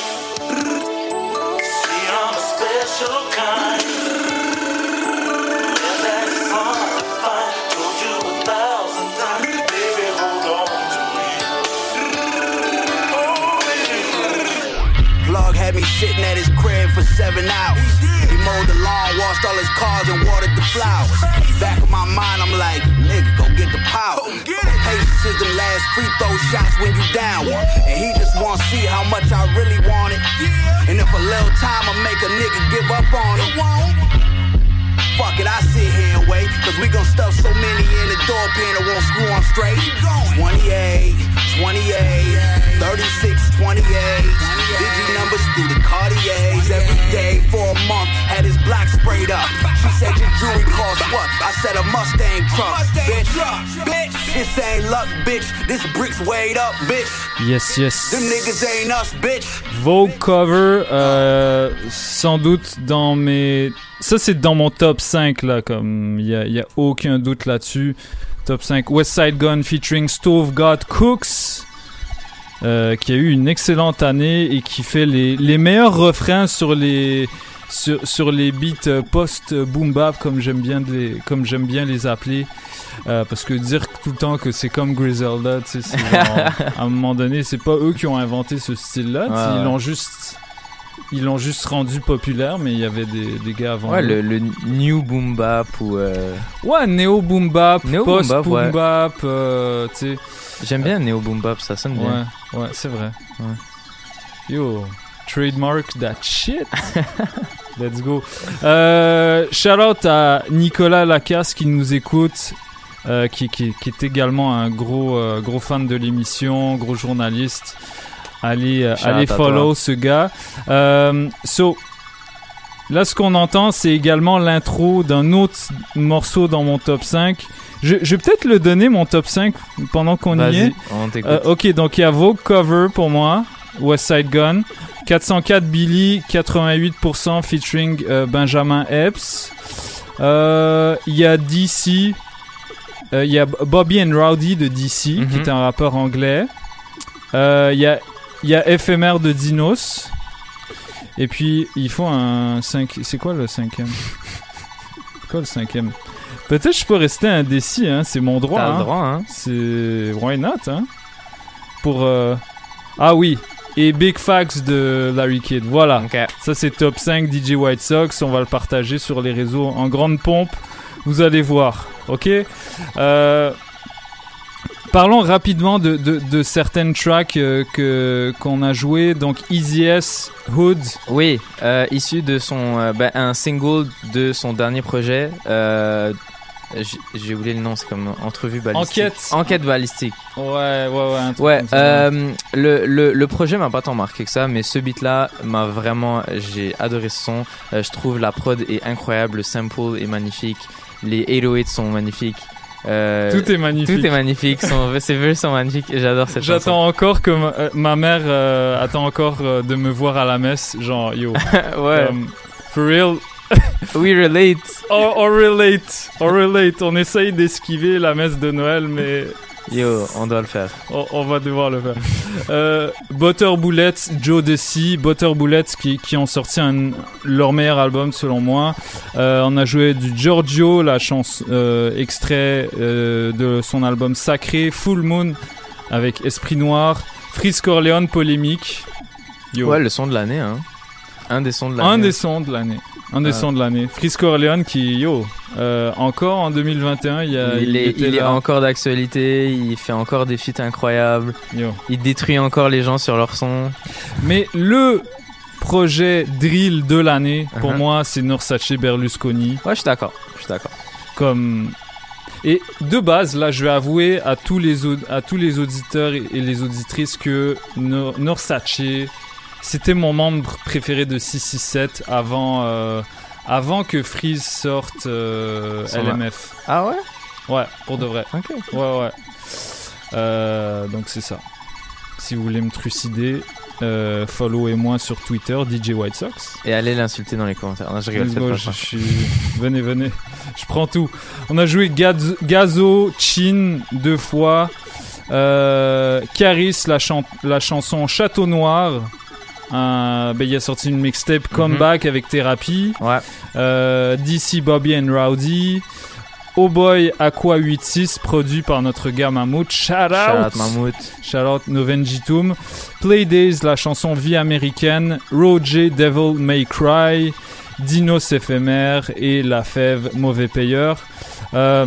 See, I'm a special kind. Yeah, that's hard to find. Told you a thousand times. Baby, hold on to me. Oh, baby. Plug had me sitting at his crib for seven hours. He mowed the lawn, washed all his cars, and watered the flowers. Back of my mind, I'm like, nigga, go get the power. Patience is them last free throw shots when you down one. And he just wanna see how much I really want it. And if a little time will make a nigga give up on it. Fuck it, I sit here and wait. Cause we gon' stuff so many in the door pin that won't screw on straight. twenty-eight, twenty-eight, thirty-six, twenty-eight. Digi numbers through the Cartiers. Every day for a month, had his block sprayed up. She said your jewelry cost what? I said a Mustang truck. Bitch, bitch, this ain't luck, bitch. This bricks weighed up, bitch. Yes, yes. Them niggas ain't us, bitch. Vogue Cover, euh, sans doute dans mes... Ça, c'est dans mon top cinq, là, comme il y a, y a aucun doute là-dessus. Top cinq, Westside Gun featuring Stove God Cooks, euh, qui a eu une excellente année et qui fait les, les meilleurs refrains sur les, sur, sur les beats post-boom bap, comme j'aime bien les, comme j'aime bien les appeler. Euh, parce que dire tout le temps que c'est comme Griselda, tu sais, c'est genre, à un moment donné, c'est pas eux qui ont inventé ce style-là, ouais, ils l'ont juste... Ils l'ont juste rendu populaire, mais il y avait des, des gars avant. Ouais, le, le new boom bap ou. Euh... Ouais, néo boom bap, post boom ouais. bap, euh, tu sais. J'aime bien néo boom bap, ça sonne bien. Ouais, ouais, c'est vrai. Ouais. Yo, trademark that shit. Let's go. Euh, shout out à Nicolas Lacasse qui nous écoute, euh, qui, qui, qui est également un gros, euh, gros fan de l'émission, gros journaliste. Allez, euh, allez follow ce gars. Euh, so, là, ce qu'on entend, c'est également l'intro d'un autre morceau dans mon top cinq. Je, je vais peut-être le donner, mon top cinq, pendant qu'on Vas-y, y est. on t'écoute. Euh, ok, donc il y a Vogue Cover pour moi, Westside Gun. quatre cent quatre Billy, quatre-vingt-huit pour cent featuring euh, Benjamin Epps. Il euh, y a D C. Il euh, y a Bobby and Rowdy de D C, mm-hmm. qui est un rappeur anglais. Il euh, y a Il y a F M R de Dinos. Et puis, il faut un cinq... C'est quoi le cinquième? C'est quoi le cinquième? Peut-être je peux rester indécis, hein. C'est mon droit. T'as hein. le droit, hein. C'est... Why not, hein? Pour... Euh... Ah oui. Et Big Facts de Larry Kidd. Voilà. Okay. Ça, c'est top cinq D J White Sox. On va le partager sur les réseaux en grande pompe. Vous allez voir. OK? Euh... Parlons rapidement de, de, de certaines tracks euh, que, qu'on a jouées. Donc, Easy S, Hood. Oui, euh, issu de son... Euh, ben, un single de son dernier projet. Euh, j'ai, j'ai oublié le nom, c'est comme Entrevue balistique. Enquête. Enquête balistique. Ouais, ouais, ouais. Un truc ouais, comme ça. Euh, le, le, le projet m'a pas tant marqué que ça, mais ce beat-là m'a vraiment... J'ai adoré ce son. Euh, je trouve la prod est incroyable, le sample est magnifique. Les huit cent huit sont magnifiques. Euh, tout est magnifique. Tout est magnifique. Son, ses vœux sont magnifiques et j'adore cette chanson. J'attends encore que ma, euh, ma mère euh, attend encore euh, de me voir à la messe. Genre, yo. ouais. Um, for real. We relate. Or, or relate. Or relate. On essaye d'esquiver la messe de Noël, mais... Yo, on doit le faire. On, on va devoir le faire. euh, Butter Bullets, Joe Desi, Butter Bullets qui, qui ont sorti un, leur meilleur album selon moi. Euh, on a joué du Giorgio, la chanson euh, extrait euh, de son album Sacré, Full Moon avec Esprit Noir, Freeze Corleone, Polémique. Yo. Ouais, le son de l'année, hein. Un des sons de l'année. Un des sons de l'année. Un des euh. sons de l'année. Freeze Corleone qui, yo, euh, encore en deux mille vingt et un, il, y a, il, il, est, il est là. encore d'actualité, il fait encore des feats incroyables, yo. Il détruit encore les gens sur leur son. Mais le projet drill de l'année, pour Uh-huh. moi, c'est Norsace Berlusconi. Ouais, je suis d'accord. Je suis d'accord. Comme... Et de base, là, je vais avouer à tous les, au- à tous les auditeurs et et les auditrices que Nor- Norsace, c'était mon membre préféré de six six sept avant, euh, avant que Freeze sorte euh, Son- L M F. Ah ouais? Ouais, pour de vrai. Ok. Ouais, ouais. Euh, donc c'est ça. Si vous voulez me trucider, euh, follow-moi sur Twitter, D J White Sox. Et allez l'insulter dans les commentaires. Non, je rigole. Let's faites go, pas je ça. suis... Venez, venez. Je prends tout. On a joué Gaz- Gazo, Chin deux fois. Euh, Caris, la, chan- la chanson Château Noir. Euh, ben, il a sorti une mixtape Comeback avec Thérapie. Ouais. Euh, D C Bobby and Rowdy. Oh Boy Aqua quatre-vingt-six, produit par notre gars Mammouth. Shout out! Shout out, Mammouth. Shout out Novenjitum. Play Days, la chanson Vie américaine. Roger Devil May Cry. Dinos éphémère et La Fève Mauvais Payeur. Euh,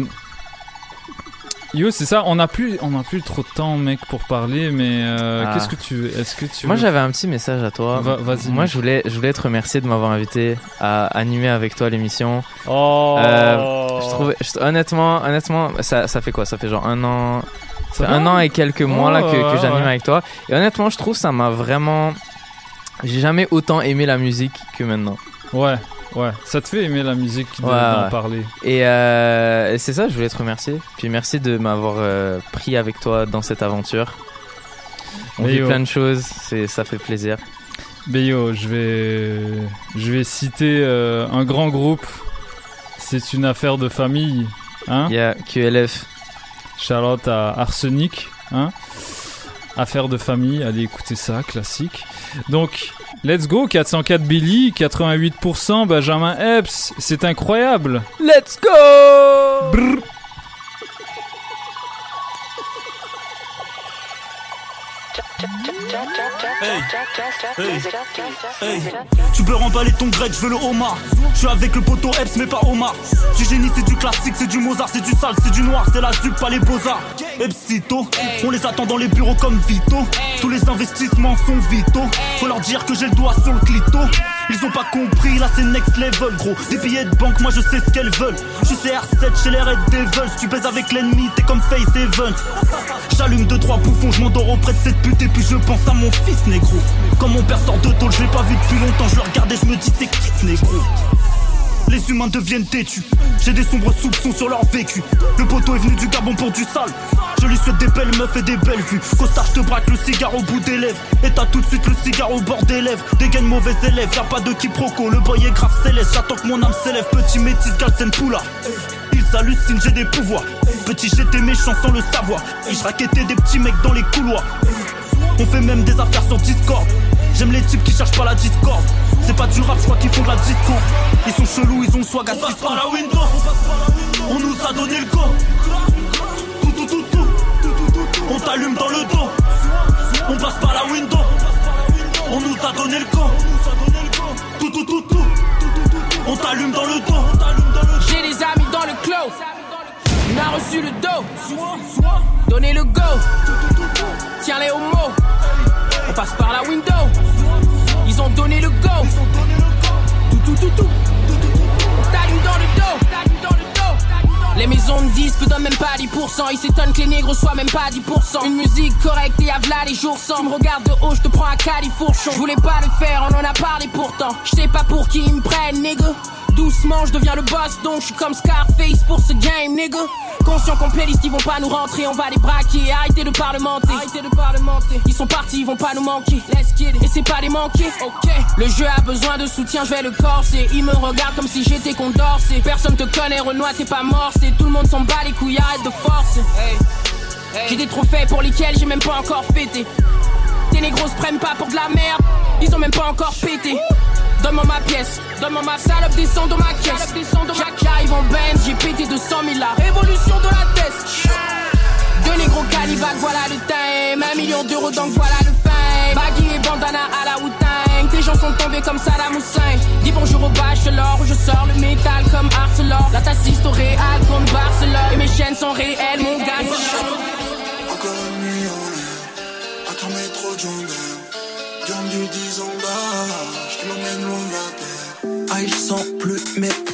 Yo, c'est ça, on n'a plus, on a plus trop de temps, mec, pour parler, mais euh, Ah. qu'est-ce que tu veux? Est-ce que tu Moi veux- j'avais un petit message à toi. Va- vas-y, Moi mec. je voulais, je voulais te remercier de m'avoir invité à animer avec toi l'émission. Oh. Euh, je trouvais, je- honnêtement, honnêtement, ça, ça fait quoi? Ça fait genre un an, ça fait va? un an et quelques mois là que, Oh, que ouais, j'anime ouais. avec toi. Et honnêtement, je trouve ça m'a vraiment, j'ai jamais autant aimé la musique que maintenant. Ouais, ouais. Ça te fait aimer la musique de- Ouais, d'en ouais. parler. Et, euh, et c'est ça, je voulais te remercier. Puis merci de m'avoir euh, pris avec toi dans cette aventure. On Mais vit yo. plein de choses, c'est, ça fait plaisir. Ben yo, je vais, je vais citer euh, un grand groupe. C'est une affaire de famille, hein? Yeah, Q L F. Charlotte à Arsenic, hein? Affaire de famille, allez écouter ça, classique. Donc, let's go, quatre cent quatre Billy, quatre-vingt-huit pour cent Benjamin Epps, c'est incroyable. Let's go! Brr. Hey. Hey. Hey. Tu peux remballer ton grec, je veux le homard. Je suis avec le poteau Epps mais pas Omar. Du génie c'est du classique, c'est du Mozart, c'est du sale, c'est du noir, c'est la zup, pas les beaux-arts. Epsito, on les attend dans les bureaux comme Vito. Tous les investissements sont vitaux. Faut leur dire que j'ai le doigt sur le clito. Ils ont pas compris, là c'est next level gros. Des billets de banque, moi je sais ce qu'elles veulent. Je suis C R sept chez les Red Devils. Tu baises avec l'ennemi, t'es comme Face Evans. J'allume deux trois bouffons, je m'endors auprès de cette pute. Et puis je pense à mon fils négro. Quand mon père sort de tôle, je l'ai pas vu depuis longtemps. Je le regarde et je me dis c'est qui ce négro. Les humains deviennent têtus. J'ai des sombres soupçons sur leur vécu. Le poteau est venu du Gabon pour du sale. Je lui souhaite des belles meufs et des belles vues. Costard, je te braque le cigare au bout des lèvres. Et t'as tout de suite le cigare au bord des lèvres. Dégaine mauvais élève, y'a pas de quiproquo. Le boy est grave céleste, j'attends que mon âme s'élève. Petit métis, Galsen Poula. Ils hallucinent, j'ai des pouvoirs. Petit, j'étais méchant sans le savoir. Et je raquettais des petits mecs dans les couloirs. On fait même des affaires sur Discord. J'aime les types qui cherchent pas la discorde. C'est pas du rap, je crois qu'ils font de la disco. Ils sont chelous, ils ont le swag à six. On passe par la window. On nous a donné le go. Tout, tout, tout, tout. On t'allume dans le dos. On passe par la window. On nous a donné le go. Tout, tout, tout, tout. On t'allume dans le dos. J'ai des amis dans le clos. On a reçu le dos. Donnez le go. Tiens les homos. On passe par la window. Ils ont donné le go. Tout, tout, tout, tout. On t'allume dans le dos. Les maisons de disques donnent même pas dix pour cent. Ils s'étonnent que les négros soient même pas dix pour cent. Une musique correcte et à v'là les jours sans. Tu me regardes de haut, je te prends un califourchon. Je voulais pas le faire, on en a parlé pourtant. Je sais pas pour qui ils me prennent, nigga. Doucement, je deviens le boss, donc je suis comme Scarface pour ce game, nigga. Conscient qu'on playlist, ils vont pas nous rentrer, on va les braquer. Arrêtez de parlementer, arrêtez de parlementer. Ils sont partis, ils vont pas nous manquer. Let's get it. Et c'est pas les manquer, ok. Le jeu a besoin de soutien, je vais le corser. Ils me regardent comme si j'étais Condorcet. Personne te connaît, Renoir, t'es pas mort. C'est tout le monde s'en bat les couilles, arrête de forcer. Hey. Hey. J'ai des trophées pour lesquels j'ai même pas encore fêté. Tes négros se prennent pas pour de la merde, ils ont même pas encore pété. Donne-moi ma pièce, donne-moi ma salope, descends dans ma caisse. J'arrive en Benz, j'ai pété deux cent mille là. Révolution de la tête. Deux négros calibac, voilà le time. Un million d'euros donc voilà le fame. Baggy et bandana à la Wu-Tang. Tes gens sont tombés comme Saddam Hussein. Dis bonjour au bachelor, je sors le métal comme Arcelor. Là t'assistes au Real contre Barcelone. Et mes chaînes sont réelles, mon gars. Encore une nuit en l'air, à ton métro jungle. Gamme du dix en bas.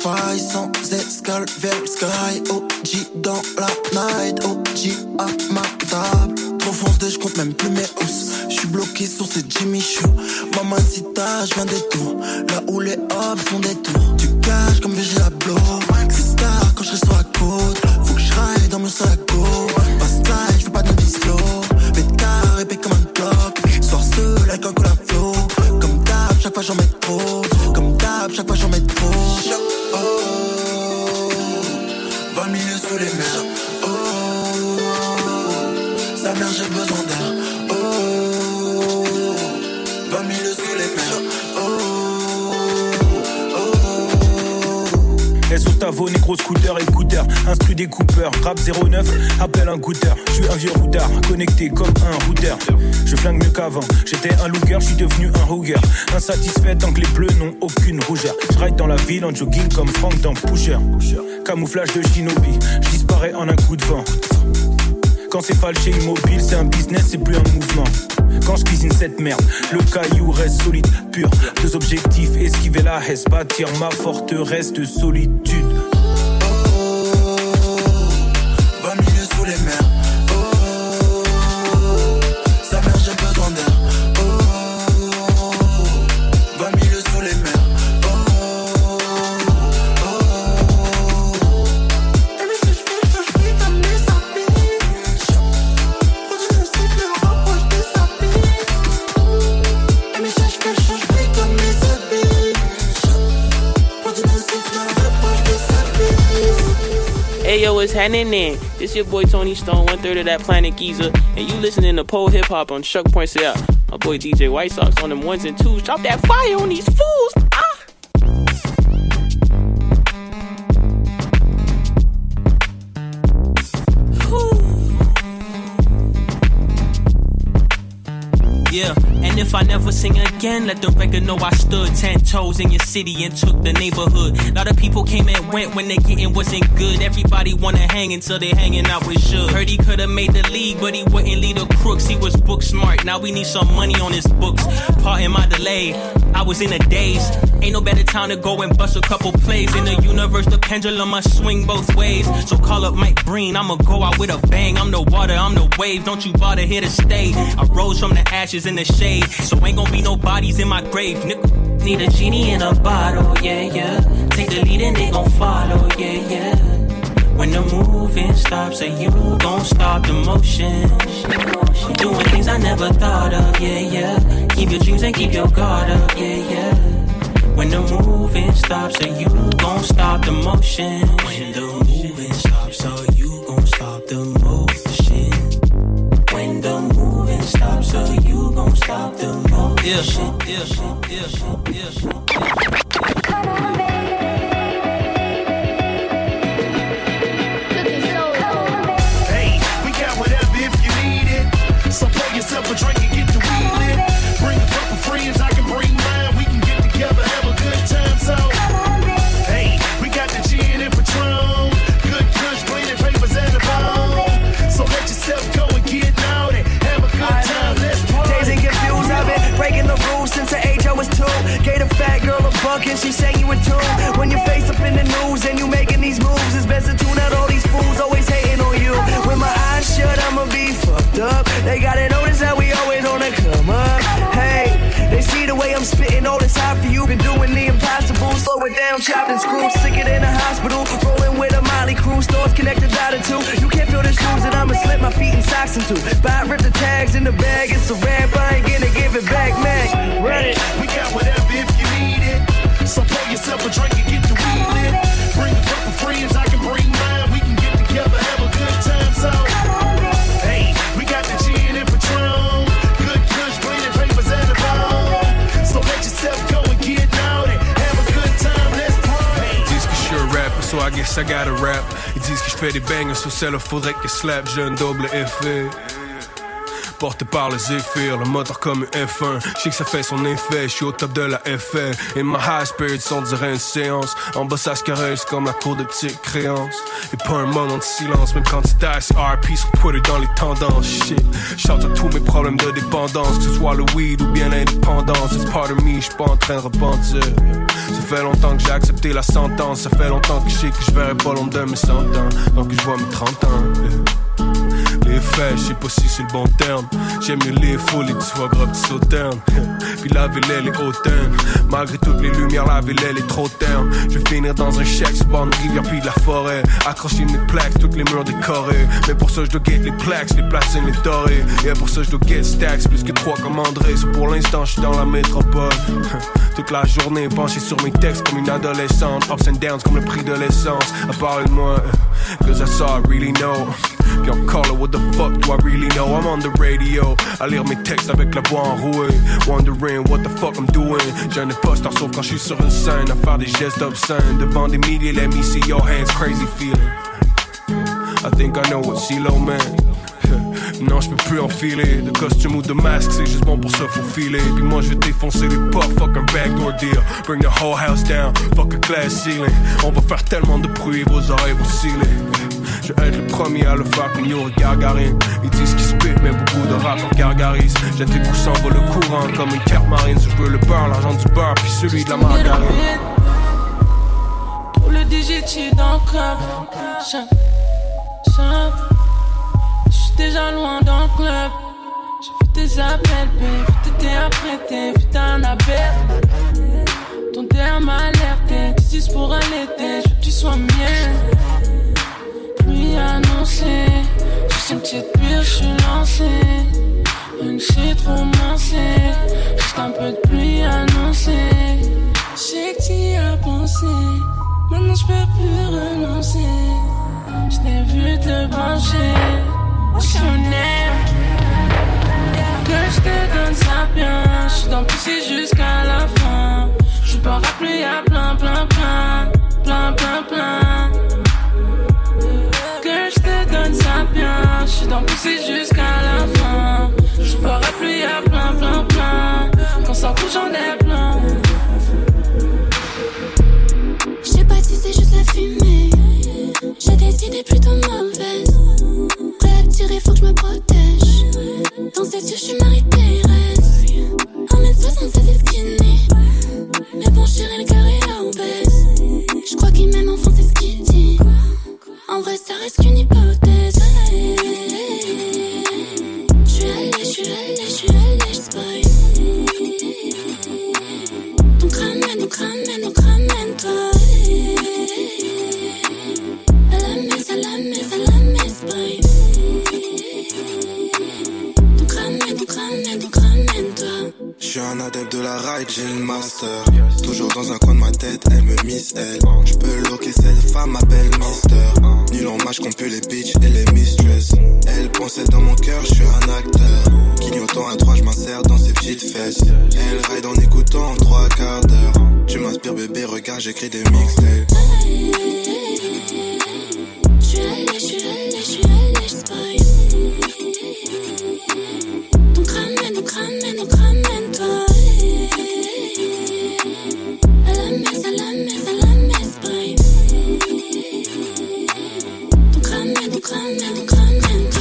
faille, sans escale vers le sky. O G dans la night, O G à ma table. Trop foncé, je compte même plus mes housses. J'suis bloqué sur ces Jimmy Choo. Mamacita, j'viens des tours. Là où les hops font des tours. Tu caches comme V G la blow. Plus tard, quand j'serai sur la côte, faut que j'raille dans mon sac à go. Fast life, j'veux pas de vie slow. Pétard épais comme un bloc. Soir seul avec un cola flow. Comme d'hab, chaque fois j'en mets trop. Comme d'hab, chaque fois j'en mets trop. Oh, vingt mille sous les mers. Oh, sa mère j'ai besoin d'air. Oh, vingt mille sous les mers. S O Stavo, négro scooter, écouteur, instru découpeur, rap zéro neuf, appelle un goûteur. Je suis un vieux routard, connecté comme un routeur. Je flingue mieux qu'avant, j'étais un looker, je suis devenu un rougueur. Insatisfait tant que les bleus n'ont aucune rougeur. Je ride dans la ville en jogging comme Frank dans Pusher. Camouflage de shinobi, je disparais en un coup de vent. Quand c'est falché immobile, c'est un business, c'est plus un mouvement. Quand je cuisine cette merde, le caillou reste solide, pur. Deux objectifs, esquiver la hesse, bâtir ma forteresse de solitude. Oh, vingt mille sous les mers. Oh, sa mère j'ai besoin d'air. Oh, vingt mille sous les mers. Hey yo, what's happening then? This your boy Tony Stone, one third of that Planet Giza, and you listening to Pole Hip Hop on Shuck Points It Out. My boy D J White Sox on them ones and twos. Drop that fire on these fools. Ah! Yeah, and if I never sing again, let the record know I stood ten toes in your city and took the neighborhood. A lot of people came and went when they getting wasn't good. Everybody wanna hang until they hanging out with Suge. Heard he could've made the league, but he wouldn't lead the crooks. He was book smart, now we need some money on his books. Pardon my delay, I was in a daze. Ain't no better time to go and bust a couple plays. In the universe, the pendulum must swing both ways. So call up Mike Breen, I'ma go out with a bang. I'm the water, I'm the wave, don't you bother here to stay. I rose from the ashes in the shade, so ain't gon' be no bodies in my grave, nigga. Need a genie in a bottle, yeah, yeah. Take the lead and they gon' follow, yeah, yeah. When the moving stops, so you gon' stop the motion. Doing things I never thought of, yeah, yeah. Keep your dreams and keep your guard up, yeah, yeah. When the moving stops, so you gon' stop the motion. When the moving stops, so you gon' stop the motion. When the moving stops, so you gon' stop the motion. Yeah, yeah, yeah, yeah, yeah. Come on, baby. So pour yourself a drink and get the weed lit. Bring a couple friends, I can bring mine. We can get together, have a good time. So, hey, we got the gin and Patron. Good kush, bleeding papers and the bone. So let yourself go and get naughty. Have a good time, let's party. Days and confused, I've been breaking the rules since the age I was two. Gave a fat girl a buck and she sang you a tune. When your face up in the news and you making these moves, it's best to tune out all these fools always hating on you. With my eyes shut, I'ma be fucked up. They gotta notice how we always on the come up. Hey, they see the way I'm spitting all this hot for you. Been doing the impossible, slow it down, chopped and screwed. Sicker than a hospital, rolling with a Molly crew. Stores connected out of two. You can't feel the shoes that I'ma slip my feet and socks into. Buy, rip the tags in the bag, it's a rap. I ain't gonna give it back, man. Run it. We got whatever if you need it. So pour yourself a drink and get the weed lit. Bring a couple friends, I can bring mine. We can get together, have a good time. So, hey, we got the gin and Patron. Good kush, bleeding papers and the bone. So let yourself go and get naughty. Have a good time, let's party. Ils disent que je suis un rapper, so I guess I gotta rap. Ils disent que je fais des bangers, so celle-là faudrait que slap. J'ai un double effet. Porté par les zéphyrs, le moteur comme un F un. Je sais que ça fait son effet, je suis au top de la F L. Et my high spirits, on dirait une séance. En bas ça se caresse comme la cour de petites créances. Et pas un moment de silence, même quand tu tasses R P sur Twitter dans les tendances. Shit, chante à tous mes problèmes de dépendance. Que ce soit le weed ou bien l'indépendance. It's part of me, j'suis pas en train de repentir. Ça fait longtemps que j'ai accepté la sentence. Ça fait longtemps que je sais que je verrai pas l'ombre de mes cent ans. Donc je vois mes trente ans. Les faits, je sais pas si c'est le bon terme. J'aime mieux les foules et tu sois gros petits sauternes. Puis la ville elle est hautaine. Malgré toutes les lumières, la ville elle est trop terne. Je vais finir dans un chèque sur bord de rivière puis de la forêt. Accrocher mes plaques, toutes les murs décorés. Mais pour ça je dois get les plaques, les platines, les dorés. Et pour ça je dois get stacks, plus que trois comme André. So pour l'instant je suis dans la métropole. Toute la journée penché sur mes textes comme une adolescente. Ups and downs comme le prix de l'essence. À parler de moi, cause that's all I really know. Puis encore là, what the fuck do I really know? I'm on the radio, à lire mes textes avec la voix enrouée. Wondering what the fuck I'm doing. J'ai un imposteur sauf quand je suis sur une scène. À faire des gestes obscènes devant des milliers. Let me see your hands, crazy feeling. I think I know what CeeLo man. Non, je peux plus enfiler de costume ou de masque, c'est juste bon pour se faufiler. Puis moi je vais défoncer les portes, fuck un backdoor deal. Bring the whole house down, fuck a glass ceiling. On va faire tellement de bruit, vos oreilles vont sciller. Je vais être le premier à le faire comme Yuri Gagarin. Ils disent qu'ils spit, mais beaucoup de rap en gargarise. Jette les coups, s'envole le courant comme une carte marine. Si je veux le beurre, l'argent du beurre, puis celui de la margarine. Pour le D J, tu dans le club. Chante, chante. J'suis déjà loin dans le club. J'ai vu tes appels, babe. T'étais apprêté, vu t'as un appel. Ton terme m'a alerté. Tu dis pour un été, j'veux que tu sois mien. Pluie annoncée, juste une petite bulle, j'suis lancé. Une shit romancée, juste un peu de pluie annoncée. J'sais que t'y as pensé, maintenant j'peux plus renoncer. J't'ai vu te brancher. What's your name? Que je te donne ça bien. Je suis dans le pousser jusqu'à la fin. Je peux rappeler y'a plein, plein, plein. Plein, plein, plein. Que je te donne ça bien. Je suis dans le pousser jusqu'à la fin. Je peux rappeler y'a plein, plein, plein. Quand ça bouge j'en ai plein. Je sais pas si c'est juste la fumée. J'ai des idées plutôt mauvaises. Réactiver, faut que je me protège. Dans ses yeux, je suis Marie-Thérèse. un mètre soixante-seize et skinny. Mais bon, chérie, le cœur est obèse. Je crois qu'il m'aime, enfin, c'est ce qu'il dit. En vrai, ça reste qu'une hypothèse. J'suis allée, j'suis allée, j'suis allée, j'spoil. Donc ramène, donc ramène, donc ramène-toi. À la messe, à la messe, à la messe, boy. Donc ramène, donc ramène, donc ramène-toi. J'suis un adepte de la ride, j'ai le master. Toujours dans un coin de ma tête, elle me miss elle. J'peux loquer cette femme, m'appelle Mister. Nul en match qu'on pue les bitches et les mistress. Elle pensait dans mon cœur, j'suis un acteur. Clignotant à trois, j'm'insère dans ses petites fesses. Elle ride en écoutant en trois quarts d'heure. Tu m'inspires bébé, regarde, j'écris des mixtapes. J'suis allée, j'suis allée, j'suis allée, j'spoil. Donc ramène, donc ramène, donc ramène-toi. À la messe, à la messe, à la messe, boy. Donc ramène, donc ramène, donc ramène-toi.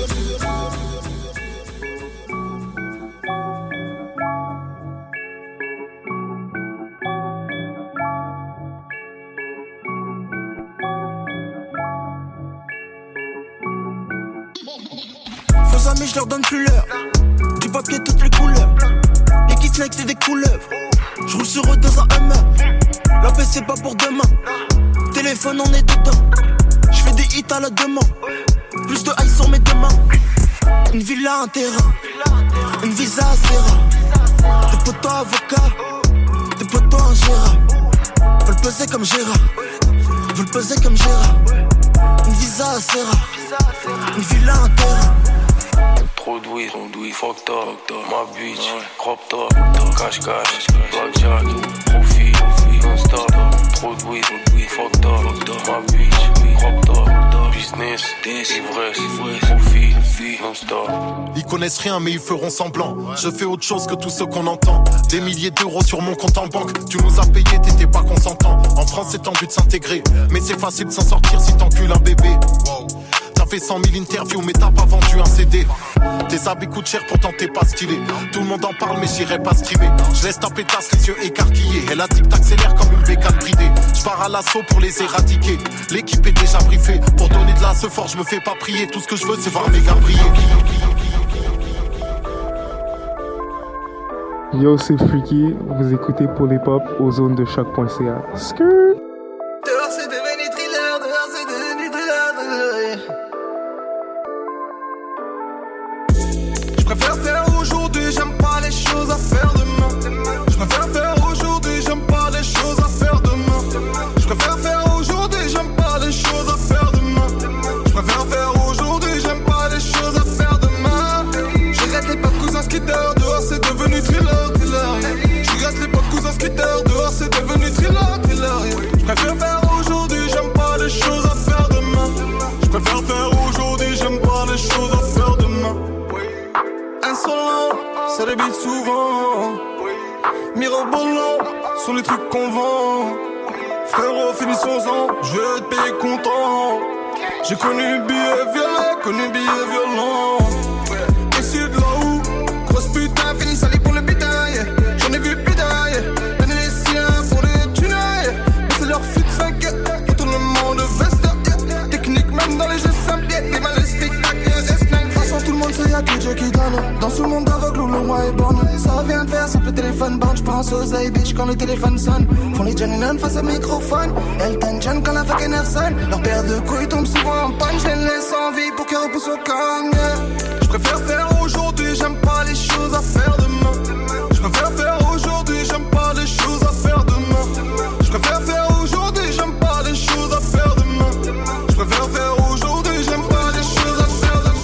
Faux amis, je leur donne plus l'heure. Du papier, toutes les couleurs. Les kids snakes, c'est des couleuvres. Je roule sur eux dans un Hummer. La paix, c'est pas pour demain. Téléphone, on est dedans. Je fais des hits à la demande. Plus de high sur mes deux mains. Une villa, un terrain. Une visa assez rare. Des potos avocats. Des potos ingérables. Veulent peser comme Gérard. Veulent peser comme Gérard. Une visa assez rare. Une villa, un terrain. Trop de weed, trop de weed, fucked up, ma bitch, crop top, cash cash, blackjack, profit, non-stop. Trop de weed, trop de weed, fucked up, ma bitch, crop top, business, ivresse, profit, non-stop. Ils connaissent rien mais ils feront semblant. Je fais autre chose que tous ceux qu'on entend. Des milliers d'euros sur mon compte en banque. Tu nous as payé, t'étais pas consentant. En France c'est tendu de s'intégrer, mais c'est facile de s'en sortir si t'encules un bébé. T'as fait fait cent mille interviews, mais t'as pas vendu un C D. Tes habits coûtent cher, pourtant t'es pas stylé. Tout le monde en parle, mais j'irai pas streamer. Je laisse ta pétasse, les yeux écarquillés. Elle a dit que t'accélères comme une bécane bridée. Je pars à l'assaut pour les éradiquer. L'équipe est déjà briefée. Pour donner de la ce fort, je me fais pas prier. Tout ce que je veux, c'est voir mes gars briller. Yo, c'est Freaky. Vous écoutez Pour les Pop aux zones de choc.ca. Skirt. Dehors c'est devenu thriller, dehors c'est devenu thriller. Je préfère faire aujourd'hui, j'aime pas les choses à faire demain. Je préfère faire aujourd'hui, j'aime pas les choses à faire demain. Je préfère faire aujourd'hui, j'aime pas les choses à faire demain. Je préfère faire aujourd'hui, j'aime pas les choses à faire demain. Je regrette les pas de cousins skitters, dehors c'est devenu thriller, thriller. Je regrette les pas de cousins skitters, dehors c'est devenu thriller, thriller. Je préfère faire aujourd'hui, j'aime pas les choses à faire demain. Je préfère faire aujourd'hui, j'aime pas les choses à faire demain. Insolent, ça débite souvent. Mirobolant, sont les trucs qu'on vend. Frérot, finissons-en, je veux être payé content. J'ai connu billet violet, connu billet violent. Issu de là où, grosse putain, fini sali pour le butin, yeah. J'en ai vu putain, yeah. Donner les siens pour les tunnels, yeah. Mais c'est leur fit cinq, yeah. Retourne le monde veste, yeah. Technique même dans les jeux simples, yeah. Des mal les spectacles, yeah. S neuf. De toute façon tout le monde sait y'a que Dieu qui donne. Dans ce monde aveugle où le roi est borné. Ça vient de faire simple téléphone borne. J'pense aux A bitch quand le téléphone sonne. Font les John Lennon face au microphone. Elton John quand la fucking air sonne. Leur paire de couilles tombe souvent en panne. Je les laisse en vie pour qu'ils repoussent au calme, yeah. Je préfère faire aujourd'hui, j'aime pas les choses à faire demain. Je préfère faire aujourd'hui, j'aime pas les choses à faire demain. Je préfère faire aujourd'hui, j'aime pas les choses à faire demain. Je préfère faire aujourd'hui, j'aime pas les choses à faire demain.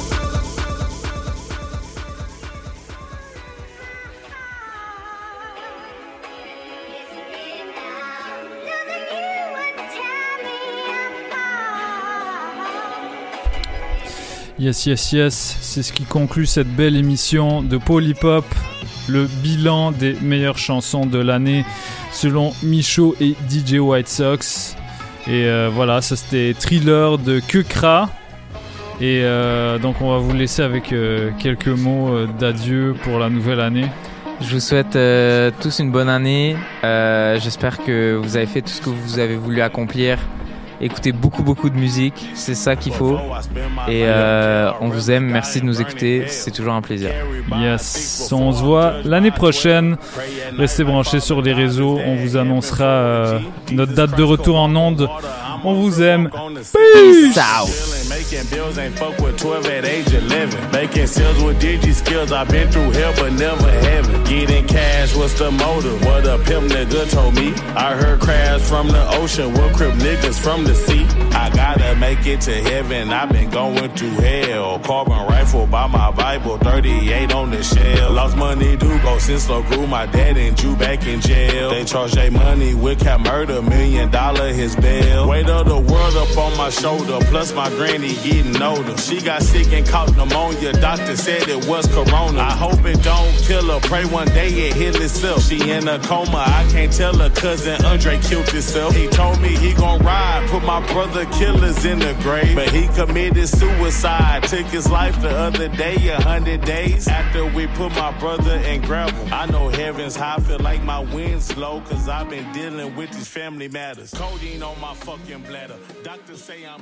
Yes, yes, yes, c'est ce qui conclut cette belle émission de Polypop, le bilan des meilleures chansons de l'année selon Michaud et D J White Sox. Et euh, voilà, ça c'était Thriller de Kukra. Et euh, donc on va vous laisser avec euh, quelques mots euh, d'adieu pour la nouvelle année. Je vous souhaite euh, tous une bonne année. Euh, j'espère que vous avez fait tout ce que vous avez voulu accomplir. Écoutez beaucoup beaucoup de musique, c'est ça qu'il faut. Et euh, on vous aime, merci de nous écouter, c'est toujours un plaisir. Yes, on se voit l'année prochaine. Restez branchés sur les réseaux, on vous annoncera euh, notre date de retour en ondes. On vous aime. Peace out. Making bills ain't fuck with twelve at age eleven. Making sales with digi skills, I've been through hell but never heaven. Getting cash, what's the motive? What a pimp nigga told me. I heard crash from the ocean, what crip niggas from the sea. I gotta make it to heaven, I've been going through hell. Carbon rifle by my Bible, thirty-eight on the shelf. Lost money do go since so grew my dad and Jew back in jail. They charge they money with cat murder, million dollar his bail. Weight of the world up on my shoulder, plus my granny getting older. She got sick and caught pneumonia, doctor said it was corona. I hope it don't kill her, pray one day it heal itself. She in a coma, I can't tell her cousin Andre killed himself. He told me he gon' ride, put my brother killers in the grave. But he committed suicide, took his life the other day, a hundred days after we put my brother in gravel. I know heaven's high, feel like my wind's low, cause I've been dealing with these family matters. Codeine on my fucking bladder, doctors say I'm